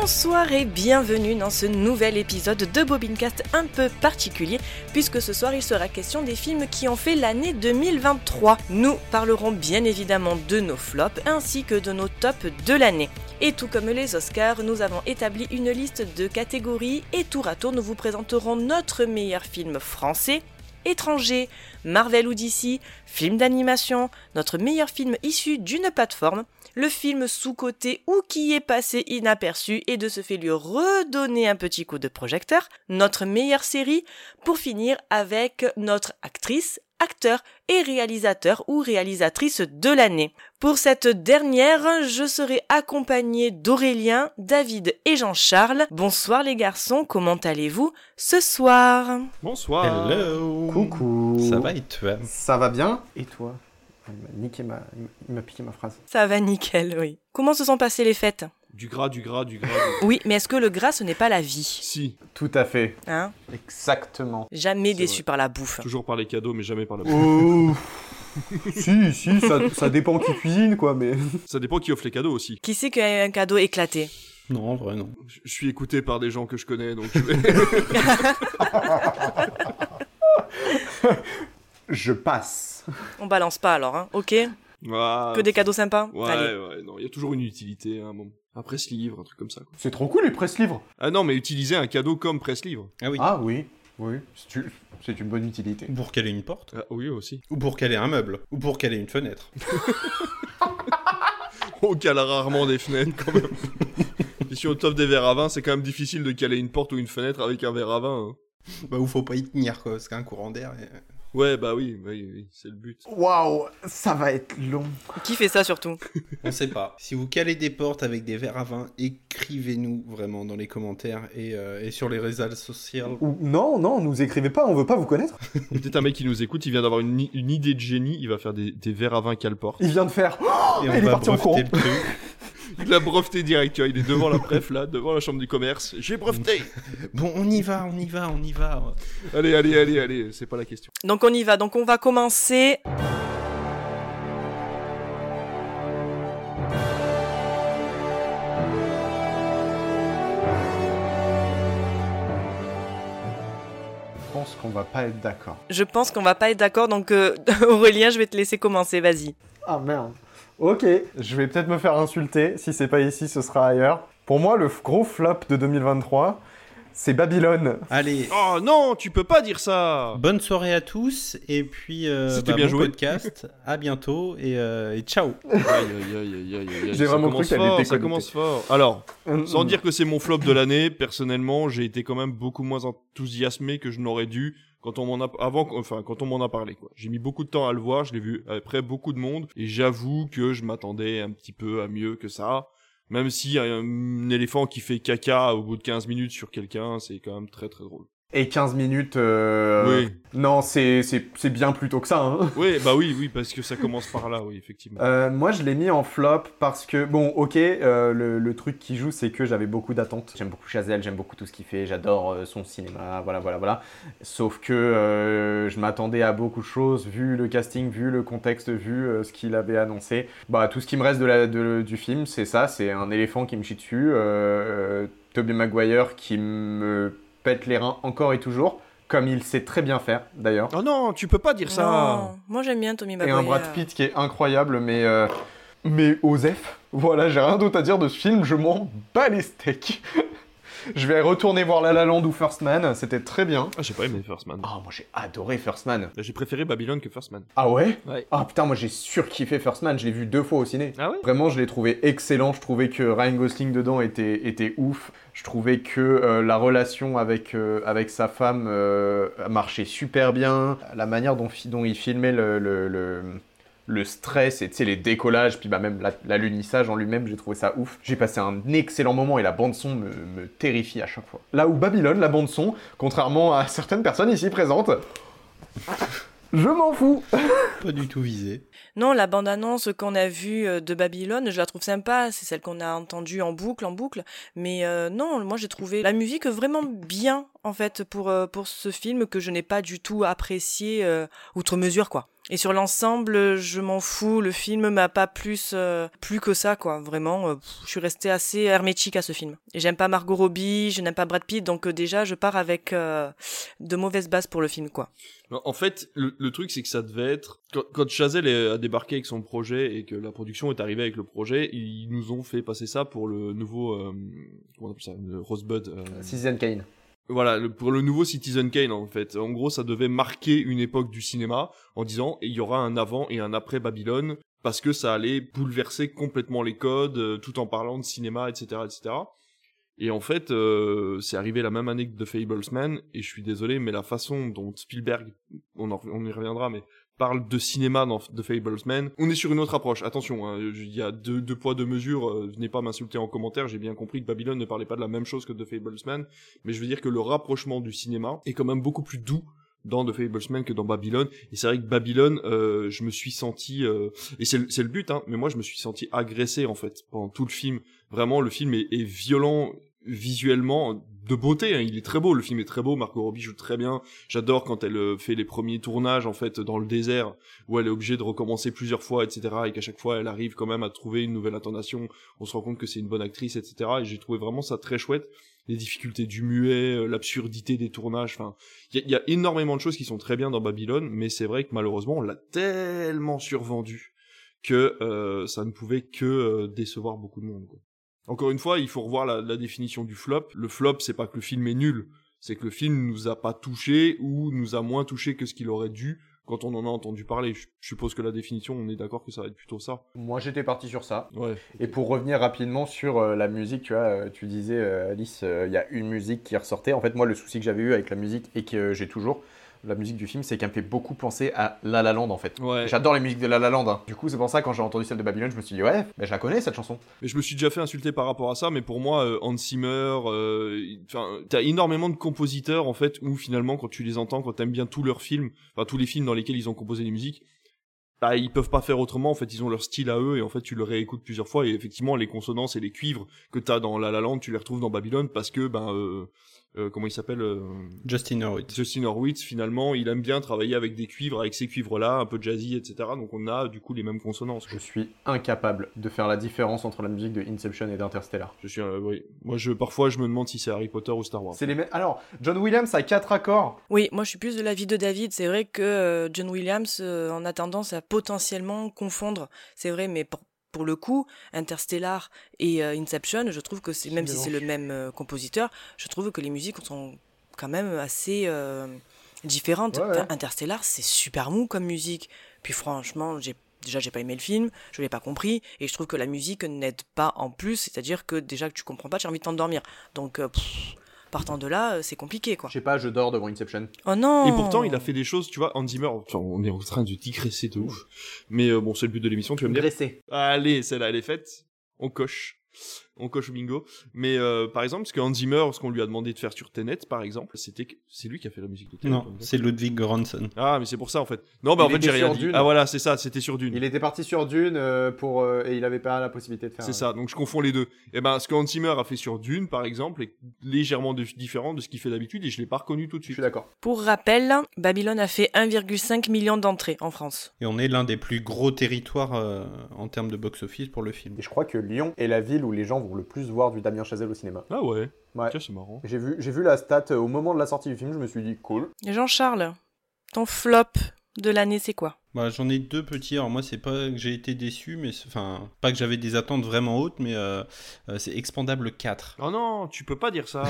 Bonsoir et bienvenue dans ce nouvel épisode de Bobincast un peu particulier, puisque ce soir il sera question des films qui ont fait l'année 2023. Nous parlerons bien évidemment de nos flops ainsi que de nos tops de l'année. Et tout comme les Oscars, nous avons établi une liste de catégories et tour à tour nous vous présenterons notre meilleur film français, étranger, Marvel ou DC, film d'animation, notre meilleur film issu d'une plateforme, le film sous-coté ou qui est passé inaperçu et de ce fait lui redonner un petit coup de projecteur, notre meilleure série, pour finir avec notre actrice, acteur et réalisateur ou réalisatrice de l'année. Pour cette dernière, je serai accompagné d'Aurélien, David et Jean-Charles. Bonsoir les garçons, comment allez-vous ce soir ? Bonsoir. Hello. Coucou. Ça va et toi ? Ça va bien ? Et toi ? Il m'a piqué ma phrase. Ça va nickel, oui. Comment se sont passées les fêtes ? Du gras. Oui, mais est-ce que le gras, ce n'est pas la vie ? Si. Tout à fait. Hein ? Exactement. Jamais C'est déçu vrai. par la bouffe. Toujours par les cadeaux, mais jamais par la bouffe. Oh. si, ça dépend qui cuisine, quoi, mais... Ça dépend qui offre les cadeaux aussi. Qui c'est qui a un cadeau éclaté ? Non, en vrai, non. Je suis écouté par des gens que je connais, donc je vais... Je passe. On balance pas alors, hein ? Ok ? Ah, Que des cadeaux sympas ? Ouais, Allez. ouais, non, il y a toujours une utilité, hein, bon. Un presse-livre, un truc comme ça, quoi. C'est trop cool, les presse-livres. Ah non, mais utiliser un cadeau comme presse-livre. Ah oui. Ah oui, c'est une bonne utilité. Ou pour caler une porte. Ah oui, aussi. Ou pour caler un meuble. Ou pour caler une fenêtre. On cale rarement des fenêtres, quand même. Et si on t'offre des verres à vin, c'est quand même difficile de caler une porte ou une fenêtre avec un verre à vin, hein. Bah, ou faut pas y tenir, quoi, parce qu'un courant d'air... Ouais, bah oui, c'est le but. Waouh, ça va être long. Qui fait ça surtout ? On sait pas. Si vous calez des portes avec des verres à vin, écrivez-nous vraiment dans les commentaires et sur les réseaux sociaux. Ou non, nous écrivez pas, on veut pas vous connaître. Peut-être un mec qui nous écoute, il vient d'avoir une idée de génie, il va faire des verres à vin cale-porte. Il vient de faire... Et on il est va parti en courant. breveter le truc. Il l'a breveté direct, tu vois, il est devant la préf, là, devant la chambre du commerce. J'ai breveté. Bon, on y va. Allez, c'est pas la question. Donc on y va, donc on va commencer... Je pense qu'on va pas être d'accord. Je pense qu'on va pas être d'accord, donc Aurélien, je vais te laisser commencer, vas-y. Ah merde. Ok, je vais peut-être me faire insulter. Si c'est pas ici, ce sera ailleurs. Pour moi, le gros flop de 2023, c'est Babylone. Allez, Oh non, tu peux pas dire ça. bonne soirée à tous, et puis C'était bien bon joué. podcast, à bientôt, et ciao. Aïe. J'ai vraiment cru qu'elle était Ça connectée. commence fort. Alors, sans dire que c'est mon flop de l'année, personnellement, j'ai été quand même beaucoup moins enthousiasmé que je n'aurais dû quand on m'en a parlé, quoi. J'ai mis beaucoup de temps à le voir, je l'ai vu après beaucoup de monde, et j'avoue que je m'attendais un petit peu à mieux que ça. Même si un éléphant qui fait caca au bout de 15 minutes sur quelqu'un, c'est quand même très très drôle. Et 15 minutes... Oui. Non, c'est bien plus tôt que ça, hein. Oui, parce que ça commence par là, oui, effectivement. Moi, je l'ai mis en flop parce que, bon, ok, le truc qui joue, c'est que j'avais beaucoup d'attentes. J'aime beaucoup Chazelle, j'aime beaucoup tout ce qu'il fait, j'adore son cinéma, voilà. Sauf que je m'attendais à beaucoup de choses, vu le casting, vu le contexte, vu ce qu'il avait annoncé. Bah, tout ce qui me reste du film, c'est ça, c'est un éléphant qui me chie dessus, Tobey Maguire qui me pète les reins encore et toujours. Comme il sait très bien faire, d'ailleurs. Oh non, tu peux pas dire ça. Non, moi j'aime bien Tommy Et Maguire. un Brad Pitt qui est incroyable, mais Osef. Voilà, j'ai rien d'autre à dire de ce film, je m'en bats les steaks. Je vais retourner voir La La Land ou First Man, c'était très bien. Ah, j'ai pas aimé First Man. Ah, moi j'ai adoré First Man. J'ai préféré Babylone que First Man. Ah ouais? Ouais. Ah putain, moi j'ai surkiffé First Man, je l'ai vu 2 fois au ciné. Ah ouais? Vraiment, je l'ai trouvé excellent, je trouvais que Ryan Gosling dedans était ouf. Je trouvais que la relation avec sa femme marchait super bien. La manière dont il filmait le stress et tu sais les décollages, puis bah même l'alunissage en lui-même, j'ai trouvé ça ouf. J'ai passé un excellent moment et la bande-son me terrifie à chaque fois. Là où Babylone, la bande-son, contrairement à certaines personnes ici présentes, je m'en fous. Pas du tout visé. Non, la bande-annonce qu'on a vue de Babylone, je la trouve sympa, c'est celle qu'on a entendue en boucle, mais non, moi j'ai trouvé la musique vraiment bien, en fait, pour ce film que je n'ai pas du tout apprécié outre mesure, quoi. Et sur l'ensemble, je m'en fous. Le film m'a pas plus que ça, quoi. Vraiment, je suis restée assez hermétique à ce film. Et j'aime pas Margot Robbie, je n'aime pas Brad Pitt, donc déjà, je pars avec de mauvaises bases pour le film, quoi. En fait, le truc, c'est que ça devait être... Quand Chazelle a débarqué avec son projet et que la production est arrivée avec le projet, ils nous ont fait passer ça pour le nouveau... comment on appelle ça, le Rosebud Citizen Kane. Voilà, pour le nouveau Citizen Kane, en fait. En gros, ça devait marquer une époque du cinéma en disant il y aura un avant et un après Babylone, parce que ça allait bouleverser complètement les codes, tout en parlant de cinéma, etc., etc. Et en fait, c'est arrivé la même année que The Fablesman, et je suis désolé, mais la façon dont Spielberg, on y reviendra, mais parle de cinéma dans The Fablesman, on est sur une autre approche. Attention, hein, il y a deux poids, deux mesures, venez pas m'insulter en commentaire, j'ai bien compris que Babylone ne parlait pas de la même chose que The Fablesman, mais je veux dire que le rapprochement du cinéma est quand même beaucoup plus doux dans The Fablesman que dans Babylone, et c'est vrai que Babylone, je me suis senti, et c'est le but, hein, mais moi je me suis senti agressé en fait, pendant tout le film. Vraiment, le film est violent visuellement, de beauté, hein. Il est très beau, le film est très beau, Margot Robbie joue très bien, j'adore quand elle fait les premiers tournages en fait dans le désert, où elle est obligée de recommencer plusieurs fois, etc., et qu'à chaque fois elle arrive quand même à trouver une nouvelle intonation, on se rend compte que c'est une bonne actrice, etc., et j'ai trouvé vraiment ça très chouette, les difficultés du muet, l'absurdité des tournages, enfin, il y a énormément de choses qui sont très bien dans Babylone, mais c'est vrai que malheureusement on l'a tellement survendu que ça ne pouvait que décevoir beaucoup de monde, quoi. Encore une fois, il faut revoir la définition du flop. Le flop, c'est pas que le film est nul, c'est que le film nous a pas touché ou nous a moins touché que ce qu'il aurait dû quand on en a entendu parler. Je suppose que la définition, on est d'accord que ça va être plutôt ça. Moi, j'étais parti sur ça. Ouais. Et pour revenir rapidement sur la musique, tu vois, tu disais, Alice, il y a une musique qui ressortait. En fait, moi, le souci que j'avais eu avec la musique et que j'ai toujours, la musique du film, c'est qu'elle me fait beaucoup penser à La La Land, en fait. Ouais. J'adore les musiques de La La Land, hein. Du coup, c'est pour ça, quand j'ai entendu celle de Babylone, je me suis dit, ouais, mais je la connais, cette chanson. Mais je me suis déjà fait insulter par rapport à ça, mais pour moi, Hans Zimmer, t'as énormément de compositeurs, en fait, où finalement, quand tu les entends, quand t'aimes bien tous leurs films, enfin, tous les films dans lesquels ils ont composé les musiques, bah, ils peuvent pas faire autrement, en fait, ils ont leur style à eux, et en fait, tu le réécoutes plusieurs fois, et effectivement, les consonances et les cuivres que t'as dans La La Land, tu les retrouves dans Babylone, parce que, comment il s'appelle Justin Hurwitz. Justin Hurwitz, finalement, il aime bien travailler avec des cuivres, avec ces cuivres-là, un peu jazzy, etc. Donc on a du coup les mêmes consonances, quoi. Je suis incapable de faire la différence entre la musique de Inception et d'Interstellar. Je suis, oui. Moi, parfois, je me demande si c'est Harry Potter ou Star Wars. C'est les mêmes. Alors, John Williams a 4 accords. Oui, moi je suis plus de l'avis de David. C'est vrai que John Williams en a tendance à potentiellement confondre. C'est vrai, mais pour le coup, Interstellar et Inception, je trouve que même si c'est le même compositeur, je trouve que les musiques sont quand même assez différentes. Ouais. Enfin, Interstellar, c'est super mou comme musique. Puis franchement, j'ai pas aimé le film, je l'ai pas compris, et je trouve que la musique n'aide pas en plus, c'est-à-dire que déjà que tu comprends pas, tu as envie de t'endormir. Donc, partant de là, c'est compliqué, quoi. Je sais pas, je dors devant Inception. Oh non! Et pourtant, il a fait des choses, tu vois, Hans Zimmer, enfin, on est en train de digresser de ouf. Mais bon, c'est le but de l'émission, tu vas me dire. Dressé. Allez, celle-là, elle est faite. On coche au bingo. Mais par exemple, ce que Hans Zimmer, ce qu'on lui a demandé de faire sur Tenet, par exemple, c'est lui qui a fait la musique de Tenet. Non, c'est Ludwig Göransson. Ah, mais c'est pour ça en fait. Non, bah en fait j'ai rien dit. Dune. Ah voilà, c'est ça, c'était sur Dune. Il était parti sur Dune et il avait pas la possibilité de faire. C'est ça, donc je confonds les deux. Et ben, ce que Hans Zimmer a fait sur Dune, par exemple, est légèrement différent de ce qu'il fait d'habitude et je l'ai pas reconnu tout de Je suite. suis d'accord. Pour rappel, Babylone a fait 1,5 million d'entrées en France. Et on est l'un des plus gros territoires en termes de box-office pour le film. Et je crois que Lyon est la ville où les gens vont le plus voir du Damien Chazelle au cinéma. Ah ouais. Ouais. Tiens, c'est marrant. J'ai vu la stat au moment de la sortie du film, je me suis dit cool. Jean-Charles, ton flop de l'année, c'est quoi? Bah, j'en ai deux petits. Alors moi, c'est pas que j'ai été déçu, mais enfin, pas que j'avais des attentes vraiment hautes, mais c'est Expandable 4. Oh non, tu peux pas dire ça.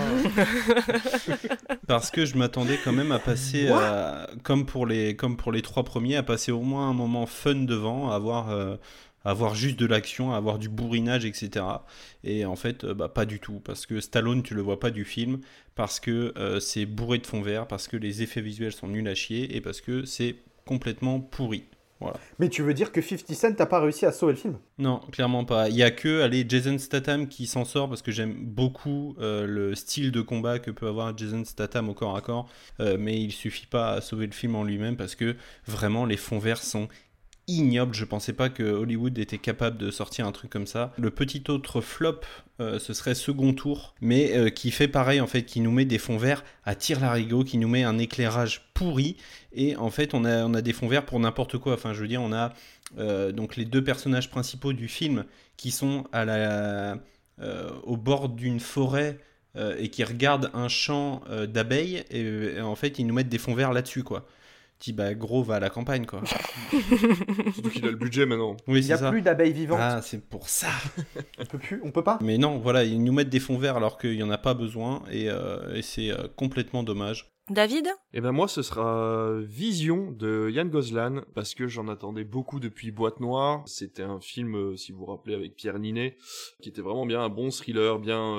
Parce que je m'attendais quand même à passer, comme pour les trois premiers, à passer au moins un moment fun devant, à avoir juste de l'action, à avoir du bourrinage, etc. Et en fait, pas du tout. Parce que Stallone, tu le vois pas du film, parce que c'est bourré de fond vert, parce que les effets visuels sont nuls à chier, et parce que c'est complètement pourri. Voilà. Mais tu veux dire que 50 Cent n'a pas réussi à sauver le film? Non, clairement pas. Il y a que Jason Statham qui s'en sort, parce que j'aime beaucoup le style de combat que peut avoir Jason Statham au corps à corps, mais il suffit pas à sauver le film en lui-même, parce que vraiment les fonds verts sont ignoble. Je pensais pas que Hollywood était capable de sortir un truc comme ça. Le petit autre flop, ce serait Second Tour, mais qui fait pareil en fait, qui nous met des fonds verts à tire-larigot, qui nous met un éclairage pourri, et en fait on a des fonds verts pour n'importe quoi. Enfin, je veux dire, on a donc les deux personnages principaux du film qui sont au bord d'une forêt et qui regardent un champ d'abeilles, et en fait ils nous mettent des fonds verts là-dessus, quoi. Dis, bah gros, va à la campagne, quoi. Surtout qu'il a le budget maintenant. Oui, Il n'y a plus d'abeilles vivantes. Ah, c'est pour ça. On peut pas. Mais non, voilà, ils nous mettent des fonds verts alors qu'il n'y en a pas besoin, et c'est complètement dommage. David ? Eh ben moi, ce sera Vision de Yann Gozlan, parce que j'en attendais beaucoup depuis Boîte Noire. C'était un film, si vous vous rappelez, avec Pierre Ninet, qui était vraiment bien, un bon thriller,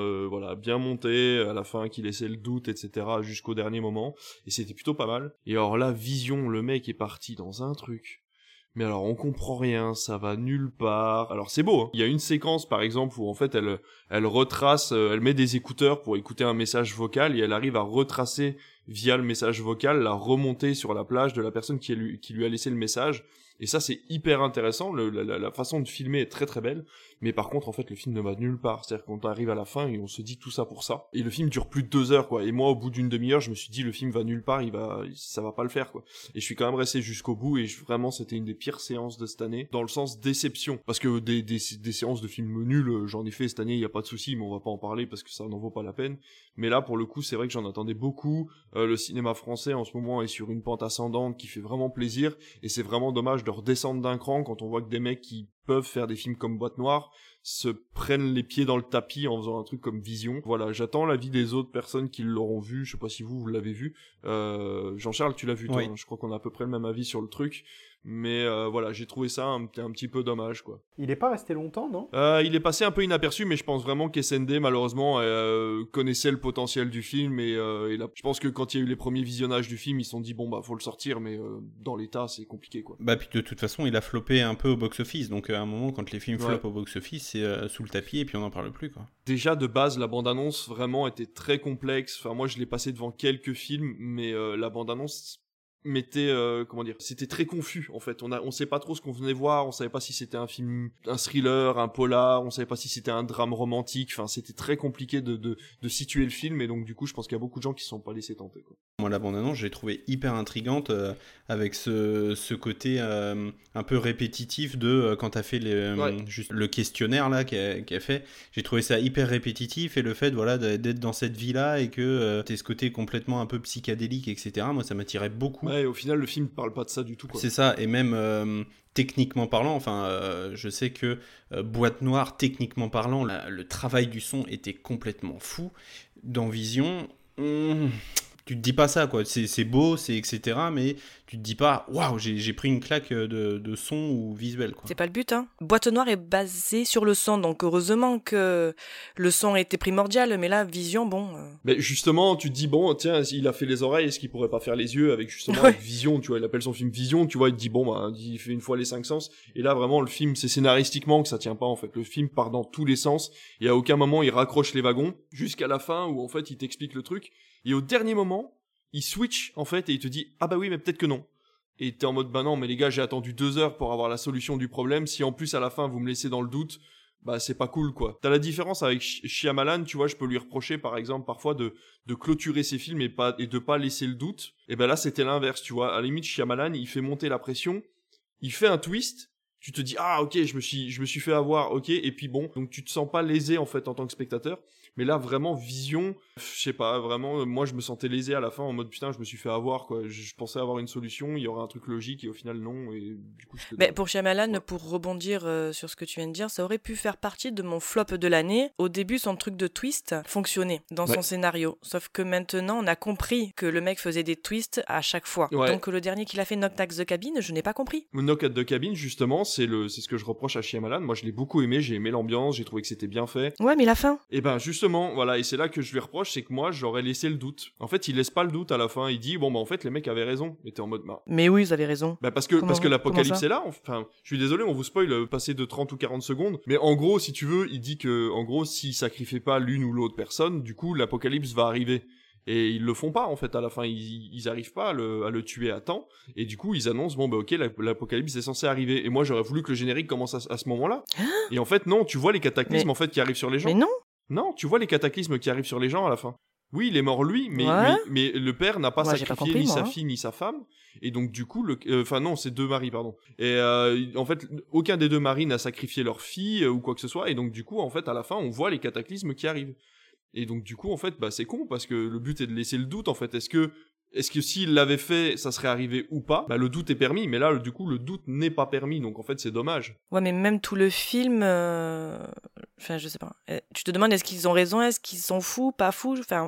bien monté, à la fin qui laissait le doute, etc., jusqu'au dernier moment. Et c'était plutôt pas mal. Et alors là, Vision, le mec est parti dans un truc. Mais alors on comprend rien, ça va nulle part. Alors c'est beau, hein. Il y a une séquence par exemple où en fait elle retrace, elle met des écouteurs pour écouter un message vocal et elle arrive à retracer via le message vocal la remontée sur la plage de la personne qui lui a laissé le message. Et ça c'est hyper intéressant, la façon de filmer est très très belle, mais par contre en fait le film ne va nulle part, c'est-à-dire qu'on arrive à la fin et on se dit tout ça pour ça, et le film dure plus de 2 heures quoi, et moi au bout d'une demi-heure je me suis dit le film va nulle part, ça va pas le faire quoi, et je suis quand même resté jusqu'au bout, et vraiment c'était une des pires séances de cette année, dans le sens déception, parce que des séances de films nuls, j'en ai fait cette année, y a pas de souci, mais on va pas en parler parce que ça n'en vaut pas la peine, mais là pour le coup c'est vrai que j'en attendais beaucoup, le cinéma français en ce moment est sur une pente ascendante qui fait vraiment plaisir, et c'est vraiment dommage de redescendre d'un cran quand on voit que des mecs qui peuvent faire des films comme Boîte Noire se prennent les pieds dans le tapis en faisant un truc comme Vision. Voilà, j'attends l'avis des auutes personnes qui l'auront vu, je sais pas si vous l'avez vu. Jean-Charles, tu l'as vu toi, oui. Hein, je crois qu'on a à peu près le même avis sur le truc. Mais voilà, j'ai trouvé ça un petit peu dommage, quoi. Il est pas resté longtemps, non ? Il est passé un peu inaperçu, mais je pense vraiment qu'SND, malheureusement, connaissait le potentiel du film. Et là, je pense que quand il y a eu les premiers visionnages du film, ils se sont dit, bon, bah, faut le sortir, mais dans l'état, c'est compliqué, quoi. Bah, puis de toute façon, il a floppé un peu au box-office. Donc, à un moment, quand les films Ouais. floppent au box-office, c'est sous le tapis et puis on n'en parle plus, quoi. Déjà, de base, la bande-annonce, vraiment, était très complexe. Enfin, moi, je l'ai passé devant quelques films, mais la bande-annonce mettait c'était très confus en fait, on sait pas trop ce qu'on venait voir, on savait pas si c'était un film, un thriller, un polar, on savait pas si c'était un drame romantique, enfin c'était très compliqué de situer le film, et donc du coup je pense qu'il y a beaucoup de gens qui se sont pas laissés tenter, quoi. Moi, la bande-annonce, j'ai trouvé hyper intrigante avec ce côté un peu répétitif de quand t'as fait juste le questionnaire là qu'a fait. J'ai trouvé ça hyper répétitif, et le fait d'être dans cette vie-là et que t'aies ce côté complètement un peu psychédélique, etc. Moi, ça m'attirait beaucoup. Ouais, et au final, le film parle pas de ça du tout, quoi. C'est ça, et même techniquement parlant, je sais que Boîte Noire, techniquement parlant, le travail du son était complètement fou. Dans Vision, tu te dis pas ça, quoi. C'est beau, c'est etc. Mais tu te dis pas, waouh, j'ai pris une claque de son ou visuel, quoi. C'est pas le but, hein. Boîte Noire est basée sur le son, donc heureusement que le son était primordial, mais là, Vision, bon... Mais justement, tu te dis, bon, tiens, il a fait les oreilles, est-ce qu'il pourrait pas faire les yeux avec justement Ouais. avec Vision, tu vois, il appelle son film Vision, tu vois, il te dit, bon, bah, il fait une fois les 5 sens, et là, vraiment, le film, c'est scénaristiquement que ça tient pas, en fait. Le film part dans tous les sens, et à aucun moment, il raccroche les wagons, jusqu'à la fin, où, en fait, il t'explique le truc, et au dernier moment, il switch, en fait, et il te dit, ah bah oui, mais peut-être que non. Et t'es en mode, bah non, mais les gars, j'ai attendu 2 heures pour avoir la solution du problème, si en plus, à la fin, vous me laissez dans le doute, bah c'est pas cool, quoi. T'as la différence avec Shyamalan, tu vois, je peux lui reprocher par exemple parfois de clôturer ses films et de pas laisser le doute. Et ben là c'était l'inverse, tu vois. À la limite, Shyamalan, il fait monter la pression, il fait un twist, tu te dis ah ok, je me suis fait avoir, ok, et puis bon, donc tu te sens pas lésé en fait en tant que spectateur. Mais là vraiment Vision, je sais pas, vraiment moi je me sentais lésé à la fin en mode putain, je me suis fait avoir, quoi. Je pensais avoir une solution, il y aurait un truc logique, et au final non, et du coup Mais pour Shyamalan, pour rebondir sur ce que tu viens de dire, ça aurait pu faire partie de mon flop de l'année. Au début, son truc de twist fonctionnait dans son scénario, sauf que maintenant on a compris que le mec faisait des twists à chaque fois. Donc le dernier qu'il a fait, Knock at the Cabin, je n'ai pas compris. Knock at the Cabin, justement, c'est ce que je reproche à Shyamalan. Moi je l'ai beaucoup aimé, j'ai aimé l'ambiance, j'ai trouvé que c'était bien fait. Ouais, mais la fin. Et ben justement, voilà, et c'est là que je lui reproche, c'est que moi j'aurais laissé le doute. En fait, il laisse pas le doute à la fin, il dit bon bah en fait les mecs avaient raison. Et t'es en mode bah. Mais oui, ils avaient raison. Bah parce que l'apocalypse est là. Enfin, je suis désolé, on vous spoil passer de 30 ou 40 secondes, mais en gros, si tu veux, il dit que en gros, s'il sacrifiait pas l'une ou l'autre personne, du coup l'apocalypse va arriver. Et ils le font pas en fait à la fin, ils arrivent pas à le tuer à temps, et du coup ils annoncent bon bah ok, l'apocalypse est censé arriver, et moi j'aurais voulu que le générique commence à ce moment-là. Et en fait non, tu vois les cataclysmes en fait qui arrivent sur les gens. Mais non, tu vois les cataclysmes qui arrivent sur les gens à la fin. Oui, il est mort lui, mais le père n'a pas sacrifié ni sa fille ni sa femme, et donc du coup non, c'est 2 maris pardon. Et en fait aucun des 2 maris n'a sacrifié leur fille ou quoi que ce soit, et donc du coup en fait à la fin on voit les cataclysmes qui arrivent. Et donc du coup en fait c'est con parce que le but est de laisser le doute en fait. Est-ce que s'il l'avait fait ça serait arrivé ou pas? Le doute est permis, mais là du coup le doute n'est pas permis, donc en fait c'est dommage. Ouais, mais même tout le film, enfin je sais pas. Tu te demandes est-ce qu'ils ont raison, est-ce qu'ils sont fous, pas fous. Enfin,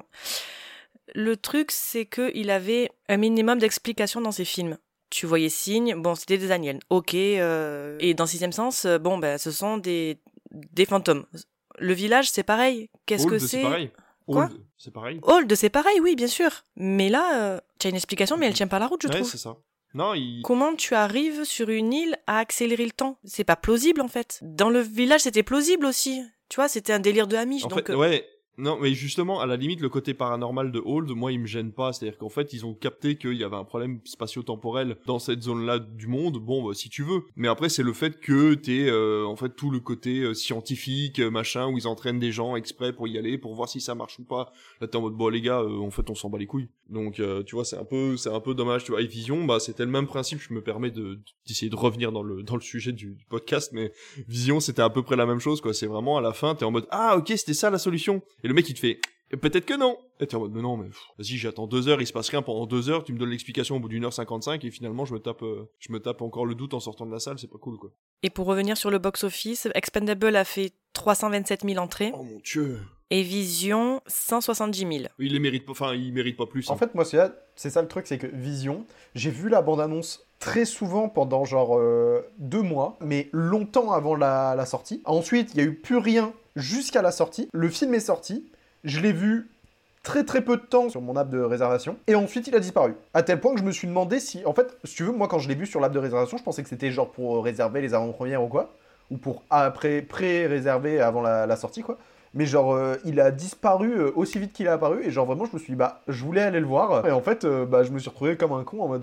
le truc c'est que il avait un minimum d'explications dans ses films. Tu voyais Signe, bon c'était des aliens, ok. Et dans Sixième Sens, ce sont des fantômes. Le village, c'est pareil. Qu'est-ce que c'est? Pareil. Quoi? C'est pareil. Old, c'est pareil, oui, bien sûr. Mais là, tu as une explication, mais elle tient pas la route, je trouve. Ouais, c'est ça. Non, Comment tu arrives sur une île à accélérer le temps? C'est pas plausible, en fait. Dans le village, c'était plausible aussi. Tu vois, c'était un délire de Amish. En donc, fait, ouais. Non, mais justement, à la limite, le côté paranormal de Old, moi, il me gêne pas. C'est-à-dire qu'en fait, ils ont capté qu'il y avait un problème spatio-temporel dans cette zone-là du monde. Bon, si tu veux. Mais après, c'est le fait que t'aies, en fait, tout le côté scientifique, machin, où ils entraînent des gens exprès pour y aller, pour voir si ça marche ou pas. Là, t'es en mode, bon, les gars, en fait, on s'en bat les couilles. Donc, tu vois, c'est un peu dommage, tu vois. Et Vision, c'était le même principe. Je me permets d'essayer de revenir dans le sujet du podcast, mais Vision, c'était à peu près la même chose, quoi. C'est vraiment, à la fin, t'es en mode, ah, ok, c'était ça la solution. Et le mec, il te fait, peut-être que non. Et t'es en mode, mais non, mais vas-y, j'attends 2 heures, il se passe rien pendant 2 heures, tu me donnes l'explication au bout d'1 heure 55, et finalement, je me tape encore le doute en sortant de la salle, c'est pas cool, quoi. Et pour revenir sur le box-office, Expendable a fait 327 000 entrées. Oh mon Dieu. Et Vision, 170 000. Il mérite pas plus. En fait, moi, c'est ça le truc, c'est que Vision, j'ai vu la bande-annonce très souvent pendant genre 2 mois, mais longtemps avant la sortie. Ensuite, il n'y a eu plus rien jusqu'à la sortie. Le film est sorti, je l'ai vu très très peu de temps sur mon app de réservation, et ensuite il a disparu. À tel point que je me suis demandé si... En fait, si tu veux, moi quand je l'ai vu sur l'app de réservation, je pensais que c'était genre pour réserver les avant-premières ou quoi, ou pour pré-réserver avant la sortie, quoi. Mais genre, il a disparu aussi vite qu'il est apparu, et genre vraiment, je me suis dit, je voulais aller le voir, et en fait, je me suis retrouvé comme un con en mode,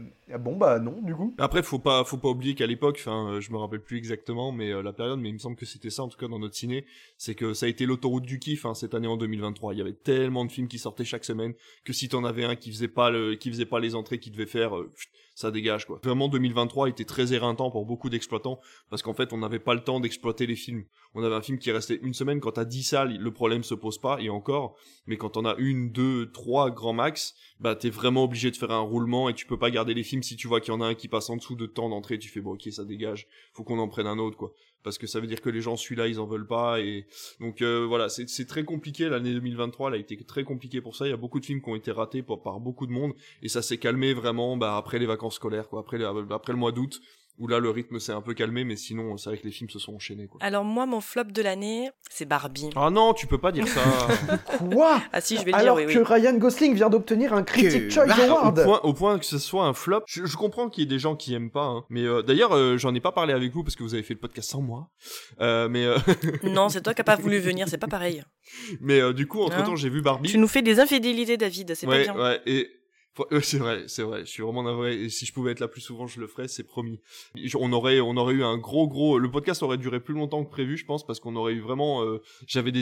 non, du coup. Après, faut pas oublier qu'à l'époque, je me rappelle plus exactement, mais la période, mais il me semble que c'était ça, en tout cas dans notre ciné, c'est que ça a été l'autoroute du kiff, cette année en 2023. Il y avait tellement de films qui sortaient chaque semaine, que si t'en avais un qui faisait pas les entrées qu'il devait faire, ça dégage, quoi. Vraiment, 2023 était très éreintant pour beaucoup d'exploitants, parce qu'en fait, on n'avait pas le temps d'exploiter les films. On avait un film qui restait 1 semaine, quand t'as 10 salles, le problème se pose pas, et encore, mais quand on a 1, 2, 3 grand max, t'es vraiment obligé de faire un roulement, et tu peux pas garder les films si tu vois qu'il y en a un qui passe en dessous de temps d'entrée, tu fais bon ok, ça dégage, faut qu'on en prenne un autre, quoi. Parce que ça veut dire que les gens, celui-là, ils en veulent pas, et donc voilà, c'est très compliqué. L'année 2023, elle a été très compliquée pour ça. Il y a beaucoup de films qui ont été ratés par beaucoup de monde, et ça s'est calmé vraiment après les vacances scolaires, quoi, après le mois d'août, où là le rythme s'est un peu calmé, mais sinon c'est vrai que les films se sont enchaînés, quoi. Alors moi, mon flop de l'année, c'est Barbie. Ah non, tu peux pas dire ça. Quoi? Ah si, je vais le Alors dire, oui. que Ryan Gosling vient d'obtenir un Critics' Choice Award. Au point que ce soit un flop, je comprends qu'il y ait des gens qui aiment pas, mais d'ailleurs j'en ai pas parlé avec vous parce que vous avez fait le podcast sans moi, mais non, c'est toi qui n'as pas voulu venir, c'est pas pareil. Mais du coup, entre-temps, j'ai vu Barbie. Tu nous fais des infidélités, David, c'est pas bien. Ouais, et c'est vrai, je suis vraiment navré, et si je pouvais être là plus souvent, je le ferais, c'est promis. On aurait eu un gros, le podcast aurait duré plus longtemps que prévu, je pense, parce qu'on aurait eu vraiment, j'avais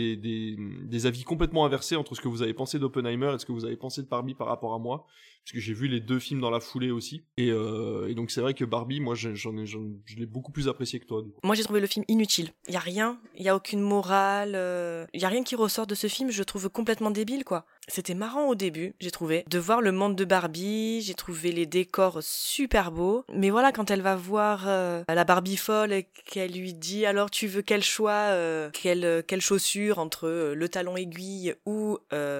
des avis complètement inversés entre ce que vous avez pensé d'Oppenheimer et ce que vous avez pensé de Barbie par rapport à moi, parce que j'ai vu les 2 films dans la foulée aussi, et donc c'est vrai que Barbie, moi, je l'ai beaucoup plus apprécié que toi, du coup. Moi, j'ai trouvé le film inutile. Il y a rien, il y a aucune morale, il y a rien qui ressort de ce film, je le trouve complètement débile, quoi. C'était marrant au début, j'ai trouvé, de voir le monde de Barbie, j'ai trouvé les décors super beaux, mais voilà, quand elle va voir la Barbie folle et qu'elle lui dit alors tu veux quel choix, quelle chaussure entre le talon aiguille ou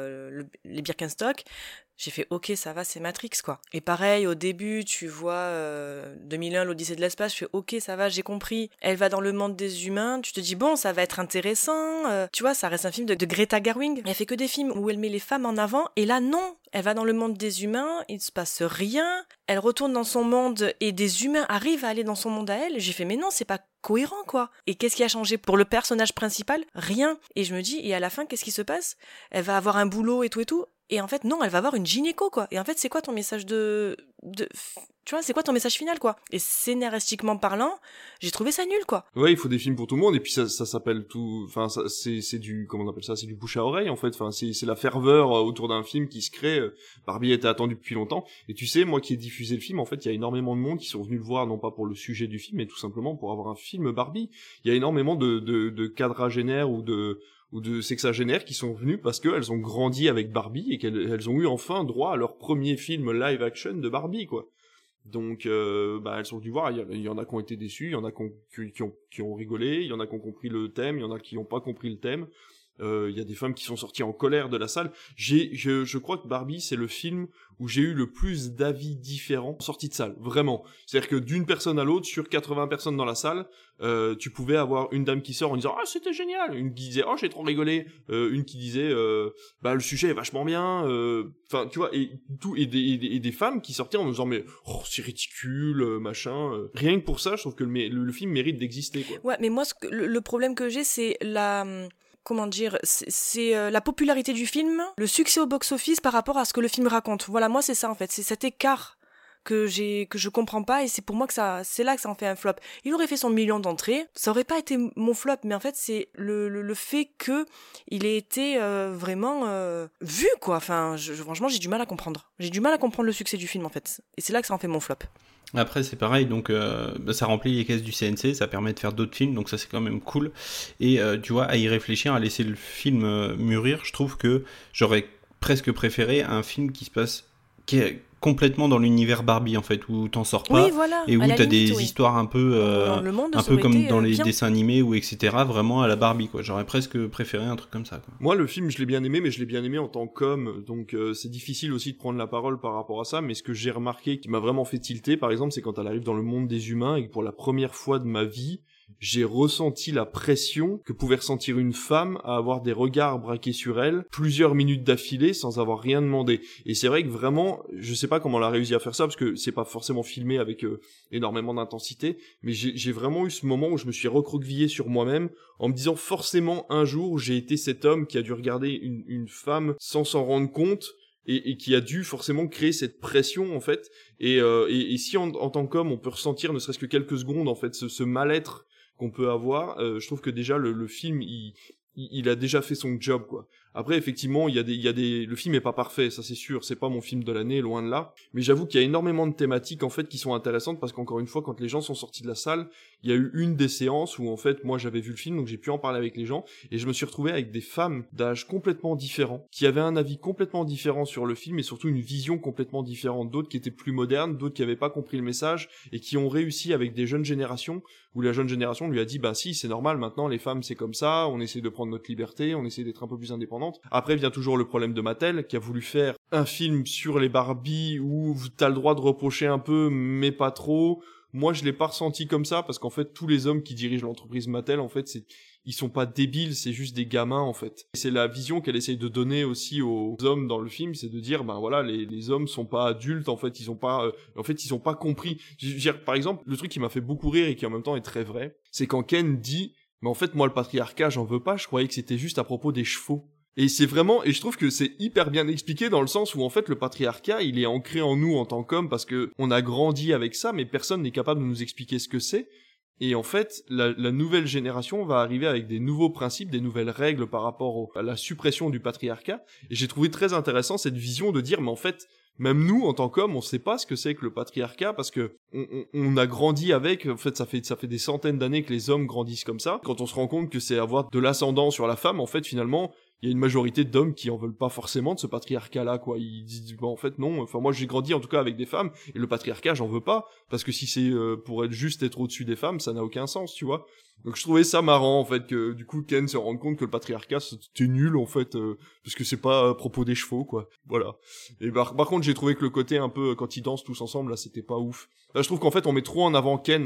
les Birkenstock, j'ai fait ok, ça va, c'est Matrix, quoi. Et pareil, au début, tu vois 2001, l'Odyssée de l'espace, je fais ok, ça va, j'ai compris. Elle va dans le monde des humains, tu te dis bon, ça va être intéressant. Tu vois, ça reste un film de Greta Gerwig. Elle fait que des films où elle met les femmes en avant, et là non, elle va dans le monde des humains, il ne se passe rien. Elle retourne dans son monde et des humains arrivent à aller dans son monde à elle. J'ai fait mais non, c'est pas cohérent, quoi. Et qu'est-ce qui a changé pour le personnage principal? Rien. Et je me dis, et à la fin, qu'est-ce qui se passe? Elle va avoir un boulot et tout. Et en fait, non, elle va voir une gynéco, quoi. Et en fait, c'est quoi ton message tu vois, c'est quoi ton message final, quoi? Et scénaristiquement parlant, j'ai trouvé ça nul, quoi. Ouais, il faut des films pour tout le monde, et puis ça s'appelle tout, enfin, c'est du, comment on appelle ça, c'est du bouche à oreille, en fait, enfin, c'est la ferveur autour d'un film qui se crée. Barbie était attendu depuis longtemps, et tu sais, moi qui ai diffusé le film, en fait, il y a énormément de monde qui sont venus le voir, non pas pour le sujet du film, mais tout simplement pour avoir un film Barbie. Il y a énormément de quadragénaires ou de sexagénaires qui sont venus parce qu'elles ont grandi avec Barbie et qu'elles ont eu enfin droit à leur premier film live action de Barbie, quoi. Donc, elles sont venues voir, il y en a qui ont été déçus, il y en a qui ont rigolé, il y en a qui ont compris le thème, il y en a qui n'ont pas compris le thème. Il y a des femmes qui sont sorties en colère de la salle. Je crois que Barbie, c'est le film où j'ai eu le plus d'avis différents sortis de salle, vraiment. C'est-à-dire que d'une personne à l'autre, sur 80 personnes dans la salle, tu pouvais avoir une dame qui sort en disant « Ah, c'était génial !» Une qui disait « Oh, j'ai trop rigolé !» Une qui disait « Bah, le sujet est vachement bien !» Enfin, tu vois, et des femmes qui sortaient en me disant « Mais, oh, c'est ridicule, machin !» Rien que pour ça, je trouve que le film mérite d'exister, quoi. Ouais, mais moi, le problème que j'ai, c'est comment dire, c'est la popularité du film, le succès au box-office par rapport à ce que le film raconte. Voilà, moi c'est ça en fait, c'est cet écart que je comprends pas, et c'est pour moi que c'est là que ça en fait un flop. Il aurait fait son million d'entrées, ça aurait pas été mon flop, mais en fait c'est le fait que il ait été vraiment vu, quoi. Enfin, franchement j'ai du mal à comprendre. J'ai du mal à comprendre le succès du film en fait, et c'est là que ça en fait mon flop. Après c'est pareil, donc ça remplit les caisses du CNC, ça permet de faire d'autres films, donc ça c'est quand même cool. Et tu vois, à y réfléchir, à laisser le film mûrir, je trouve que j'aurais presque préféré un film qui est complètement dans l'univers Barbie en fait, où t'en sors pas, oui, voilà, et où t'as des histoires un peu comme dans les dessins animés ou etc., vraiment à la Barbie, quoi. J'aurais presque préféré un truc comme ça, quoi. Moi le film je l'ai bien aimé, mais je l'ai bien aimé en tant qu'homme, donc c'est difficile aussi de prendre la parole par rapport à ça. Mais ce que j'ai remarqué qui m'a vraiment fait tilter, par exemple, c'est quand elle arrive dans le monde des humains et que pour la première fois de ma vie j'ai ressenti la pression que pouvait ressentir une femme à avoir des regards braqués sur elle plusieurs minutes d'affilée sans avoir rien demandé. Et c'est vrai que vraiment, je sais pas comment elle a réussi à faire ça, parce que c'est pas forcément filmé avec énormément d'intensité, mais j'ai vraiment eu ce moment où je me suis recroquevillé sur moi-même en me disant forcément un jour j'ai été cet homme qui a dû regarder une femme sans s'en rendre compte, et qui a dû forcément créer cette pression en fait. Et si en tant qu'homme on peut ressentir ne serait-ce que quelques secondes en fait ce mal-être qu'on peut avoir, je trouve que déjà le film il a déjà fait son job, quoi. Après effectivement le film est pas parfait, ça c'est sûr, c'est pas mon film de l'année, loin de là, mais j'avoue qu'il y a énormément de thématiques en fait qui sont intéressantes, parce qu'encore une fois quand les gens sont sortis de la salle, il y a eu une des séances où en fait moi j'avais vu le film, donc j'ai pu en parler avec les gens, et je me suis retrouvé avec des femmes d'âge complètement différents qui avaient un avis complètement différent sur le film, et surtout une vision complètement différente, d'autres qui étaient plus modernes, d'autres qui avaient pas compris le message et qui ont réussi avec des jeunes générations, où la jeune génération lui a dit bah si, c'est normal, maintenant les femmes c'est comme ça, on essaie de prendre notre liberté, on essaie d'être un peu plus indépendante. Après vient toujours le problème de Mattel qui a voulu faire un film sur les Barbie où t'as le droit de reprocher un peu mais pas trop. Moi je l'ai pas ressenti comme ça, parce qu'en fait tous les hommes qui dirigent l'entreprise Mattel en fait ils sont pas débiles, c'est juste des gamins en fait. C'est la vision qu'elle essaye de donner aussi aux hommes dans le film, c'est de dire ben voilà, les hommes sont pas adultes en fait, ils ont pas compris. Je veux dire, par exemple, le truc qui m'a fait beaucoup rire et qui en même temps est très vrai, c'est quand Ken dit mais en fait moi le patriarcat j'en veux pas, je croyais que c'était juste à propos des chevaux. Et c'est vraiment, et je trouve que c'est hyper bien expliqué dans le sens où en fait le patriarcat il est ancré en nous en tant qu'hommes parce que on a grandi avec ça, mais personne n'est capable de nous expliquer ce que c'est. Et en fait, la nouvelle génération va arriver avec des nouveaux principes, des nouvelles règles par rapport à la suppression du patriarcat. Et j'ai trouvé très intéressant cette vision de dire, mais en fait, même nous, en tant qu'hommes, on sait pas ce que c'est que le patriarcat, parce que on a grandi avec, en fait, ça fait des centaines d'années que les hommes grandissent comme ça. Quand on se rend compte que c'est avoir de l'ascendant sur la femme, en fait, finalement, il y a une majorité d'hommes qui en veulent pas forcément de ce patriarcat-là, quoi. Ils disent, bah, en fait, non. Enfin, moi, j'ai grandi, en tout cas, avec des femmes, et le patriarcat, j'en veux pas, parce que si c'est pour être juste être au-dessus des femmes, ça n'a aucun sens, tu vois. Donc, je trouvais ça marrant, en fait, que, du coup, Ken se rende compte que le patriarcat, c'était nul, en fait, parce que c'est pas à propos des chevaux, quoi. Voilà. Et par contre, j'ai trouvé que le côté un peu, quand ils dansent tous ensemble, là, c'était pas ouf. Là, je trouve qu'en fait, on met trop en avant Ken,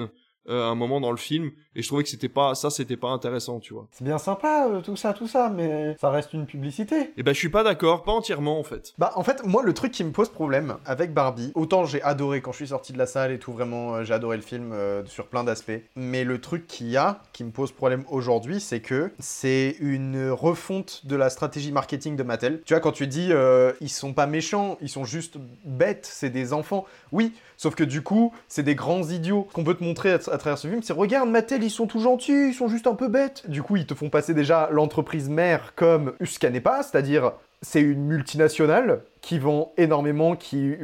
à un moment dans le film, et je trouvais que c'était pas intéressant, tu vois. C'est bien sympa, tout ça, mais ça reste une publicité. Et ben je suis pas d'accord, pas entièrement en fait. Bah en fait, moi le truc qui me pose problème avec Barbie, autant j'ai adoré quand je suis sorti de la salle et tout, vraiment j'ai adoré le film sur plein d'aspects, mais le truc qui me pose problème aujourd'hui, c'est que c'est une refonte de la stratégie marketing de Mattel. Tu vois, quand tu dis ils sont pas méchants, ils sont juste bêtes, c'est des enfants, oui, sauf que du coup, c'est des grands idiots qu'on veut te montrer à travers ce film, c'est regarde Mattel, ils sont tout gentils, ils sont juste un peu bêtes. Du coup, ils te font passer déjà l'entreprise mère comme ce qu'elle n'est pas, c'est-à-dire c'est une multinationale qui vend énormément, qui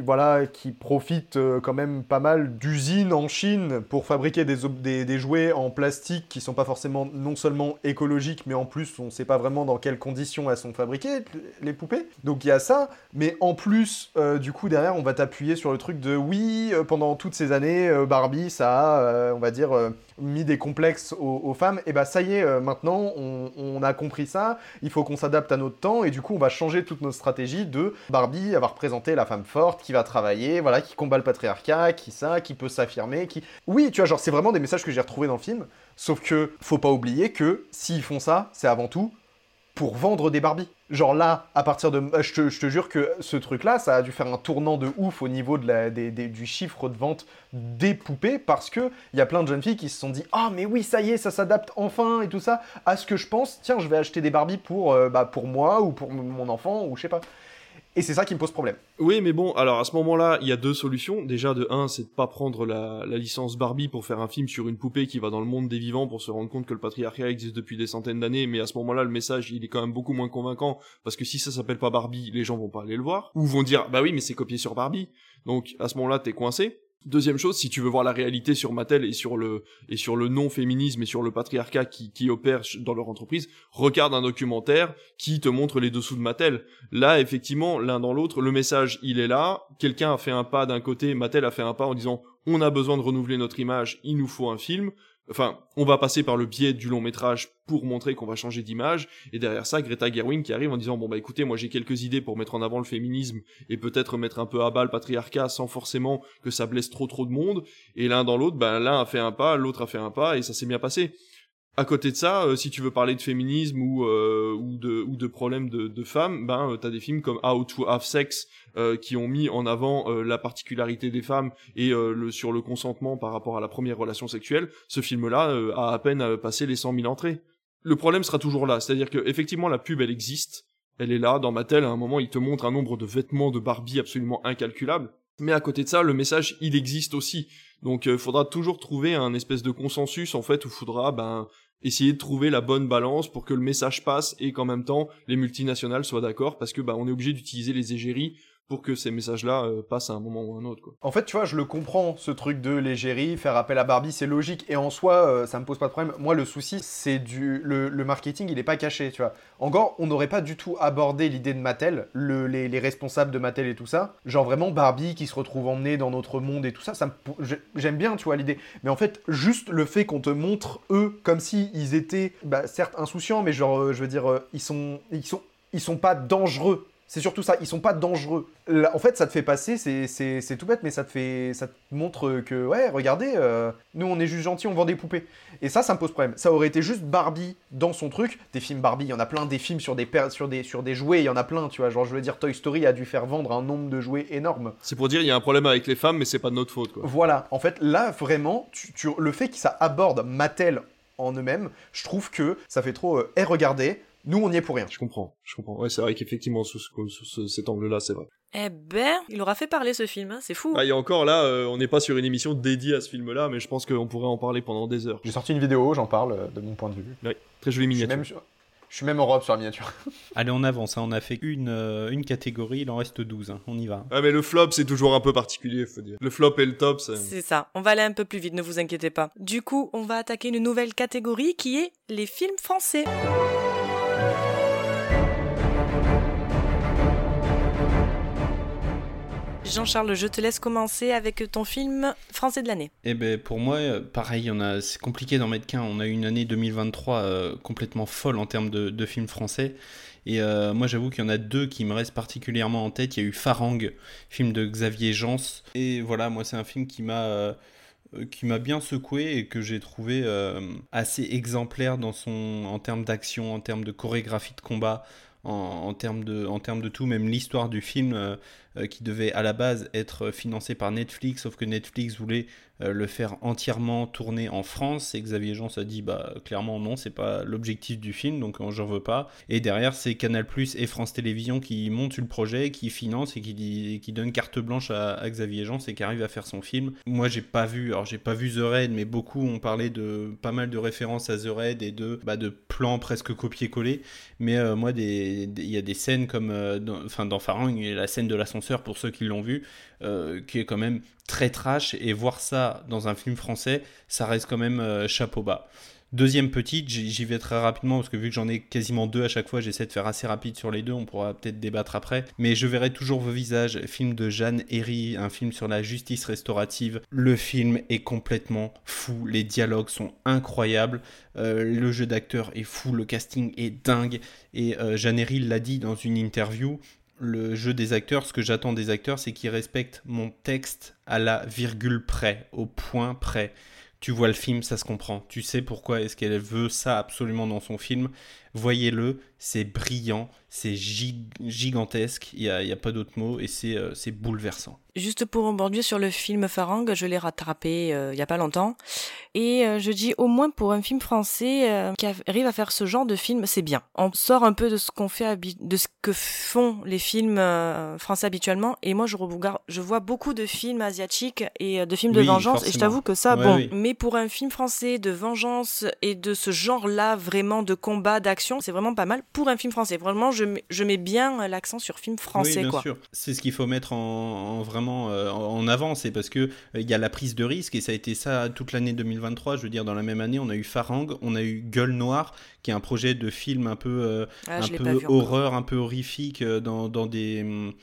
profite quand même pas mal d'usines en Chine pour fabriquer des jouets en plastique qui sont pas forcément non seulement écologiques, mais en plus on sait pas vraiment dans quelles conditions elles sont fabriquées, les poupées. Donc il y a ça, mais en plus, du coup derrière on va t'appuyer sur le truc de oui, pendant toutes ces années, Barbie ça a, on va dire, mis des complexes aux femmes, et bah ça y est, maintenant on a compris ça, il faut qu'on s'adapte à notre temps, et du coup on va changer toute notre stratégie de Barbie va représenter la femme forte, qui va travailler, voilà, qui combat le patriarcat, qui peut s'affirmer, qui... Oui, tu vois, genre, c'est vraiment des messages que j'ai retrouvés dans le film, sauf que faut pas oublier que s'ils font ça, c'est avant tout pour vendre des Barbie. Genre là, à partir de... Je te jure que ce truc-là, ça a dû faire un tournant de ouf au niveau du chiffre de vente des poupées, parce que il y a plein de jeunes filles qui se sont dit « Ah, mais oui, ça y est, ça s'adapte enfin, et tout ça, à ce que je pense. Tiens, je vais acheter des Barbie pour moi, ou pour mon enfant, ou je sais pas. » Et c'est ça qui me pose problème. Oui, mais bon, alors à ce moment-là, il y a deux solutions. Déjà, de un, c'est de pas prendre la licence Barbie pour faire un film sur une poupée qui va dans le monde des vivants pour se rendre compte que le patriarcat existe depuis des centaines d'années, mais à ce moment-là, le message, il est quand même beaucoup moins convaincant, parce que si ça s'appelle pas Barbie, les gens vont pas aller le voir, ou vont dire, bah oui, mais c'est copié sur Barbie. Donc, à ce moment-là, t'es coincé. Deuxième chose, si tu veux voir la réalité sur Mattel et sur le non-féminisme et sur le patriarcat qui opère dans leur entreprise, regarde un documentaire qui te montre les dessous de Mattel. Là, effectivement, l'un dans l'autre, le message, il est là. Quelqu'un a fait un pas d'un côté, Mattel a fait un pas en disant « On a besoin de renouveler notre image, il nous faut un film ». Enfin, on va passer par le biais du long métrage pour montrer qu'on va changer d'image, et derrière ça, Greta Gerwig qui arrive en disant, bon bah écoutez, moi j'ai quelques idées pour mettre en avant le féminisme, et peut-être mettre un peu à bas le patriarcat, sans forcément que ça blesse trop de monde, et l'un dans l'autre, ben l'un a fait un pas, l'autre a fait un pas, et ça s'est bien passé. À côté de ça, si tu veux parler de féminisme ou de problèmes de femmes, ben t'as des films comme How to Have Sex qui ont mis en avant la particularité des femmes et sur le consentement par rapport à la première relation sexuelle. Ce film-là a à peine passé les 100 000 entrées. Le problème sera toujours là, c'est-à-dire que effectivement la pub elle existe, elle est là dans Mattel. À un moment, il te montre un nombre de vêtements de Barbie absolument incalculable. Mais à côté de ça, le message, il existe aussi. Donc, faudra toujours trouver un espèce de consensus, en fait, où faudra, essayer de trouver la bonne balance pour que le message passe et qu'en même temps, les multinationales soient d'accord, parce que, on est obligé d'utiliser les égéries pour que ces messages-là passent à un moment ou à un autre, quoi. En fait, tu vois, je le comprends, ce truc de l'égérie, faire appel à Barbie, c'est logique, et en soi, ça me pose pas de problème. Moi, le souci, c'est le marketing, il est pas caché, tu vois. Encore, on n'aurait pas du tout abordé l'idée de Mattel, les responsables de Mattel et tout ça. Genre vraiment Barbie qui se retrouve emmenée dans notre monde et tout ça, j'aime bien, tu vois, l'idée. Mais en fait, juste le fait qu'on te montre, eux, comme si ils étaient, certes insouciants, mais genre, je veux dire, ils sont pas dangereux. C'est surtout ça, ils sont pas dangereux. Là, en fait, ça te fait passer, c'est tout bête, mais ça te montre que, ouais, regardez, nous on est juste gentils, on vend des poupées. Et ça me pose problème. Ça aurait été juste Barbie dans son truc. Des films Barbie, il y en a plein, des films sur des jouets, il y en a plein, tu vois. Genre, je veux dire, Toy Story a dû faire vendre un nombre de jouets énorme. C'est pour dire, il y a un problème avec les femmes, mais c'est pas de notre faute, quoi. Voilà, en fait, là, vraiment, le fait que ça aborde Mattel en eux-mêmes, je trouve que ça fait trop, regardez, nous, on n'y est pour rien. Je comprends. Ouais, c'est vrai qu'effectivement, sous cet angle-là, c'est vrai. Eh ben, il aura fait parler ce film, hein, c'est fou. Ah, il y a encore là, on n'est pas sur une émission dédiée à ce film-là, mais je pense qu'on pourrait en parler pendant des heures. J'ai sorti une vidéo, j'en parle de mon point de vue. Oui, très jolie miniature. Je suis même en robe sur la miniature. Allez, on avance, hein. On a fait une catégorie, il en reste 12, hein. On y va. Ah, mais le flop, c'est toujours un peu particulier, faut dire. Le flop et le top, c'est ça, on va aller un peu plus vite, ne vous inquiétez pas. Du coup, on va attaquer une nouvelle catégorie qui est les films français. Jean-Charles, je te laisse commencer avec ton film français de l'année. Eh ben pour moi, pareil, c'est compliqué d'en mettre qu'un. On a eu une année 2023 complètement folle en termes de films français. Et moi, j'avoue qu'il y en a deux qui me restent particulièrement en tête. Il y a eu Farang, film de Xavier Jans. Et voilà, moi, c'est un film qui m'a qui m'a bien secoué et que j'ai trouvé assez exemplaire en termes d'action, en termes de chorégraphie de combat, en termes de tout, même l'histoire du film qui devait à la base être financé par Netflix, sauf que Netflix voulait le faire entièrement tourner en France, et Xavier Jean a dit clairement non, c'est pas l'objectif du film, donc j'en veux pas. Et derrière c'est Canal+ et France Télévisions qui montent le projet, qui financent et qui donnent carte blanche à Xavier Jean et qui arrive à faire son film. Moi j'ai pas vu The Raid, mais beaucoup ont parlé de pas mal de références à The Raid et de plans presque copier-coller, mais moi il y a des scènes comme dans Farang, il y a la scène de l'ascenseur pour ceux qui l'ont vu, qui est quand même très trash, et voir ça dans un film français, ça reste quand même chapeau bas. Deuxième petite, j'y vais très rapidement parce que vu que j'en ai quasiment 2 à chaque fois, j'essaie de faire assez rapide sur les 2, on pourra peut-être débattre après. Mais Je verrai toujours vos visages, film de Jeanne Herry, un film sur la justice restaurative. Le film est complètement fou, les dialogues sont incroyables, le jeu d'acteur est fou, le casting est dingue, et Jeanne Herry l'a dit dans une interview. Le jeu des acteurs, ce que j'attends des acteurs, c'est qu'ils respectent mon texte à la virgule près, au point près. Tu vois le film, ça se comprend. Tu sais pourquoi est-ce qu'elle veut ça absolument dans son film. Voyez-le, c'est brillant, c'est gigantesque, il y a pas d'autre mot, et c'est bouleversant. Juste pour rebondir sur le film Farang, je l'ai rattrapé il y a pas longtemps, et je dis au moins pour un film français qui arrive à faire ce genre de film, c'est bien. On sort un peu de ce qu'on fait de ce que font les films français habituellement, et moi je vois beaucoup de films asiatiques et de films de vengeance, forcément. Et je t'avoue que ça, oui. Mais pour un film français de vengeance et de ce genre-là, vraiment de combat, d'action, c'est vraiment pas mal pour un film français. Vraiment, je mets bien l'accent sur film français. Oui, bien sûr. C'est ce qu'il faut mettre en avant, c'est parce que il y a la prise de risque, et ça a été ça toute l'année 2023. Je veux dire, dans la même année, on a eu Farang, on a eu Gueule Noire, qui est un projet de film un peu horreur, un peu horrifique dans des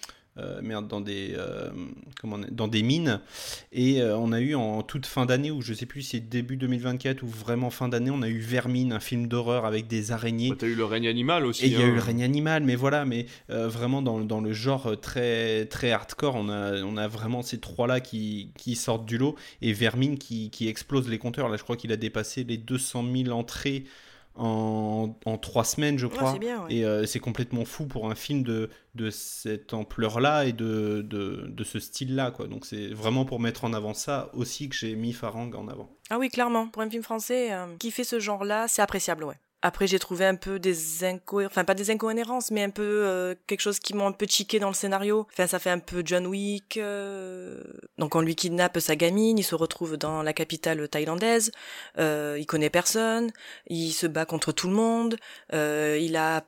dans des mines, et on a eu en toute fin d'année, ou je sais plus si c'est début 2024 ou vraiment fin d'année, on a eu Vermine, un film d'horreur avec des araignées. T'as eu Le Règne Animal aussi. Et il y a eu Le Règne Animal, mais voilà, vraiment dans le genre très, très hardcore, on a vraiment ces trois-là qui sortent du lot, et Vermine qui explose les compteurs. Là, je crois qu'il a dépassé les 200 000 entrées en 3 semaines, je crois. Ouais, c'est bien, ouais. Et c'est complètement fou pour un film de cette ampleur-là et de ce style-là, quoi. Donc c'est vraiment pour mettre en avant ça aussi que j'ai mis Farang en avant. Ah oui, clairement. Pour un film français qui fait ce genre-là, c'est appréciable, ouais. Après, j'ai trouvé un peu pas des incohérences, mais un peu quelque chose qui m'a un peu chiqué dans le scénario. Enfin, ça fait un peu John Wick. Donc, on lui kidnappe sa gamine, il se retrouve dans la capitale thaïlandaise, il connaît personne, il se bat contre tout le monde, il a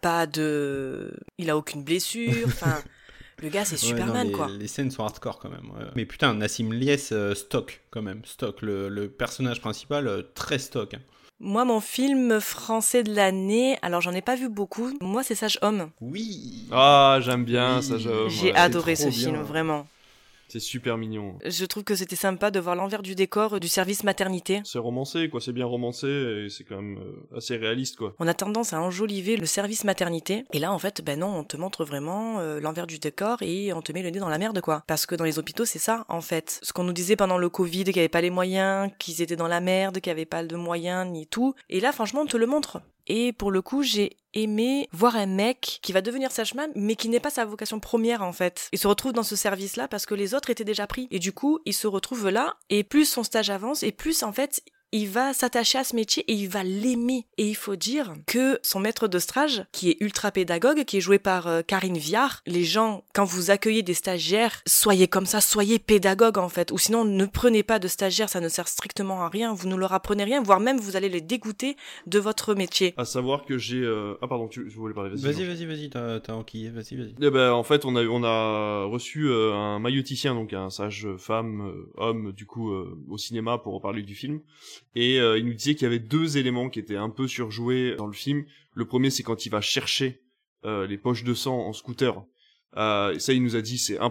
aucune blessure, enfin... Le gars, c'est Superman, quoi. Les scènes sont hardcore, quand même. Ouais. Mais putain, Nassim Lies, stock, quand même. Stock. Le personnage principal, très stock. Hein. Moi, mon film français de l'année, alors j'en ai pas vu beaucoup. Moi, c'est Sage Homme. Oui. Ah, j'aime bien Sage Homme. J'ai adoré ce film, vraiment. C'est super mignon. Je trouve que c'était sympa de voir l'envers du décor du service maternité. C'est romancé, quoi. C'est bien romancé et c'est quand même assez réaliste, quoi. On a tendance à enjoliver le service maternité. Et là, en fait, non, on te montre vraiment l'envers du décor et on te met le nez dans la merde, quoi. Parce que dans les hôpitaux, c'est ça, en fait. Ce qu'on nous disait pendant le Covid, qu'il n'y avait pas les moyens, qu'ils étaient dans la merde, qu'il n'y avait pas de moyens, ni tout. Et là, franchement, on te le montre. Et pour le coup, j'ai aimé voir un mec qui va devenir sage-femme, mais qui n'est pas sa vocation première, en fait. Il se retrouve dans ce service-là parce que les autres étaient déjà pris. Et du coup, il se retrouve là, et plus son stage avance, et plus, en fait, il va s'attacher à ce métier et il va l'aimer. Et il faut dire que son maître de stage, qui est ultra pédagogue, qui est joué par Karine Viard, les gens, quand vous accueillez des stagiaires, soyez comme ça, soyez pédagogue en fait. Ou sinon, ne prenez pas de stagiaires, ça ne sert strictement à rien, vous ne leur apprenez rien, voire même vous allez les dégoûter de votre métier. À savoir que j'ai... Ah pardon, je voulais parler, vas-y, t'as enquillé, vas-y. Eh ben, en fait, on a reçu un mailloticien, donc un sage-femme, homme, du coup, au cinéma pour parler du film. Et il nous disait qu'il y avait 2 éléments qui étaient un peu surjoués dans le film. Le premier, c'est quand il va chercher les poches de sang en scooter. Ça, il nous a dit, c'est impossible.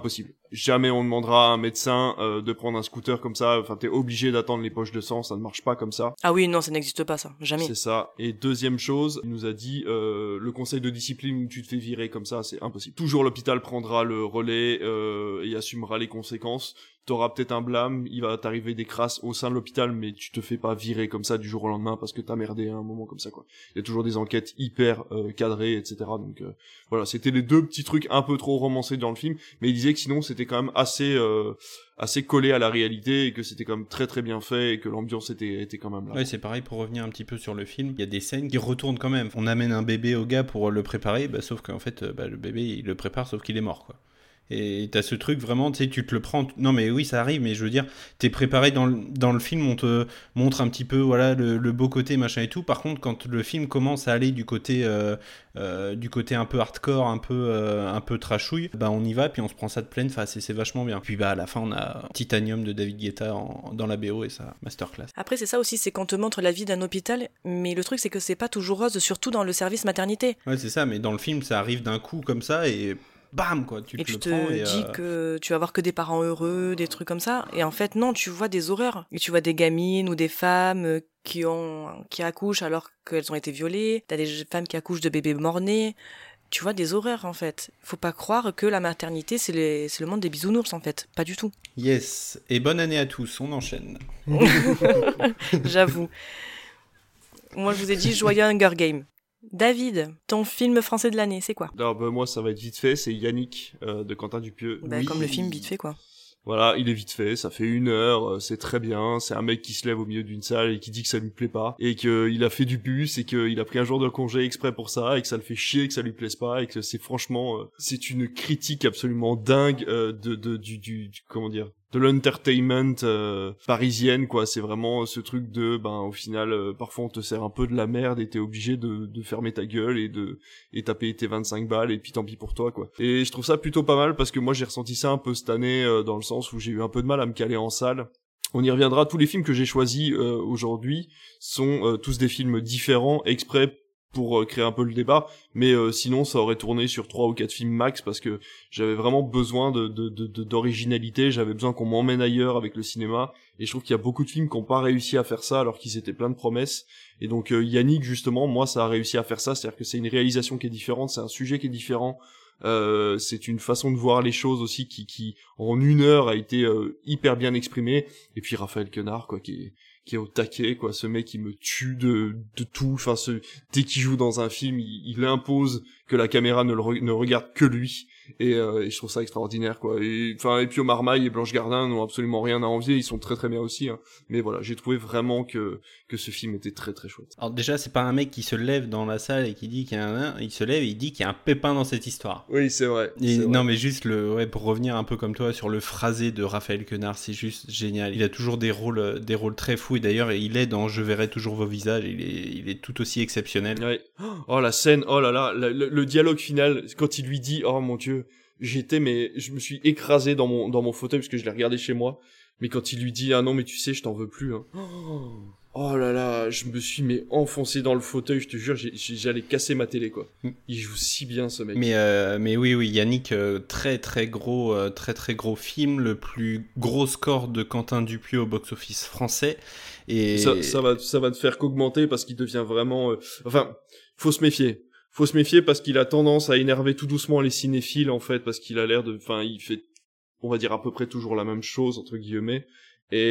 Jamais on demandera à un médecin de prendre un scooter comme ça. Enfin, t'es obligé d'attendre les poches de sang, ça ne marche pas comme ça. Ah oui, non, ça n'existe pas, ça. Jamais. C'est ça. Et deuxième chose, il nous a dit le conseil de discipline où tu te fais virer comme ça, c'est impossible. Toujours l'hôpital prendra le relais et assumera les conséquences. T'auras peut-être un blâme, il va t'arriver des crasses au sein de l'hôpital, mais tu te fais pas virer comme ça du jour au lendemain parce que t'as merdé à un moment comme ça, quoi. Il y a toujours des enquêtes hyper cadrées, etc. Donc voilà, c'était les deux petits trucs un peu trop romancés dans le film, mais il disait que sinon c'était quand même assez collé à la réalité et que c'était quand même très très bien fait et que l'ambiance était quand même là. Ouais, c'est pareil pour revenir un petit peu sur le film. Il y a des scènes qui retournent quand même. On amène un bébé au gars pour le préparer, sauf qu'en fait, le bébé il le prépare, sauf qu'il est mort, quoi. Et t'as ce truc vraiment, tu sais, tu te le prends. Non, mais oui, ça arrive, mais je veux dire, t'es préparé dans le film, on te montre un petit peu, voilà, le beau côté, machin et tout. Par contre, quand le film commence à aller du côté un peu hardcore, un peu trashouille, on y va, puis on se prend ça de pleine face et c'est vachement bien. Puis à la fin, on a Titanium de David Guetta dans la BO et ça, masterclass. Après, c'est ça aussi, c'est qu'on te montre la vie d'un hôpital, mais le truc, c'est que c'est pas toujours rose, surtout dans le service maternité. Ouais, c'est ça, mais dans le film, ça arrive d'un coup comme ça et bam, quoi, tu te prends et dis que tu vas voir que des parents heureux, des trucs comme ça, et en fait non, tu vois des horreurs, et tu vois des gamines ou des femmes qui accouchent alors qu'elles ont été violées, t'as des femmes qui accouchent de bébés mort-nés, tu vois des horreurs en fait. Faut pas croire que la maternité c'est le monde des bisounours en fait, pas du tout. Yes, et bonne année à tous, on enchaîne. J'avoue. Moi je vous ai dit joyeux Hunger Games. David, ton film français de l'année, c'est quoi ? Alors, moi, ça va être vite fait, c'est Yannick de Quentin Dupieux. Oui. Comme le film vite fait, quoi. Voilà, il est vite fait, ça fait 1 heure, c'est très bien, c'est un mec qui se lève au milieu d'une salle et qui dit que ça lui plaît pas, et qu'il a fait du bus, et qu'il a pris un jour de congé exprès pour ça, et que ça le fait chier, que ça lui plaise pas, et que c'est franchement, c'est une critique absolument dingue comment dire, de l'entertainment parisienne, quoi. C'est vraiment ce truc de au final parfois on te sert un peu de la merde et t'es obligé de fermer ta gueule et t'as payé tes 25 balles et puis tant pis pour toi, quoi. Et je trouve ça plutôt pas mal parce que moi j'ai ressenti ça un peu cette année dans le sens où j'ai eu un peu de mal à me caler en salle. On y reviendra, tous les films que j'ai choisis aujourd'hui sont tous des films différents exprès pour créer un peu le débat, mais sinon ça aurait tourné sur 3 ou 4 films max parce que j'avais vraiment besoin d'originalité, j'avais besoin qu'on m'emmène ailleurs avec le cinéma, et je trouve qu'il y a beaucoup de films qui n'ont pas réussi à faire ça alors qu'ils étaient plein de promesses, et donc Yannick justement, moi ça a réussi à faire ça, c'est-à-dire que c'est une réalisation qui est différente, c'est un sujet qui est différent, c'est une façon de voir les choses aussi qui en 1 heure a été hyper bien exprimée, et puis Raphaël Quenard, quoi, qui est au taquet, quoi. Ce mec, il me tue de tout. Enfin, dès qu'il joue dans un film, il impose que la caméra ne regarde que lui. Et je trouve ça extraordinaire, quoi. Et puis Omar Maille et Blanche Gardin n'ont absolument rien à envier. Ils sont très très bien aussi, hein. Mais voilà, j'ai trouvé vraiment que ce film était très très chouette. Alors déjà, c'est pas un mec qui se lève dans la salle et qui dit qu'il y a il se lève et il dit qu'il y a un pépin dans cette histoire. Oui, c'est vrai. Non, mais juste pour revenir un peu comme toi sur le phrasé de Raphaël Quenard, c'est juste génial. Il a toujours des rôles très fous, et d'ailleurs, il est dans Je verrai toujours vos visages. Il est tout aussi exceptionnel. Ouais. Oh, la scène, oh là là, le dialogue final, quand il lui dit, oh mon Dieu, je me suis écrasé dans mon fauteuil parce que je l'ai regardé chez moi. Mais quand il lui dit, ah non, mais tu sais, je t'en veux plus, hein. Oh là là, je me suis enfoncé dans le fauteuil, je te jure, j'allais casser ma télé, quoi. Il joue si bien, ce mec. Mais oui, Yannick, très très gros film, le plus gros score de Quentin Dupieux au box-office français. Et ça va te faire qu'augmenter parce qu'il devient vraiment, faut se méfier parce qu'il a tendance à énerver tout doucement les cinéphiles, en fait, parce qu'il a l'air il fait, on va dire, à peu près toujours la même chose, entre guillemets. Et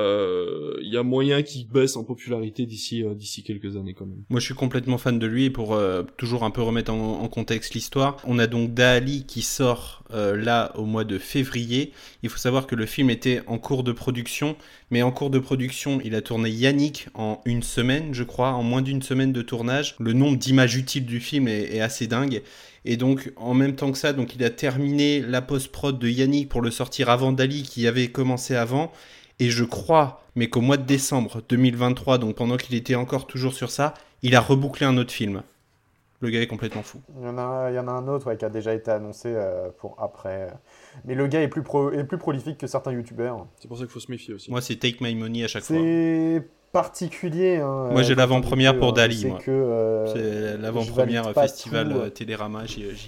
il y a moyen qu'il baisse en popularité d'ici quelques années quand même. Moi je suis complètement fan de lui, et pour toujours un peu remettre en contexte l'histoire, on a donc Dali qui sort là au mois de février. Il faut savoir que le film était en cours de production, mais en cours de production il a tourné Yannick en 1 semaine, je crois, en moins d'1 semaine de tournage. Le nombre d'images utiles du film est assez dingue. Et donc, en même temps que ça, donc il a terminé la post-prod de Yannick pour le sortir avant Dali qui avait commencé avant. Et je crois, mais qu'au mois de décembre 2023, donc pendant qu'il était encore toujours sur ça, il a rebouclé un autre film. Le gars est complètement fou. Il y en a un autre qui a déjà été annoncé pour après. Mais le gars est plus prolifique que certains youtubeurs. C'est pour ça qu'il faut se méfier aussi. Moi, c'est Take My Money à chaque fois. C'est particulier. Hein, moi, j'ai l'avant-première pour Dali. C'est moi. que, c'est l'avant-première festival Télérama, j'y vais.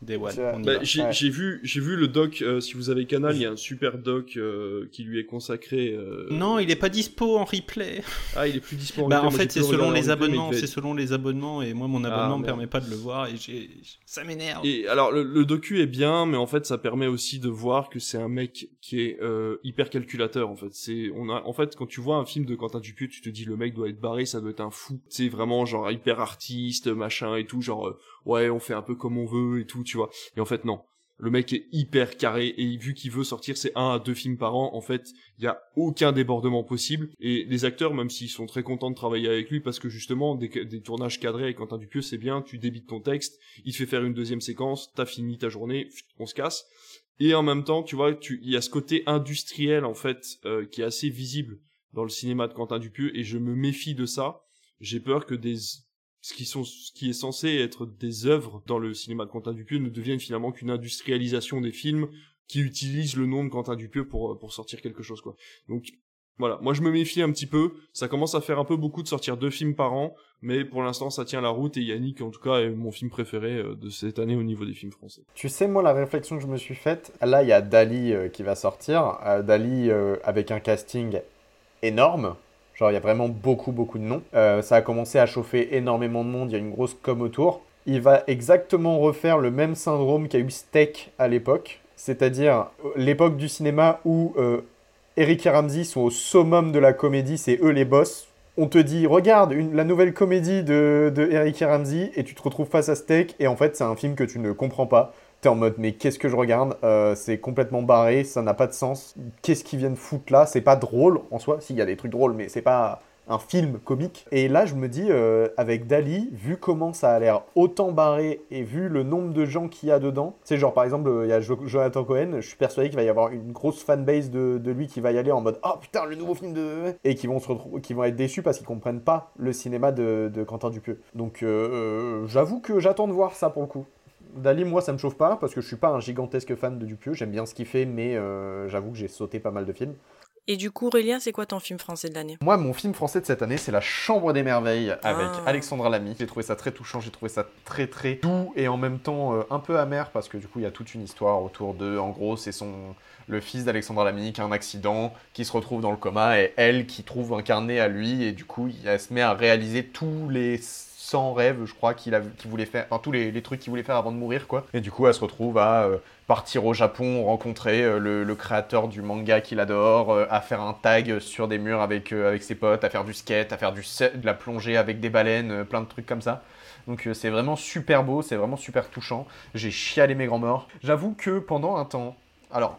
Day One. On y Bah, va. j'ai vu le doc, si vous avez Canal, il y a un super doc qui lui est consacré. Non, il est pas dispo en replay. Ah, il est plus dispo en Bah, replay. en Moi, fait, j'ai c'est pu le selon regarder les en replay, mais abonnements. C'est selon les abonnements et moi, mon abonnement me permet pas de le voir et ça m'énerve. Et alors, le docu est bien, mais en fait, ça permet aussi de voir que c'est un mec qui est hyper calculateur. En fait, en fait, quand tu vois un film de Quentin Dupieux, tu te dis le mec doit être barré, ça doit être un fou. C'est vraiment genre hyper artiste, machin et tout, genre ouais, on fait un peu comme on veut et tout, tu vois. Et en fait, non. Le mec est hyper carré et vu qu'il veut sortir ses 1 à 2 films par an, en fait, il y a aucun débordement possible. Et les acteurs, même s'ils sont très contents de travailler avec lui, parce que justement, des tournages cadrés avec Quentin Dupieux, c'est bien, tu débites ton texte, il te fait faire une deuxième séquence, t'as fini ta journée, on se casse. Et en même temps, tu vois, il y a ce côté industriel, en fait, qui est assez visible dans le cinéma de Quentin Dupieux, et je me méfie de ça. J'ai peur que ce qui est censé être des œuvres dans le cinéma de Quentin Dupieux ne devienne finalement qu'une industrialisation des films qui utilisent le nom de Quentin Dupieux pour sortir quelque chose, quoi. Donc, voilà. Moi, je me méfie un petit peu. Ça commence à faire un peu beaucoup de sortir 2 films par an, mais pour l'instant, ça tient la route et Yannick, en tout cas, est mon film préféré de cette année au niveau des films français. Tu sais, moi, la réflexion que je me suis faite, là, il y a Dali qui va sortir. Dali avec un casting énorme. Genre, il y a vraiment beaucoup de noms. Ça a commencé à chauffer énormément de monde, il y a une grosse com autour. Il va exactement refaire le même syndrome qu'a eu Steak à l'époque. C'est-à-dire l'époque du cinéma où Eric et Ramsey sont au summum de la comédie, c'est eux les boss. On te dit, regarde, la nouvelle comédie de Eric et Ramsey, et tu te retrouves face à Steak, et en fait, c'est un film que tu ne comprends pas. T'es en mode, mais qu'est-ce que je regarde ? C'est complètement barré, ça n'a pas de sens. Qu'est-ce qu'ils viennent foutre là ? C'est pas drôle en soi. Si, il y a des trucs drôles, mais c'est pas un film comique. Et là, je me dis, avec Dali, vu comment ça a l'air autant barré et vu le nombre de gens qu'il y a dedans, tu sais, genre par exemple, il y a Jonathan Cohen, je suis persuadé qu'il va y avoir une grosse fanbase de lui qui va y aller en mode, oh putain, le nouveau film de... Et qui vont être déçus parce qu'ils comprennent pas le cinéma de Quentin Dupieux. Donc, j'avoue que j'attends de voir ça pour le coup. Dali, moi, ça me chauffe pas, parce que je suis pas un gigantesque fan de Dupieux, j'aime bien ce qu'il fait, mais j'avoue que j'ai sauté pas mal de films. Et du coup, Aurélien, c'est quoi ton film français de l'année ? Moi, mon film français de cette année, c'est La Chambre des Merveilles, avec Alexandra Lamy. J'ai trouvé ça très touchant, j'ai trouvé ça très très doux, et en même temps un peu amer, parce que du coup, il y a toute une histoire autour de, en gros, c'est le fils d'Alexandra Lamy qui a un accident, qui se retrouve dans le coma, et elle qui trouve un carnet à lui, et du coup, elle se met à réaliser tous les 100 rêves, je crois, qu'il voulait faire, enfin tous les trucs qu'il voulait faire avant de mourir, quoi. Et du coup, elle se retrouve à partir au Japon, rencontrer le créateur du manga qu'il adore, à faire un tag sur des murs avec ses potes, à faire du skate, à faire de la plongée avec des baleines, plein de trucs comme ça. Donc c'est vraiment super beau, c'est vraiment super touchant. J'ai chialé mes grands morts. J'avoue que pendant un temps... Alors...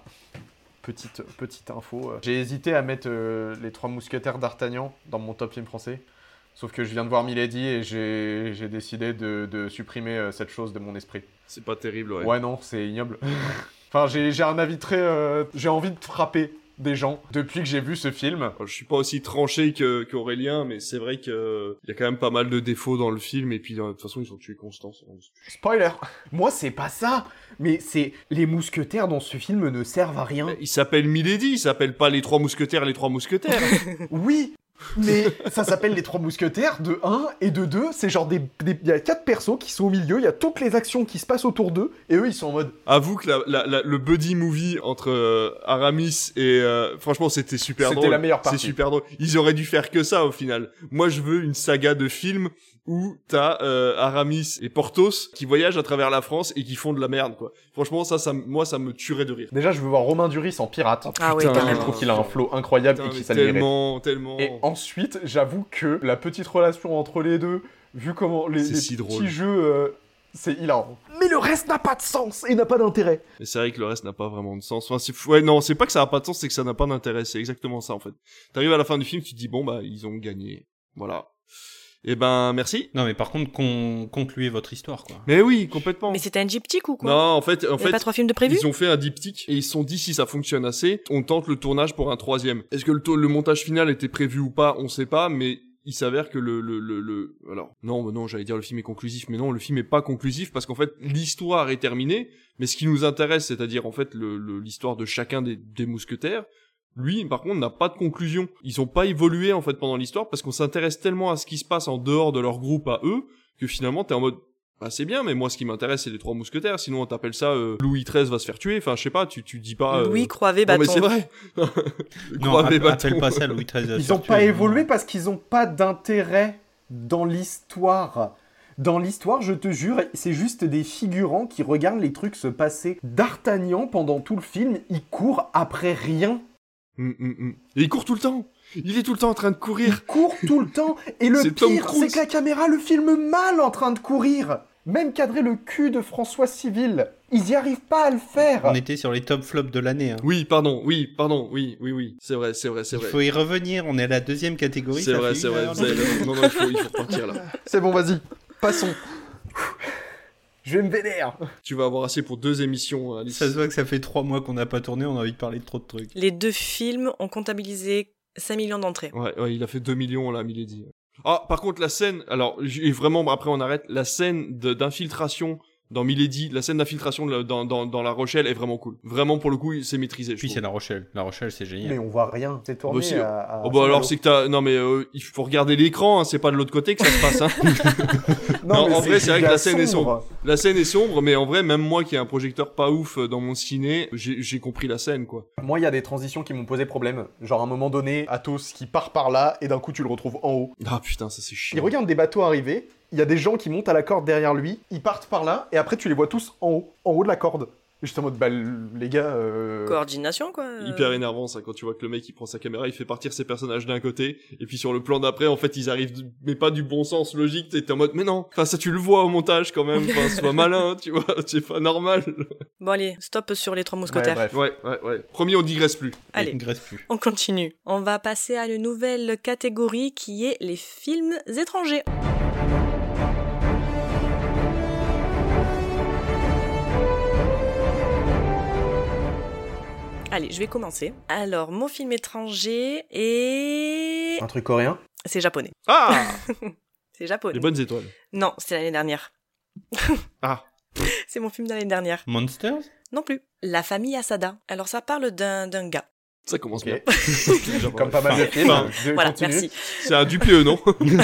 Petite info, j'ai hésité à mettre les 3 mousquetaires d'Artagnan dans mon top film français. Sauf que je viens de voir Milady et j'ai décidé de supprimer cette chose de mon esprit. C'est pas terrible, ouais. Ouais, non, c'est ignoble. Enfin, j'ai un avis très... j'ai envie de frapper des gens depuis que j'ai vu ce film. Je suis pas aussi tranché qu'Aurélien, mais c'est vrai que il y a quand même pas mal de défauts dans le film, et puis de toute façon, ils ont tué Constance. Spoiler. Moi, c'est pas ça. Mais c'est... Les mousquetaires dans ce film ne servent à rien. Mais il s'appelle Milady, il s'appelle pas les 3 mousquetaires. Oui. Mais ça s'appelle les 3 mousquetaires de 1 et de 2, c'est genre il y a 4 persos qui sont au milieu, il y a toutes les actions qui se passent autour d'eux, et eux ils sont en mode... Avoue que le buddy movie entre Aramis et... franchement c'était super drôle. C'était la meilleure partie. C'est super drôle. Ils auraient dû faire que ça au final. Moi je veux une saga de films où t'as Aramis et Porthos qui voyagent à travers la France et qui font de la merde, quoi. Franchement moi ça me tuerait de rire. Déjà je veux voir Romain Duris en pirate. Ah ouais, je trouve qu'il a un flow incroyable et qu'il ça le mérite. Tellement. Et ensuite, j'avoue que la petite relation entre les deux, vu comment les petits jeux, c'est hilarant. Mais le reste n'a pas de sens et n'a pas d'intérêt. Et c'est vrai que le reste n'a pas vraiment de sens. Enfin, c'est pas que ça n'a pas de sens, c'est que ça n'a pas d'intérêt. C'est exactement ça, en fait. T'arrives à la fin du film, tu te dis, bon, bah, ils ont gagné. Voilà. Eh ben, merci. Non, mais par contre, concluez votre histoire, quoi. Mais oui, complètement. Mais c'était un diptyque ou quoi ? Non, en fait, il y a pas 3 films de prévu ? ils ont fait un diptyque et ils se sont dit si ça fonctionne assez, on tente le tournage pour un 3e. Est-ce que le montage final était prévu ou pas, on sait pas, mais il s'avère que alors non, j'allais dire le film est conclusif, mais non, le film est pas conclusif parce qu'en fait l'histoire est terminée, mais ce qui nous intéresse, c'est-à-dire en fait l'histoire de chacun des mousquetaires. Lui, par contre, n'a pas de conclusion. Ils ont pas évolué, en fait, pendant l'histoire, parce qu'on s'intéresse tellement à ce qui se passe en dehors de leur groupe à eux, que finalement, t'es en mode, Bah c'est bien, mais moi ce qui m'intéresse c'est les 3 mousquetaires, sinon on t'appelle ça Louis XIII va se faire tuer, enfin je sais pas, tu dis pas... Louis Croivet Bâton. Non mais c'est vrai. Non, appelle pas ça Louis XIII. Ils ont pas évolué parce qu'ils ont pas d'intérêt dans l'histoire. Dans l'histoire, je te jure, c'est juste des figurants qui regardent les trucs se passer. D'Artagnan, pendant tout le film, il court après rien. Et il court tout le temps. Il est tout le temps en train de courir. Il court tout le temps. Et le C'est Tom pire, Cruise. c'est que la caméra le filme mal en train de courir. Même cadrer le cul de François Civil, ils y arrivent pas à le faire. On était sur les top flops de l'année. Hein. Oui, pardon, oui. C'est vrai. Il faut y revenir, on est à la 2e catégorie. C'est vrai. Non, il faut repartir là. C'est bon, vas-y, passons. Je vais me vénère. Tu vas avoir assez pour 2 émissions, Alice. Ça se voit que ça fait 3 mois qu'on n'a pas tourné, on a envie de parler de trop de trucs. Les 2 films ont comptabilisé 5 millions d'entrées. Ouais, il a fait 2 millions là, Milady. Ah, par contre, la scène, alors, vraiment, après on arrête, la scène d'infiltration dans Milady, la scène d'infiltration dans La Rochelle est vraiment cool. Vraiment, pour le coup, c'est maîtrisé. Puis c'est La Rochelle. La Rochelle, c'est génial. Mais on voit rien, c'est tourné Aussi, à oh bah alors c'est que t'as... Non mais il faut regarder l'écran, hein, c'est pas de l'autre côté que ça se passe. Hein. Non, en vrai, c'est vrai que la scène est sombre. La scène est sombre, mais en vrai, même moi qui ai un projecteur pas ouf dans mon ciné, j'ai compris la scène, quoi. Moi, il y a des transitions qui m'ont posé problème. Genre, à un moment donné, Athos qui part par là, et d'un coup, tu le retrouves en haut. Ah putain, ça c'est chiant. Il regarde des bateaux arriver, il y a des gens qui montent à la corde derrière lui, ils partent par là, et après, tu les vois tous en haut de la corde. Et j'étais en mode, bah, les gars... Coordination, quoi. Hyper énervant, ça, quand tu vois que le mec, il prend sa caméra, il fait partir ses personnages d'un côté, et puis sur le plan d'après, en fait, ils arrivent, mais pas du bon sens logique, t'es en mode, mais non, enfin, ça, tu le vois au montage, quand même, enfin, sois malin, tu vois, c'est pas normal. Bon, allez, stop sur les 3 mousquetaires. Ouais, Ouais. Promis, on digresse plus. Allez, on continue. On va passer à une nouvelle catégorie qui est les films étrangers. Allez, je vais commencer. Alors, mon film étranger est... Un truc coréen ? C'est japonais. Ah. C'est japonais. Les bonnes étoiles. Non, c'est l'année dernière. Ah. C'est mon film de l'année dernière. Monsters ? Non plus. La famille Asada. Alors, ça parle d'un gars. Ça commence bien. Comme pas mal de films. Voilà, merci. C'est un Dupieux, non?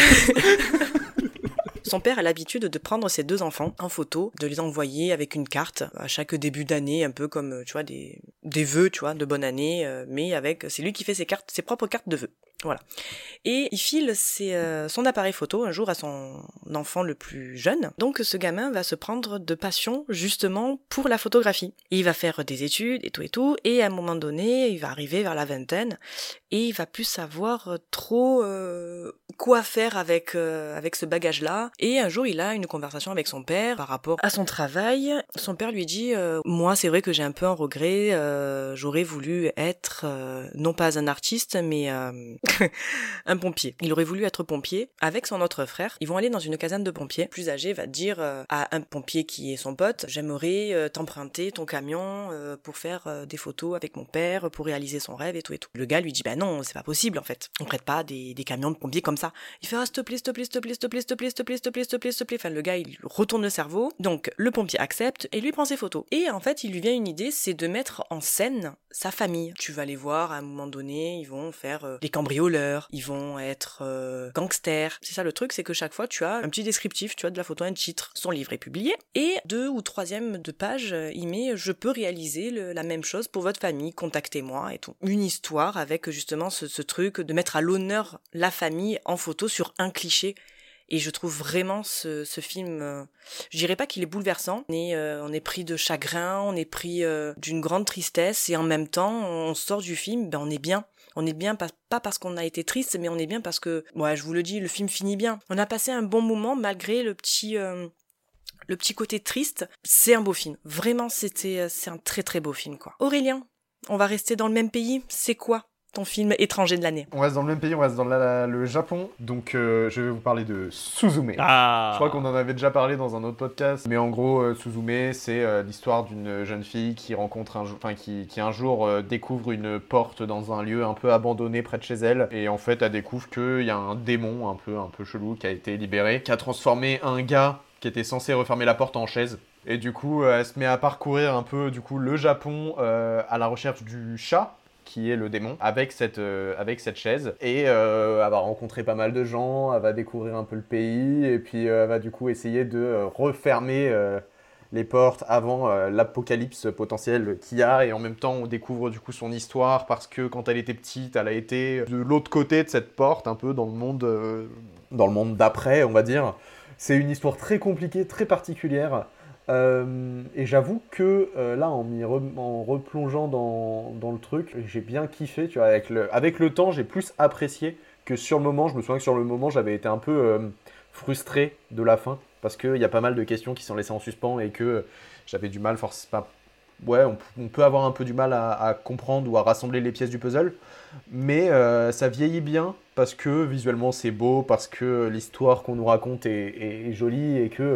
Son père a l'habitude de prendre ses 2 enfants en photo, de les envoyer avec une carte à chaque début d'année, un peu comme, tu vois, des vœux, tu vois, de bonne année, mais c'est lui qui fait ses propres cartes de vœux. Voilà. Et il file son appareil photo un jour à son enfant le plus jeune. Donc ce gamin va se prendre de passion justement pour la photographie. Et il va faire des études et tout, et à un moment donné, il va arriver vers la vingtaine, et il va plus savoir trop quoi faire avec ce bagage-là. Et un jour, il a une conversation avec son père par rapport à son travail. Son père lui dit moi, c'est vrai que j'ai un peu un regret. J'aurais voulu être non pas un artiste, mais un pompier. Il aurait voulu être pompier avec son autre frère. Ils vont aller dans une caserne de pompiers. Plus âgé va dire à un pompier qui est son pote, j'aimerais t'emprunter ton camion pour faire des photos avec mon père, pour réaliser son rêve et tout. Le gars lui dit bah non, c'est pas possible en fait. On prête pas des camions de pompiers comme ça. Il fait s'il te plaît. Enfin le gars il retourne le cerveau. Donc le pompier accepte et lui prend ses photos. Et en fait il lui vient une idée, c'est de mettre en scène sa famille. Tu vas les voir à un moment donné, ils vont faire des cambrioleurs, ils vont être gangsters. C'est ça le truc, c'est que chaque fois tu as un petit descriptif, tu as de la photo, un titre. Son livre est publié et 2 ou 3e de page, il met je peux réaliser la même chose pour votre famille, contactez-moi et tout. Une histoire avec justement ce truc de mettre à l'honneur la famille en photo sur un cliché. Et je trouve vraiment ce film, je dirais pas qu'il est bouleversant, mais on est pris de chagrin, on est pris d'une grande tristesse, et en même temps, on sort du film, ben on est bien. On est bien, pas parce qu'on a été triste, mais on est bien parce que, ouais, je vous le dis, le film finit bien. On a passé un bon moment malgré le petit côté triste. C'est un beau film. Vraiment, c'est un très très beau film, quoi. Aurélien, on va rester dans le même pays. C'est quoi ton film étranger de l'année? On reste dans le même pays, on reste dans le Japon. Donc je vais vous parler de Suzume. Ah. Je crois qu'on en avait déjà parlé dans un autre podcast. Mais en gros, Suzume, c'est l'histoire d'une jeune fille qui rencontre qui un jour découvre une porte dans un lieu un peu abandonné près de chez elle. Et en fait, elle découvre qu'il y a un démon un peu chelou qui a été libéré, qui a transformé un gars qui était censé refermer la porte en chaise. Et du coup, elle se met à parcourir un peu le Japon à la recherche du chat qui est le démon, avec cette chaise. Et elle va rencontrer pas mal de gens, elle va découvrir un peu le pays, et puis elle va du coup essayer de refermer les portes avant l'apocalypse potentiel qu'il y a. Et en même temps, on découvre du coup son histoire, parce que quand elle était petite, elle a été de l'autre côté de cette porte, un peu dans le monde d'après, on va dire. C'est une histoire très compliquée, très particulière. Et j'avoue que là, en replongeant dans le truc, j'ai bien kiffé. Tu vois, avec le temps, j'ai plus apprécié que sur le moment. Je me souviens que sur le moment, j'avais été un peu frustré de la fin, parce qu'il y a pas mal de questions qui sont laissées en suspens et que j'avais du mal, forcément. Ouais, on peut avoir un peu du mal à comprendre ou à rassembler les pièces du puzzle, mais ça vieillit bien parce que visuellement c'est beau, parce que l'histoire qu'on nous raconte est jolie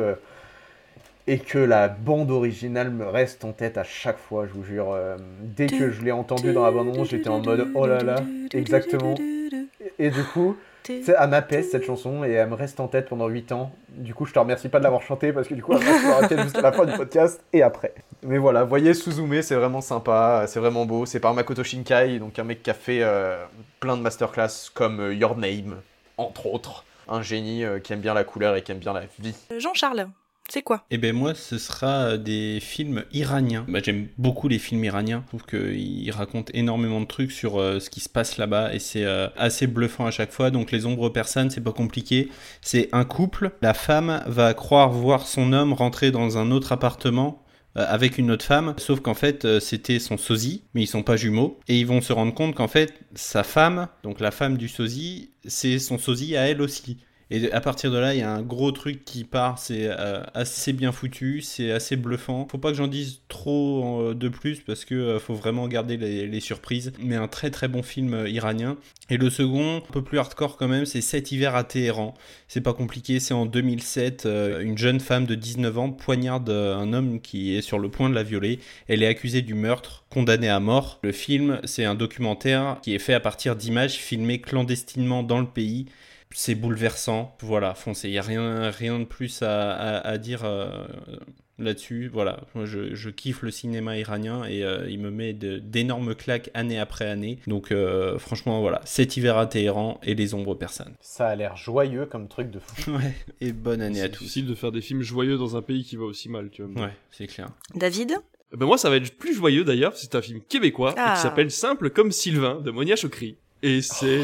et que la bande originale me reste en tête à chaque fois, je vous jure. Dès que je l'ai entendue dans la bande-annonce, j'étais en mode oh là là, exactement. Et du coup, elle m'apaise cette chanson et elle me reste en tête pendant 8 ans. Du coup, je te remercie pas de l'avoir chantée parce que du coup, elle me reste en tête jusqu'à la fin du podcast et après. Mais voilà, voyez Suzume, c'est vraiment sympa, c'est vraiment beau. C'est par Makoto Shinkai, donc un mec qui a fait plein de masterclass comme Your Name, entre autres. Un génie qui aime bien la couleur et qui aime bien la vie. Jean-Charles, c'est quoi ? Eh ben moi, ce sera des films iraniens. J'aime beaucoup les films iraniens. Je trouve qu'ils racontent énormément de trucs sur ce qui se passe là-bas et c'est assez bluffant à chaque fois. Donc Les Ombres persanes, c'est pas compliqué. C'est un couple. La femme va croire voir son homme rentrer dans un autre appartement avec une autre femme, sauf qu'en fait c'était son sosie, mais ils sont pas jumeaux, et ils vont se rendre compte qu'en fait sa femme, donc la femme du sosie, c'est son sosie à elle aussi. Et à partir de là, il y a un gros truc qui part, c'est assez bien foutu, c'est assez bluffant. Faut pas que j'en dise trop de plus parce que faut vraiment garder les surprises. Mais un très très bon film iranien. Et le second, un peu plus hardcore quand même, c'est 7 hivers à Téhéran. C'est pas compliqué, c'est en 2007. Une jeune femme de 19 ans poignarde un homme qui est sur le point de la violer. Elle est accusée du meurtre, condamnée à mort. Le film, c'est un documentaire qui est fait à partir d'images filmées clandestinement dans le pays. C'est bouleversant, voilà, foncez, il n'y a rien de plus à dire là-dessus, voilà, moi je kiffe le cinéma iranien et il me met d'énormes claques année après année, donc franchement voilà, 7 hivers à Téhéran et Les Ombres persanes. Ça a l'air joyeux comme truc de fou. Ouais, et bonne année à tous. C'est difficile de faire des films joyeux dans un pays qui va aussi mal, tu vois. Ouais, c'est clair. David ? Ben moi ça va être plus joyeux d'ailleurs, c'est un film québécois qui s'appelle Simple comme Sylvain de Monia Chokri. Et c'est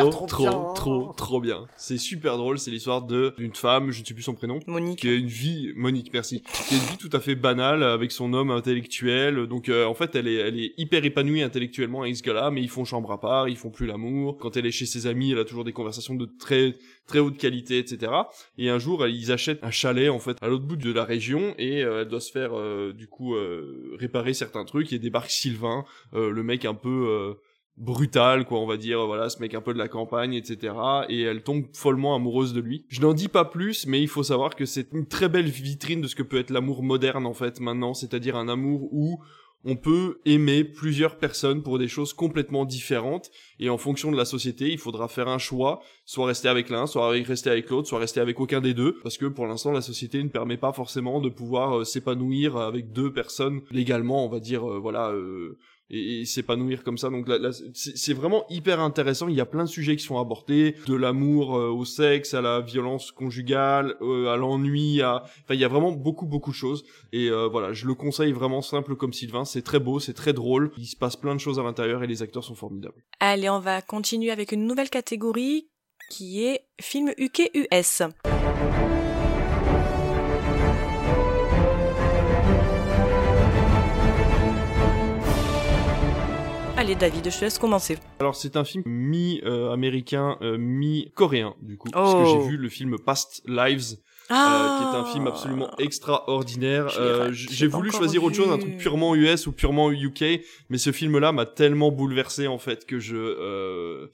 trop bien. C'est super drôle, c'est l'histoire d'une femme, je ne sais plus son prénom. Monique, merci. Qui a une vie tout à fait banale avec son homme intellectuel. Donc en fait, elle est hyper épanouie intellectuellement avec ce gars-là, mais ils font chambre à part, ils font plus l'amour. Quand elle est chez ses amis, elle a toujours des conversations de très très haute qualité, etc. Et un jour, ils achètent un chalet en fait à l'autre bout de la région et elle doit se faire réparer certains trucs. Et débarque Sylvain, le mec un peu brutal, quoi, on va dire, voilà, ce mec un peu de la campagne, etc. Et elle tombe follement amoureuse de lui. Je n'en dis pas plus, mais il faut savoir que c'est une très belle vitrine de ce que peut être l'amour moderne, en fait, maintenant, c'est-à-dire un amour où on peut aimer plusieurs personnes pour des choses complètement différentes, et en fonction de la société, il faudra faire un choix, soit rester avec l'un, soit rester avec l'autre, soit rester avec aucun des deux, parce que pour l'instant, la société ne permet pas forcément de pouvoir s'épanouir avec deux personnes légalement, on va dire, et s'épanouir comme ça. Donc là c'est vraiment hyper intéressant. Il y a plein de sujets qui sont abordés, de l'amour au sexe, à la violence conjugale, à l'ennui, il y a vraiment beaucoup de choses. Et voilà, je le conseille vraiment. Simple comme Sylvain, c'est très beau, c'est très drôle. Il se passe plein de choses à l'intérieur et les acteurs sont formidables. Allez, on va continuer avec une nouvelle catégorie qui est film UK-US. Allez David, je te laisse commencer. Alors c'est un film mi-américain, mi-coréen du coup, parce que j'ai vu le film Past Lives, qui est un film absolument extraordinaire. J'ai voulu choisir autre chose, un truc purement US ou purement UK, mais ce film-là m'a tellement bouleversé en fait que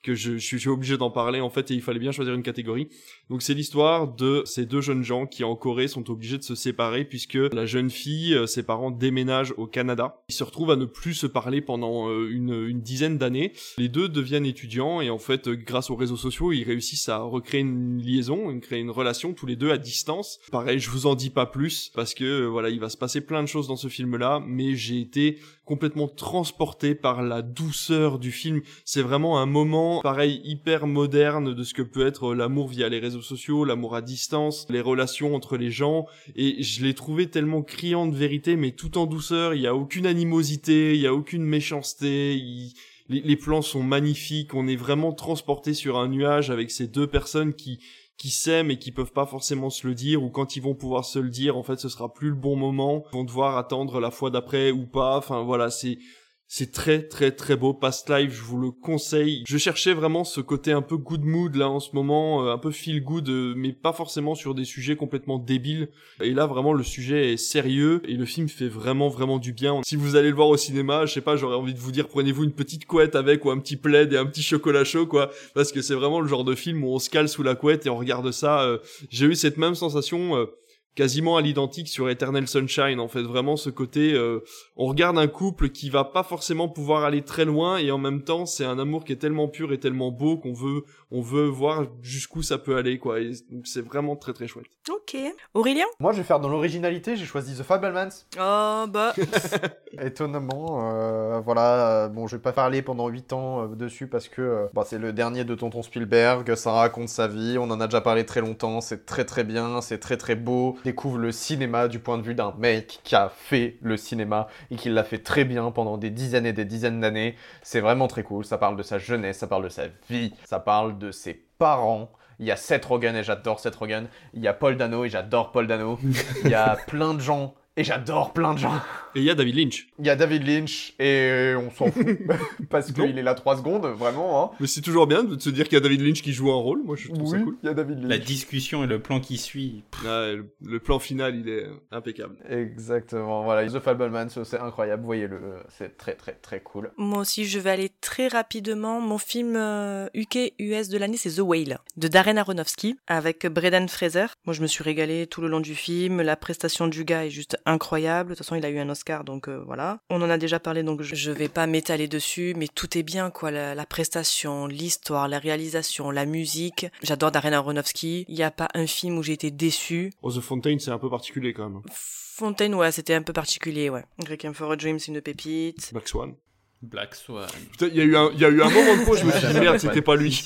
que je suis obligé d'en parler en fait, et il fallait bien choisir une catégorie. Donc c'est l'histoire de ces deux jeunes gens qui en Corée sont obligés de se séparer puisque la jeune fille, ses parents déménagent au Canada. Ils se retrouvent à ne plus se parler pendant une dizaine d'années. Les deux deviennent étudiants et en fait grâce aux réseaux sociaux ils réussissent à recréer une liaison, créer une relation tous les deux à distance. Pareil, je vous en dis pas plus parce que voilà, il va se passer plein de choses dans ce film-là, mais j'ai été complètement transporté par la douceur du film. C'est vraiment un moment, pareil, hyper moderne de ce que peut être l'amour via les réseaux sociaux, l'amour à distance, les relations entre les gens, et je l'ai trouvé tellement criant de vérité, mais tout en douceur. Il y a aucune animosité, il y a aucune méchanceté, les plans sont magnifiques, on est vraiment transporté sur un nuage avec ces deux personnes qui s'aiment et qui peuvent pas forcément se le dire, ou quand ils vont pouvoir se le dire, en fait, ce sera plus le bon moment. Ils vont devoir attendre la fois d'après ou pas. Enfin, voilà, c'est très très très beau. Past Life, je vous le conseille. Je cherchais vraiment ce côté un peu good mood là en ce moment, un peu feel good, mais pas forcément sur des sujets complètement débiles. Et là vraiment le sujet est sérieux et le film fait vraiment vraiment du bien. Si vous allez le voir au cinéma, je sais pas, j'aurais envie de vous dire prenez-vous une petite couette avec, ou un petit plaid et un petit chocolat chaud quoi, parce que c'est vraiment le genre de film où on se cale sous la couette et on regarde ça. J'ai eu cette même sensation quasiment à l'identique sur Eternal Sunshine, en fait, vraiment ce côté, on regarde un couple qui va pas forcément pouvoir aller très loin, et en même temps, c'est un amour qui est tellement pur et tellement beau qu'on veut voir jusqu'où ça peut aller, quoi, et donc c'est vraiment très très chouette. Ok. Aurélien ? Moi, je vais faire dans l'originalité, j'ai choisi The Fabelmans. Oh, bah... Étonnamment, voilà, bon, je vais pas parler pendant 8 ans dessus parce que c'est le dernier de Tonton Spielberg, ça raconte sa vie, on en a déjà parlé très longtemps, c'est très très bien, c'est très très beau. Découvre le cinéma du point de vue d'un mec qui a fait le cinéma et qui l'a fait très bien pendant des dizaines et des dizaines d'années. C'est vraiment très cool, ça parle de sa jeunesse, ça parle de sa vie, ça parle de ses parents. Il y a Seth Rogen et j'adore Seth Rogen. Il y a Paul Dano et j'adore Paul Dano. Il y a plein de gens et j'adore plein de gens. Et il y a David Lynch. Il y a David Lynch et on s'en fout parce qu'il est là 3 secondes, vraiment. Hein. Mais c'est toujours bien de se dire qu'il y a David Lynch qui joue un rôle. Moi, je trouve ça cool. Il y a David Lynch. La discussion et le plan qui suit. Le plan final, il est impeccable. Exactement. Voilà, The Fabelmans, c'est incroyable. Voyez-le, c'est très très très cool. Moi aussi, je vais aller très rapidement. Mon film UK-US de l'année, c'est The Whale de Darren Aronofsky avec Brendan Fraser. Moi, je me suis régalée tout le long du film. La prestation du gars est juste incroyable. De toute façon, il a eu un Oscar, donc voilà. On en a déjà parlé, donc je vais pas m'étaler dessus, mais tout est bien, quoi. La prestation, l'histoire, la réalisation, la musique. J'adore Darren Aronofsky. Il y a pas un film où j'ai été déçue. Oh, The Fountain, c'est un peu particulier quand même. Fontaine, ouais, c'était un peu particulier, ouais. Requiem for a Dream, c'est une pépite. Black Swan. Putain, il y a eu un moment de pause, je me suis dit merde, c'était pas lui.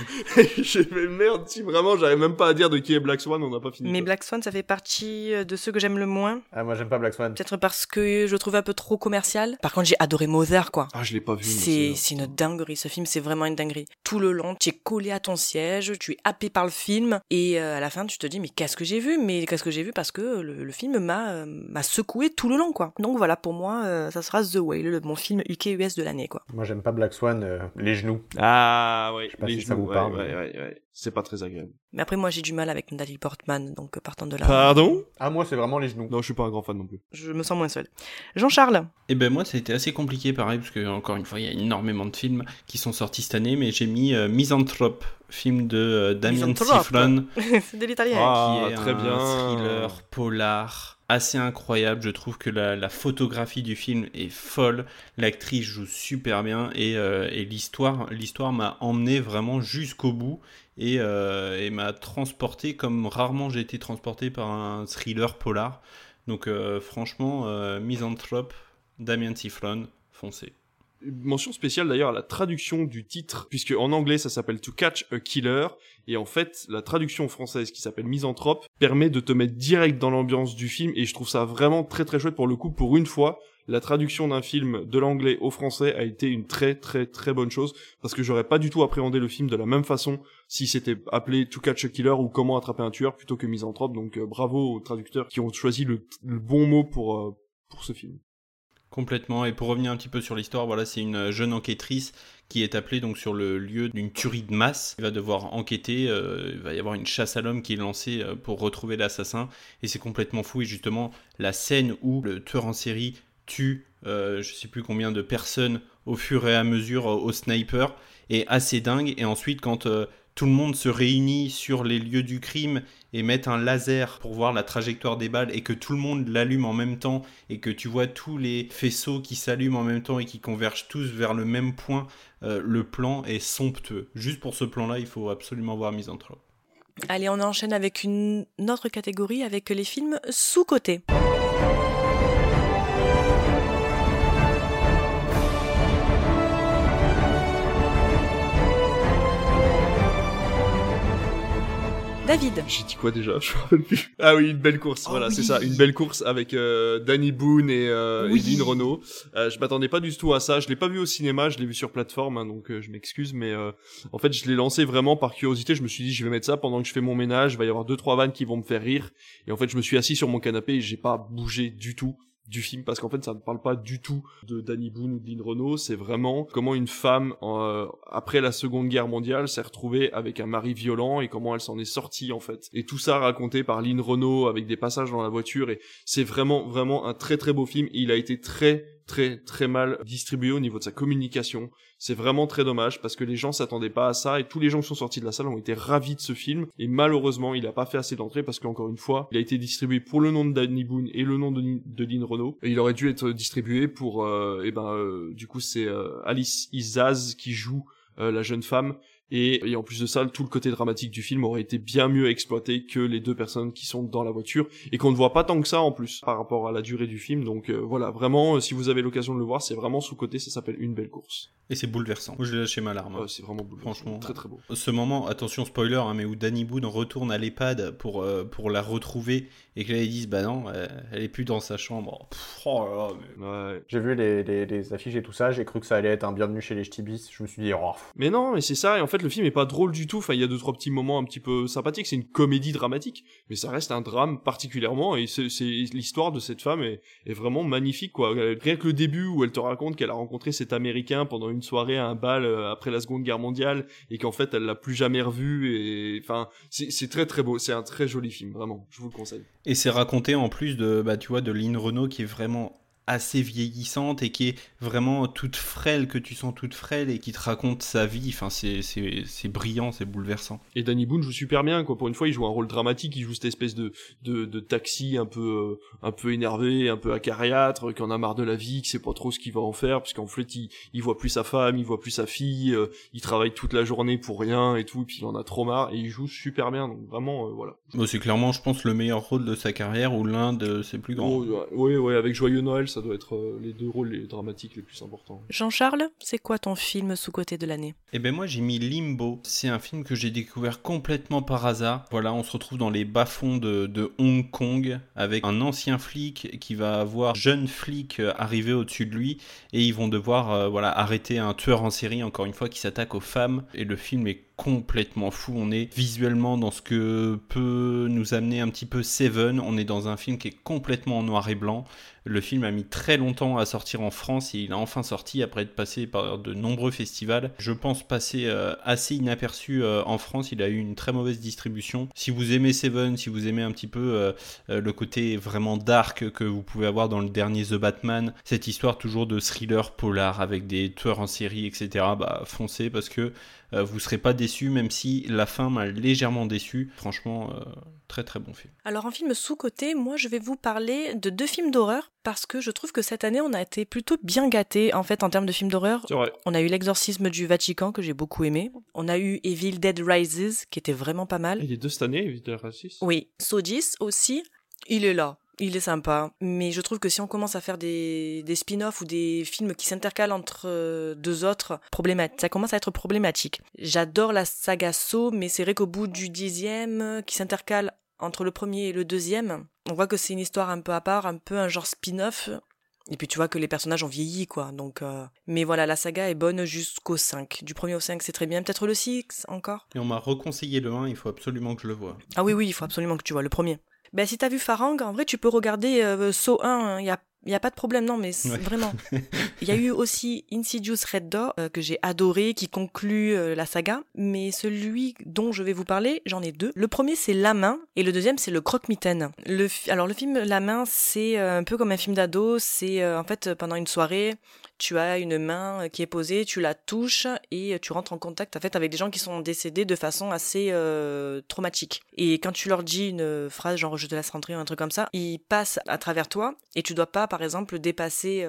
J'ai fait merde, si vraiment, j'arrive même pas à dire de qui est Black Swan, on n'a pas fini. Mais Black Swan, ça fait partie de ceux que j'aime le moins. Ah, moi j'aime pas Black Swan. Peut-être parce que je le trouve un peu trop commercial. Par contre, j'ai adoré Mother, quoi. Ah, je l'ai pas vu. C'est une dinguerie, ce film, c'est vraiment une dinguerie. Tout le long, tu es collé à ton siège, tu es happé par le film, et à la fin, tu te dis, mais qu'est-ce que j'ai vu ? Parce que le film m'a secoué tout le long, quoi. Donc voilà, pour moi, ça sera The Whale, mon film UK-US de l'année, quoi. Moi j'aime pas Black Swan, les genoux. Ah ouais, je sais pas les si genoux, ça vous parle. Ouais. C'est pas très agréable. Mais après, moi, j'ai du mal avec Natalie Portman, donc partant de là. Pardon ? Ah, moi c'est vraiment les genoux. Non, je suis pas un grand fan non plus. Je me sens moins seule. Jean-Charles ? Et ben moi, ça a été assez compliqué, pareil, parce que encore une fois, il y a énormément de films qui sont sortis cette année, mais j'ai mis Misanthrope, film de Damien Sifron. C'est de l'italien. Qui est très un bien. thriller polar assez incroyable. Je trouve que la photographie du film est folle, l'actrice joue super bien et l'histoire m'a emmené vraiment jusqu'au bout et m'a transporté comme rarement j'ai été transporté par un thriller polar. Donc franchement, Misanthrope, Damien Sifron, foncez. Mention spéciale d'ailleurs à la traduction du titre, puisque en anglais ça s'appelle To Catch a Killer, et en fait la traduction française qui s'appelle Misanthrope permet de te mettre direct dans l'ambiance du film, et je trouve ça vraiment très très chouette. Pour le coup, pour une fois, la traduction d'un film de l'anglais au français a été une très très très bonne chose, parce que j'aurais pas du tout appréhendé le film de la même façon si c'était appelé To Catch a Killer ou Comment attraper un tueur plutôt que Misanthrope. Donc bravo aux traducteurs qui ont choisi le bon mot pour ce film. Complètement, et pour revenir un petit peu sur l'histoire, voilà, c'est une jeune enquêtrice qui est appelée donc sur le lieu d'une tuerie de masse. Elle va devoir enquêter, il va y avoir une chasse à l'homme qui est lancée pour retrouver l'assassin, et c'est complètement fou. Et justement, la scène où le tueur en série tue je sais plus combien de personnes au fur et à mesure au sniper est assez dingue. Et ensuite, quand tout le monde se réunit sur les lieux du crime et met un laser pour voir la trajectoire des balles et que tout le monde l'allume en même temps et que tu vois tous les faisceaux qui s'allument en même temps et qui convergent tous vers le même point, le plan est somptueux. Juste pour ce plan-là, il faut absolument voir Misanthrope. Allez, on enchaîne avec une autre catégorie, avec les films sous-cotés. David. J'ai dit quoi déjà? Je me rappelle plus. Ah oui, Une belle course. Voilà, oui. c'est ça. Une belle course avec Danny Boone et Lynn Renault. Je m'attendais pas du tout à ça. Je l'ai pas vu au cinéma, je l'ai vu sur plateforme, hein, donc je m'excuse, mais en fait, je l'ai lancé vraiment par curiosité. Je me suis dit, je vais mettre ça pendant que je fais mon ménage. Il va y avoir 2-3 vannes qui vont me faire rire. Et en fait, je me suis assis sur mon canapé et j'ai pas bougé du tout du film, parce qu'en fait ça ne parle pas du tout de Danny Boone ou de Lynn Renault. C'est vraiment comment une femme après la Seconde Guerre mondiale s'est retrouvée avec un mari violent et comment elle s'en est sortie en fait, et tout ça raconté par Lynn Renault avec des passages dans la voiture. Et c'est vraiment un très très beau film. Et il a été très mal distribué au niveau de sa communication. C'est vraiment très dommage parce que les gens s'attendaient pas à ça, et tous les gens qui sont sortis de la salle ont été ravis de ce film. Et malheureusement, il a pas fait assez d'entrées parce qu'encore une fois, il a été distribué pour le nom de Danny Boone et le nom de Lynn Renault. Et il aurait dû être distribué pour, du coup, c'est Alice Isaz qui joue la jeune femme. Et en plus de ça, tout le côté dramatique du film aurait été bien mieux exploité que les deux personnes qui sont dans la voiture, et qu'on ne voit pas tant que ça en plus par rapport à la durée du film. Donc voilà, vraiment, si vous avez l'occasion de le voir, c'est vraiment sous-coté. Ça s'appelle Une belle course. Et c'est bouleversant. Moi, je l'ai lâché ma larme. Hein. C'est vraiment bouleversant. Franchement, très très beau. Ce moment, attention spoiler, hein, mais où Danny Boone retourne à l'EHPAD pour la retrouver, et que là ils disent bah non, elle est plus dans sa chambre. Oh là là, mais... Ouais. J'ai vu les affiches et tout ça, j'ai cru que ça allait être un Bienvenue chez les Ch'tibis. Je me suis dit oh. Mais non, mais c'est ça. Et en fait, le film est pas drôle du tout. Enfin, il y a 2-3 petits moments un petit peu sympathiques. C'est une comédie dramatique, mais ça reste un drame particulièrement. Et c'est l'histoire de cette femme est vraiment magnifique, quoi. Rien que le début où elle te raconte qu'elle a rencontré cet Américain pendant une soirée à un bal après la Seconde Guerre mondiale, et qu'en fait elle l'a plus jamais revu. Et enfin, c'est très très beau. C'est un très joli film, vraiment. Je vous le conseille. Et c'est raconté en plus de, tu vois, de Lynn Renault qui est vraiment assez vieillissante et qui est vraiment toute frêle, que tu sens toute frêle, et qui te raconte sa vie. Enfin, c'est brillant, c'est bouleversant. Et Danny Boone joue super bien, quoi. Pour une fois, il joue un rôle dramatique. Il joue cette espèce de taxi un peu énervé, un peu acariâtre, qui en a marre de la vie, qui sait pas trop ce qu'il va en faire, puisqu'en fait, il voit plus sa femme, il voit plus sa fille, il travaille toute la journée pour rien et tout, et puis il en a trop marre, et il joue super bien. Donc vraiment, voilà. Bon, c'est clairement, je pense, le meilleur rôle de sa carrière, ou l'un de ses plus grands. Oui, avec Joyeux Noël, ça doit être les deux rôles dramatiques les plus importants. Jean-Charles, c'est quoi ton film sous-coté de l'année? Eh ben moi j'ai mis Limbo. C'est un film que j'ai découvert complètement par hasard. Voilà, on se retrouve dans les bas-fonds de Hong Kong avec un ancien flic qui va voir jeune flic arriver au-dessus de lui, et ils vont devoir arrêter un tueur en série, encore une fois, qui s'attaque aux femmes. Et le film est complètement fou. On est visuellement dans ce que peut nous amener un petit peu Seven. On est dans un film qui est complètement en noir et blanc. Le film a mis très longtemps à sortir en France, et il a enfin sorti après être passé par de nombreux festivals. Je pense passer assez inaperçu en France. Il a eu une très mauvaise distribution. Si vous aimez Seven, si vous aimez un petit peu le côté vraiment dark que vous pouvez avoir dans le dernier The Batman, cette histoire toujours de thriller polar avec des tueurs en série, etc., foncez, parce que vous serez pas déçus, même si la fin m'a légèrement déçu. Franchement, très très bon film. Alors en film sous-coté, moi je vais vous parler de 2 films d'horreur, parce que je trouve que cette année on a été plutôt bien gâtés en fait en termes de films d'horreur. C'est vrai. On a eu L'Exorcisme du Vatican que j'ai beaucoup aimé. On a eu Evil Dead Rises qui était vraiment pas mal. Il est de cette année, Evil Dead Rises. Oui, Sodis aussi, il est là. Il est sympa, mais je trouve que si on commence à faire des spin-offs ou des films qui s'intercalent entre 2 autres, ça commence à être problématique. J'adore la saga Saw, mais c'est vrai qu'au bout du 10e, qui s'intercale entre le premier et le 2e, on voit que c'est une histoire un peu à part, un peu un genre spin-off. Et puis tu vois que les personnages ont vieilli, quoi. Donc, mais voilà, la saga est bonne jusqu'au 5. Du 1er au 5, c'est très bien. Peut-être le 6 encore. Et on m'a reconseillé le 1, il faut absolument que je le voie. Ah oui, il faut absolument que tu vois le premier. Ben, si t'as vu Farang, en vrai, tu peux regarder Saw 1. Il y a Il n'y a pas de problème, non, mais vraiment. Il y a eu aussi Insidious Red Door, que j'ai adoré, qui conclut la saga. Mais celui dont je vais vous parler, j'en ai 2. Le premier, c'est La Main, et le deuxième, c'est Le Croque-Mitaine. Alors, le film La Main, c'est un peu comme un film d'ado. C'est, en fait, pendant une soirée, tu as une main qui est posée, tu la touches, et tu rentres en contact, en fait, avec des gens qui sont décédés de façon assez traumatique. Et quand tu leur dis une phrase, genre « je te laisse rentrer » ou un truc comme ça, ils passent à travers toi, et tu dois pas, par exemple, dépasser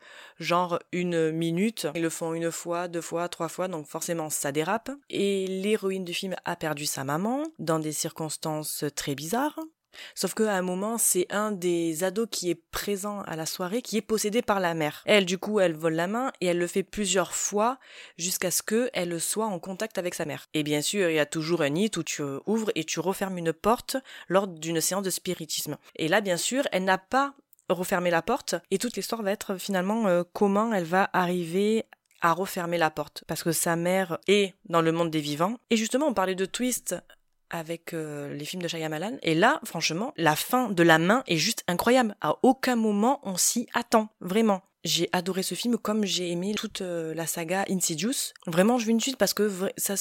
genre 1 minute. Ils le font 1 fois, 2 fois, 3 fois, donc forcément ça dérape. Et l'héroïne du film a perdu sa maman dans des circonstances très bizarres. Sauf qu'à un moment, c'est un des ados qui est présent à la soirée qui est possédé par la mère. Elle, du coup, elle vole la main et elle le fait plusieurs fois jusqu'à ce qu'elle soit en contact avec sa mère. Et bien sûr, il y a toujours un nid où tu ouvres et tu refermes une porte lors d'une séance de spiritisme. Et là, bien sûr, elle n'a pas refermé la porte et toute l'histoire va être finalement comment elle va arriver à refermer la porte. Parce que sa mère est dans le monde des vivants. Et justement, on parlait de twist avec les films de Shyamalan. Et là, franchement, la fin de La Main est juste incroyable. À aucun moment, on s'y attend. Vraiment. J'ai adoré ce film comme j'ai aimé toute la saga Insidious. Vraiment, je veux une suite parce que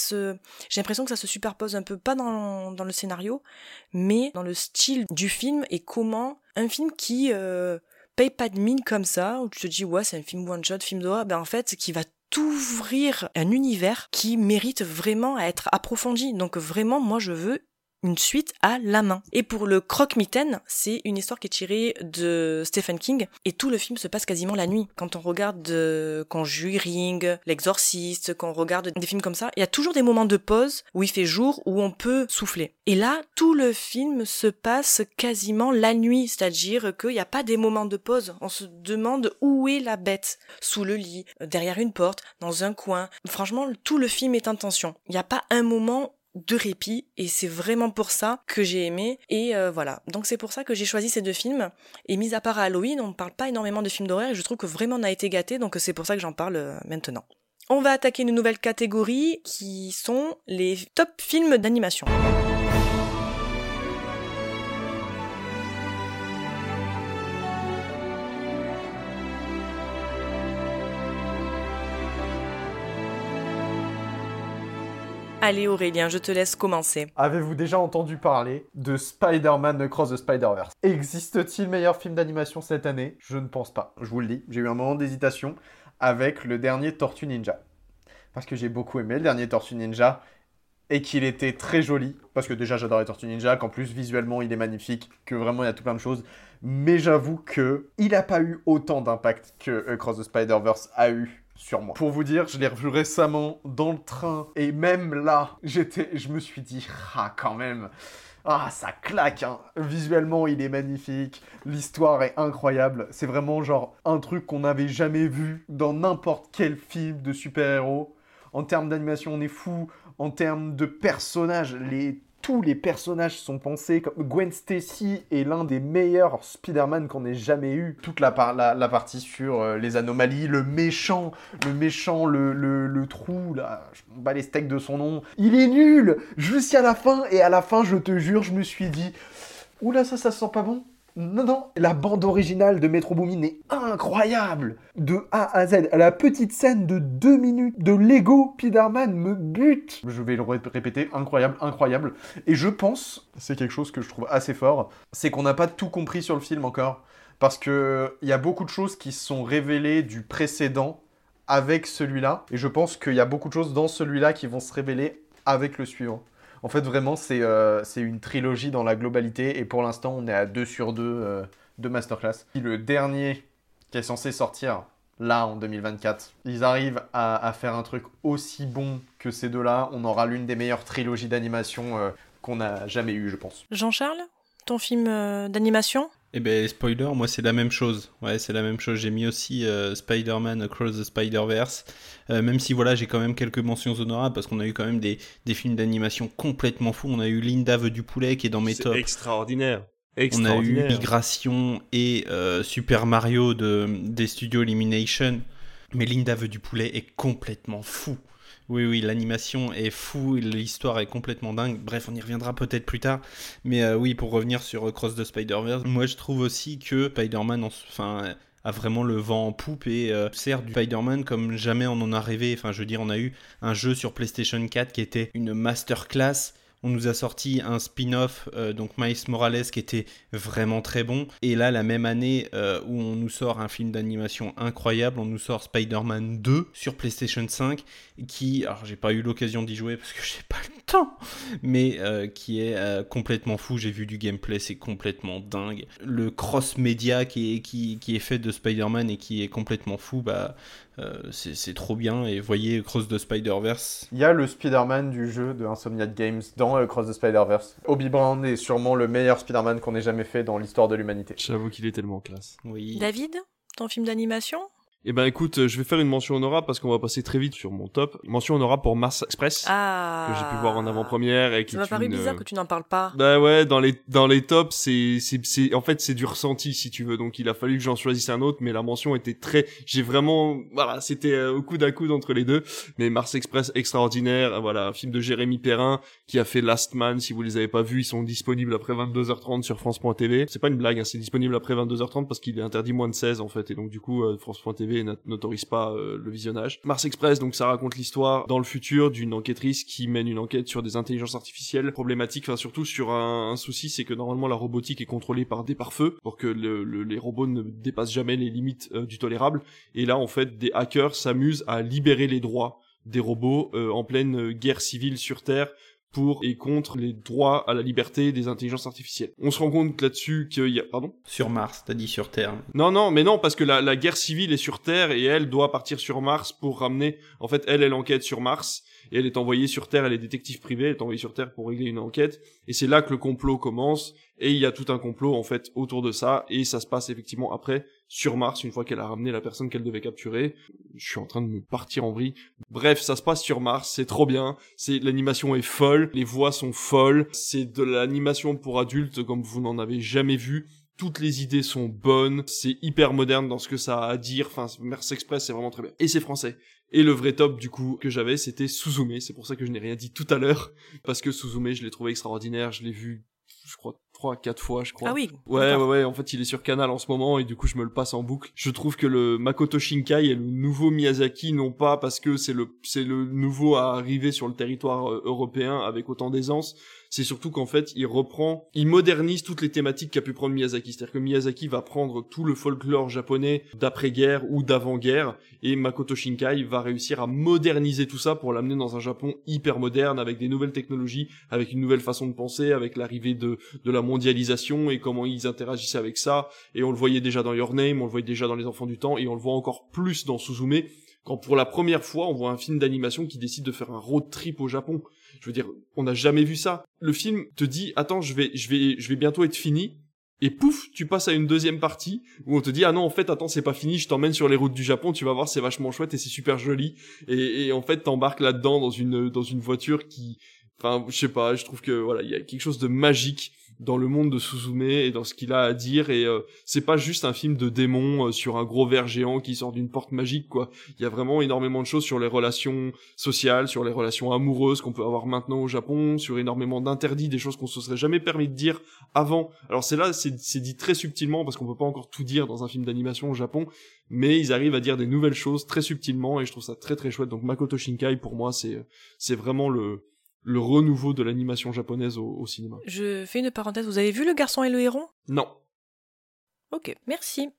j'ai l'impression que ça se superpose un peu, pas dans le scénario, mais dans le style du film et comment un film qui paye pas de mine comme ça, où tu te dis, ouais, c'est un film one-shot, film d'horreur, en fait, qui va t'ouvrir un univers qui mérite vraiment à être approfondi. Donc vraiment, moi, je veux une suite à La Main. Et pour Le Croque-Mitaine, c'est une histoire qui est tirée de Stephen King, et tout le film se passe quasiment la nuit. Quand on regarde Conjuring, L'Exorciste, quand on regarde des films comme ça, il y a toujours des moments de pause où il fait jour, où on peut souffler. Et là, tout le film se passe quasiment la nuit, c'est-à-dire qu'il n'y a pas des moments de pause. On se demande où est la bête. Sous le lit, derrière une porte, dans un coin. Franchement, tout le film est en tension. Il n'y a pas un moment de répit, et c'est vraiment pour ça que j'ai aimé, et voilà. Donc c'est pour ça que j'ai choisi ces 2 films, et mis à part Halloween, on ne parle pas énormément de films d'horreur, et je trouve que vraiment on a été gâtés, donc c'est pour ça que j'en parle maintenant. On va attaquer une nouvelle catégorie, qui sont les top films d'animation. Allez Aurélien, je te laisse commencer. Avez-vous déjà entendu parler de Spider-Man Across the Spider-Verse? Existe-t-il meilleur film d'animation cette année? Je ne pense pas, je vous le dis. J'ai eu un moment d'hésitation avec le dernier Tortue Ninja. Parce que j'ai beaucoup aimé le dernier Tortue Ninja et qu'il était très joli. Parce que déjà j'adorais Tortue Ninja, qu'en plus visuellement il est magnifique, que vraiment il y a tout plein de choses. Mais j'avoue qu'il n'a pas eu autant d'impact que Across the Spider-Verse a eu sur moi. Pour vous dire, je l'ai revu récemment dans le train, et même là, je me suis dit, quand même, ça claque, hein. Visuellement, il est magnifique, l'histoire est incroyable, c'est vraiment genre un truc qu'on n'avait jamais vu dans n'importe quel film de super-héros. En termes d'animation, on est fou, en termes de personnages, tous les personnages sont pensés comme Gwen Stacy est l'un des meilleurs Spider-Man qu'on ait jamais eu. Toute la partie sur les anomalies, le méchant, le trou, là, je m'en bats les steaks de son nom. Il est nul jusqu'à la fin, et à la fin, je te jure, je me suis dit, oula, ça se sent pas bon. Non, la bande originale de Metro Boomin est incroyable. De A à Z, la petite scène de 2 minutes de Lego Spider-Man me bute. Je vais le répéter, incroyable. Et je pense, c'est quelque chose que je trouve assez fort, c'est qu'on n'a pas tout compris sur le film encore. Parce qu'il y a beaucoup de choses qui sont révélées du précédent avec celui-là. Et je pense qu'il y a beaucoup de choses dans celui-là qui vont se révéler avec le suivant. En fait, vraiment, c'est une trilogie dans la globalité, et pour l'instant, on est à 2 sur 2 de masterclass. Le dernier qui est censé sortir, là, en 2024, ils arrivent à faire un truc aussi bon que ces deux-là, on aura l'une des meilleures trilogies d'animation qu'on n'a jamais eues, je pense. Jean-Charles, ton film d'animation ? Eh ben, spoiler, moi c'est la même chose. Ouais, c'est la même chose. J'ai mis aussi Spider-Man Across the Spider-Verse. Même si voilà, j'ai quand même quelques mentions honorables parce qu'on a eu quand même des films d'animation complètement fous. On a eu Linda veut du poulet qui est dans mes tops. C'est extraordinaire. On a eu Migration et Super Mario des studios Illumination. Mais Linda veut du poulet est complètement fou. Oui, l'animation est fou, l'histoire est complètement dingue. Bref, on y reviendra peut-être plus tard. Mais oui, pour revenir sur Cross the Spider-Verse, moi je trouve aussi que Spider-Man a vraiment le vent en poupe et sert du Spider-Man comme jamais on en a rêvé. Enfin, je veux dire, on a eu un jeu sur PlayStation 4 qui était une masterclass. On nous a sorti un spin-off, donc Miles Morales, qui était vraiment très bon. Et là, la même année où on nous sort un film d'animation incroyable, on nous sort Spider-Man 2 sur PlayStation 5, qui, alors j'ai pas eu l'occasion d'y jouer parce que j'ai pas le temps, mais qui est complètement fou. J'ai vu du gameplay, c'est complètement dingue. Le cross-média qui est fait de Spider-Man et qui est complètement fou, c'est trop bien. Et voyez Cross the Spider-Verse. Il y a le Spider-Man du jeu de Insomniac Games dans Cross the Spider-Verse. Obi Brown est sûrement le meilleur Spider-Man qu'on ait jamais fait dans l'histoire de l'humanité. J'avoue qu'il est tellement classe. Oui. David, ton film d'animation ? Eh ben écoute, je vais faire une mention honorable parce qu'on va passer très vite sur mon top. Mention honorable pour Mars Express, que j'ai pu voir en avant-première et qui ça m'a paru bizarre que tu n'en parles pas. Bah ouais, dans les tops, c'est en fait c'est du ressenti si tu veux. Donc il a fallu que j'en choisisse un autre, mais la mention était j'ai vraiment c'était au coude à coude entre les deux. Mais Mars Express extraordinaire, voilà, un film de Jérémy Perrin qui a fait Last Man. Si vous les avez pas vus, ils sont disponibles après 22h30 sur France.tv. C'est pas une blague, hein, c'est disponible après 22h30 parce qu'il est interdit moins de 16 en fait, et donc du coup France.tv n'autorise pas le visionnage. Mars Express, donc ça raconte l'histoire dans le futur d'une enquêtrice qui mène une enquête sur des intelligences artificielles problématiques, enfin surtout sur un souci, c'est que normalement la robotique est contrôlée par des pare-feux pour que les robots ne dépassent jamais les limites du tolérable, et là en fait des hackers s'amusent à libérer les droits des robots en pleine guerre civile sur Terre pour et contre les droits à la liberté des intelligences artificielles. On se rend compte là-dessus qu'il y a... Pardon ? Sur Mars, t'as dit sur Terre. Non, mais non, parce que la guerre civile est sur Terre et elle doit partir sur Mars pour ramener... En fait, elle enquête sur Mars et elle est envoyée sur Terre, elle est détective privée, elle est envoyée sur Terre pour régler une enquête, et c'est là que le complot commence, et il y a tout un complot, en fait, autour de ça, et ça se passe effectivement après, sur Mars, une fois qu'elle a ramené la personne qu'elle devait capturer. Je suis en train de me partir en vrille. Bref, ça se passe sur Mars, c'est trop bien, l'animation est folle, les voix sont folles, c'est de l'animation pour adultes comme vous n'en avez jamais vu. Toutes les idées sont bonnes, c'est hyper moderne dans ce que ça a à dire, enfin, Mars Express, c'est vraiment très bien. Et c'est français. Et le vrai top, du coup, que j'avais, c'était Suzume, c'est pour ça que je n'ai rien dit tout à l'heure, parce que Suzume, je l'ai trouvé extraordinaire, je l'ai vu, je crois, 3-4 fois, je crois. Ah oui. Ouais, en fait, il est sur Canal en ce moment, et du coup, je me le passe en boucle. Je trouve que le Makoto Shinkai et le nouveau Miyazaki, non pas parce que c'est le nouveau à arriver sur le territoire européen avec autant d'aisance, c'est surtout qu'en fait, il modernise toutes les thématiques qu'a pu prendre Miyazaki. C'est-à-dire que Miyazaki va prendre tout le folklore japonais d'après-guerre ou d'avant-guerre, et Makoto Shinkai va réussir à moderniser tout ça pour l'amener dans un Japon hyper moderne, avec des nouvelles technologies, avec une nouvelle façon de penser, avec l'arrivée de la mondialisation et comment ils interagissaient avec ça. Et on le voyait déjà dans Your Name, on le voyait déjà dans Les Enfants du Temps, et on le voit encore plus dans Suzume, quand pour la première fois, on voit un film d'animation qui décide de faire un road trip au Japon. Je veux dire, on n'a jamais vu ça. Le film te dit, attends, je vais bientôt être fini, et pouf, tu passes à une deuxième partie, où on te dit, ah non, en fait, attends, c'est pas fini, je t'emmène sur les routes du Japon, tu vas voir, c'est vachement chouette et c'est super joli. Et en fait, t'embarques là-dedans dans une voiture qui, enfin, je sais pas, je trouve que, voilà, il y a quelque chose de magique dans le monde de Suzume et dans ce qu'il a à dire, et c'est pas juste un film de démon sur un gros ver géant qui sort d'une porte magique, quoi. Il y a vraiment énormément de choses sur les relations sociales, sur les relations amoureuses qu'on peut avoir maintenant au Japon, sur énormément d'interdits, des choses qu'on se serait jamais permis de dire avant. Alors c'est dit très subtilement parce qu'on peut pas encore tout dire dans un film d'animation au Japon, mais ils arrivent à dire des nouvelles choses très subtilement, et je trouve ça très très chouette. Donc Makoto Shinkai, pour moi, c'est vraiment le renouveau de l'animation japonaise au cinéma. Je fais une parenthèse, vous avez vu Le Garçon et le Héron ? Non. Ok, merci.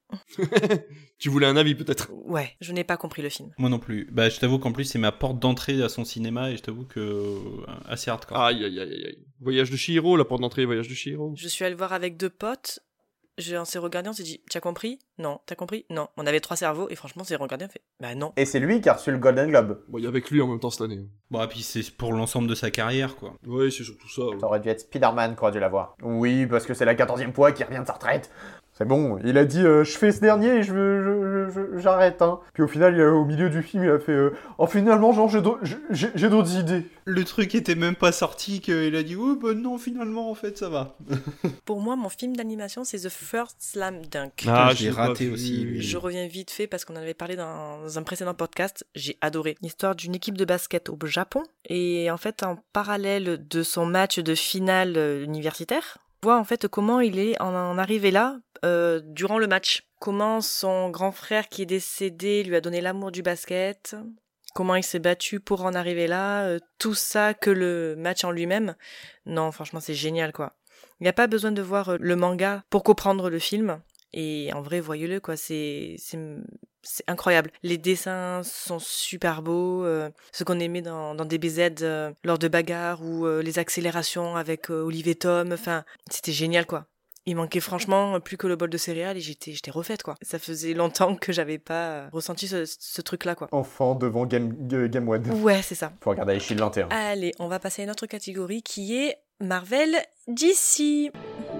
Tu voulais un avis peut-être ? Ouais, je n'ai pas compris le film. Moi non plus. Je t'avoue qu'en plus c'est ma porte d'entrée à son cinéma, et je t'avoue que assez hardcore. Aïe. Voyage de Chihiro, la porte d'entrée, Voyage de Chihiro. Je suis allé le voir avec 2 potes. On s'est regardé, on s'est dit, t'as compris ? Non. T'as compris ? Non. On avait 3 cerveaux, et franchement, on s'est regardé, on fait, bah non. Et c'est lui qui a reçu le Golden Globe. Bon, il y a avec lui en même temps cette année. Bon, et puis c'est pour l'ensemble de sa carrière, quoi. Ouais, c'est surtout ça. Ouais. Ça aurait dû être Spider-Man qu'on aurait dû l'avoir. Oui, parce que c'est la 14e fois qu'il revient de sa retraite. C'est bon, il a dit je fais ce dernier et j'arrête. Hein. Puis au final, au milieu du film, il a fait finalement, genre, j'ai d'autres idées. Le truc était même pas sorti qu'il a dit oh bah non, finalement, en fait, ça va. Pour moi, mon film d'animation, c'est The First Slam Dunk. Ah, je l'ai raté aussi. Oui. Je reviens vite fait parce qu'on en avait parlé dans un précédent podcast. J'ai adoré. L'histoire d'une équipe de basket au Japon. Et en fait, en parallèle de son match de finale universitaire, on voit en fait comment il est en arrivé là durant le match. Comment son grand frère qui est décédé lui a donné l'amour du basket. Comment il s'est battu pour en arriver là. Tout ça que le match en lui-même. Non, franchement, c'est génial, quoi. Il n'y a pas besoin de voir le manga pour comprendre le film. Et en vrai, voyez-le, quoi. C'est incroyable. Les dessins sont super beaux. Ce qu'on aimait dans DBZ lors de bagarres ou les accélérations avec Olive et Tom. Enfin, c'était génial, quoi. Il manquait franchement plus que le bol de céréales et j'étais refaite, quoi. Ça faisait longtemps que j'avais pas ressenti ce truc-là, quoi. Enfant devant Game One. Ouais, c'est ça. Faut regarder Shield 21. Allez, on va passer à une autre catégorie qui est Marvel DC.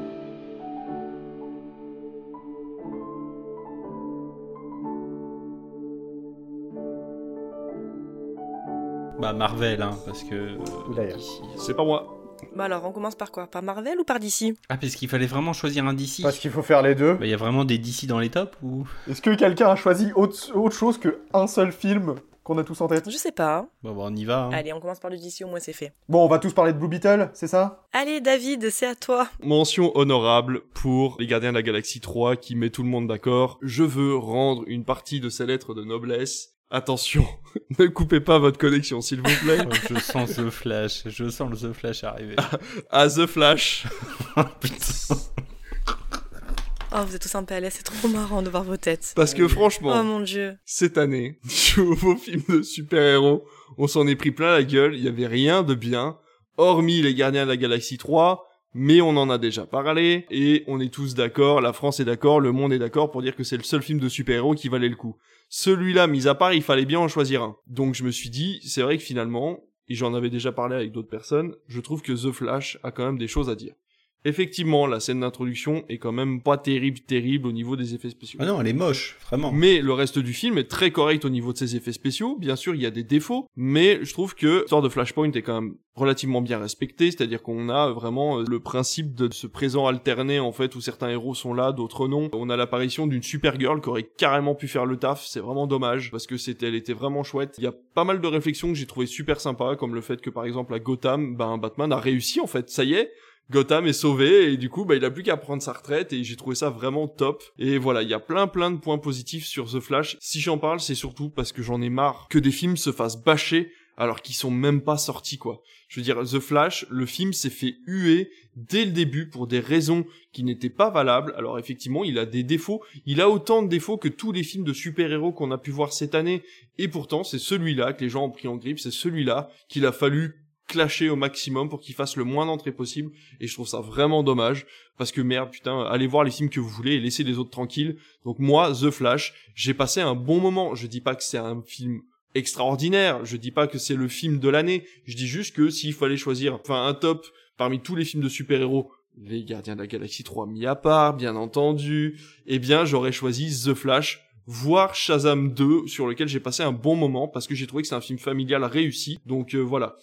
Bah Marvel, hein, parce que... C'est pas moi. Bah alors, on commence par quoi? Par Marvel ou par DC? Ah, parce qu'il fallait vraiment choisir un DC. Parce qu'il faut faire les deux. Bah, y a vraiment des DC dans les tops ou... Est-ce que quelqu'un a choisi autre chose qu'un seul film qu'on a tous en tête? Je sais pas. Bon, on y va. Hein. Allez, on commence par le DC, au moins c'est fait. Bon, on va tous parler de Blue Beetle, c'est ça? Allez, David, c'est à toi. Mention honorable pour Les Gardiens de la Galaxie 3 qui met tout le monde d'accord. Je veux rendre une partie de ces lettres de noblesse. Attention, ne coupez pas votre connexion, s'il vous plaît. Je sens The Flash arriver. À The Flash. Oh, putain. Oh, vous êtes tous un PLS, c'est trop marrant de voir vos têtes. Parce que franchement, oh mon Dieu, cette année, nouveau film de super-héros, on s'en est pris plein la gueule, il y avait rien de bien, hormis Les Gardiens de la Galaxie 3, mais on en a déjà parlé, et on est tous d'accord, la France est d'accord, le monde est d'accord pour dire que c'est le seul film de super-héros qui valait le coup. Celui-là, mis à part, il fallait bien en choisir un. Donc je me suis dit, c'est vrai que finalement, et j'en avais déjà parlé avec d'autres personnes, je trouve que The Flash a quand même des choses à dire. Effectivement, la scène d'introduction est quand même pas terrible au niveau des effets spéciaux. Ah non, elle est moche, vraiment. Mais le reste du film est très correct au niveau de ses effets spéciaux. Bien sûr, il y a des défauts, mais je trouve que l'histoire de Flashpoint est quand même relativement bien respectée, c'est-à-dire qu'on a vraiment le principe de ce présent alterné, en fait, où certains héros sont là, d'autres non. On a l'apparition d'une Supergirl qui aurait carrément pu faire le taf, c'est vraiment dommage, parce que elle était vraiment chouette. Il y a pas mal de réflexions que j'ai trouvé super sympas, comme le fait que, par exemple, à Gotham, Batman a réussi, en fait, ça y est, Gotham est sauvé et du coup il a plus qu'à prendre sa retraite et j'ai trouvé ça vraiment top. Et voilà, il y a plein de points positifs sur The Flash. Si j'en parle, c'est surtout parce que j'en ai marre que des films se fassent bâcher alors qu'ils sont même pas sortis, quoi. Je veux dire, The Flash, le film s'est fait huer dès le début pour des raisons qui n'étaient pas valables. Alors effectivement, il a des défauts. Il a autant de défauts que tous les films de super-héros qu'on a pu voir cette année. Et pourtant, c'est celui-là que les gens ont pris en grippe. C'est celui-là qu'il a fallu clasher au maximum pour qu'il fasse le moins d'entrées possible, et je trouve ça vraiment dommage, parce que merde, putain, allez voir les films que vous voulez et laissez les autres tranquilles. Donc moi, The Flash, j'ai passé un bon moment. Je dis pas que c'est un film extraordinaire, je dis pas que c'est le film de l'année, je dis juste que s'il fallait choisir un top parmi tous les films de super-héros, Les Gardiens de la Galaxie 3 mis à part, bien entendu, eh bien j'aurais choisi The Flash, voire Shazam 2, sur lequel j'ai passé un bon moment, parce que j'ai trouvé que c'est un film familial réussi. Donc voilà,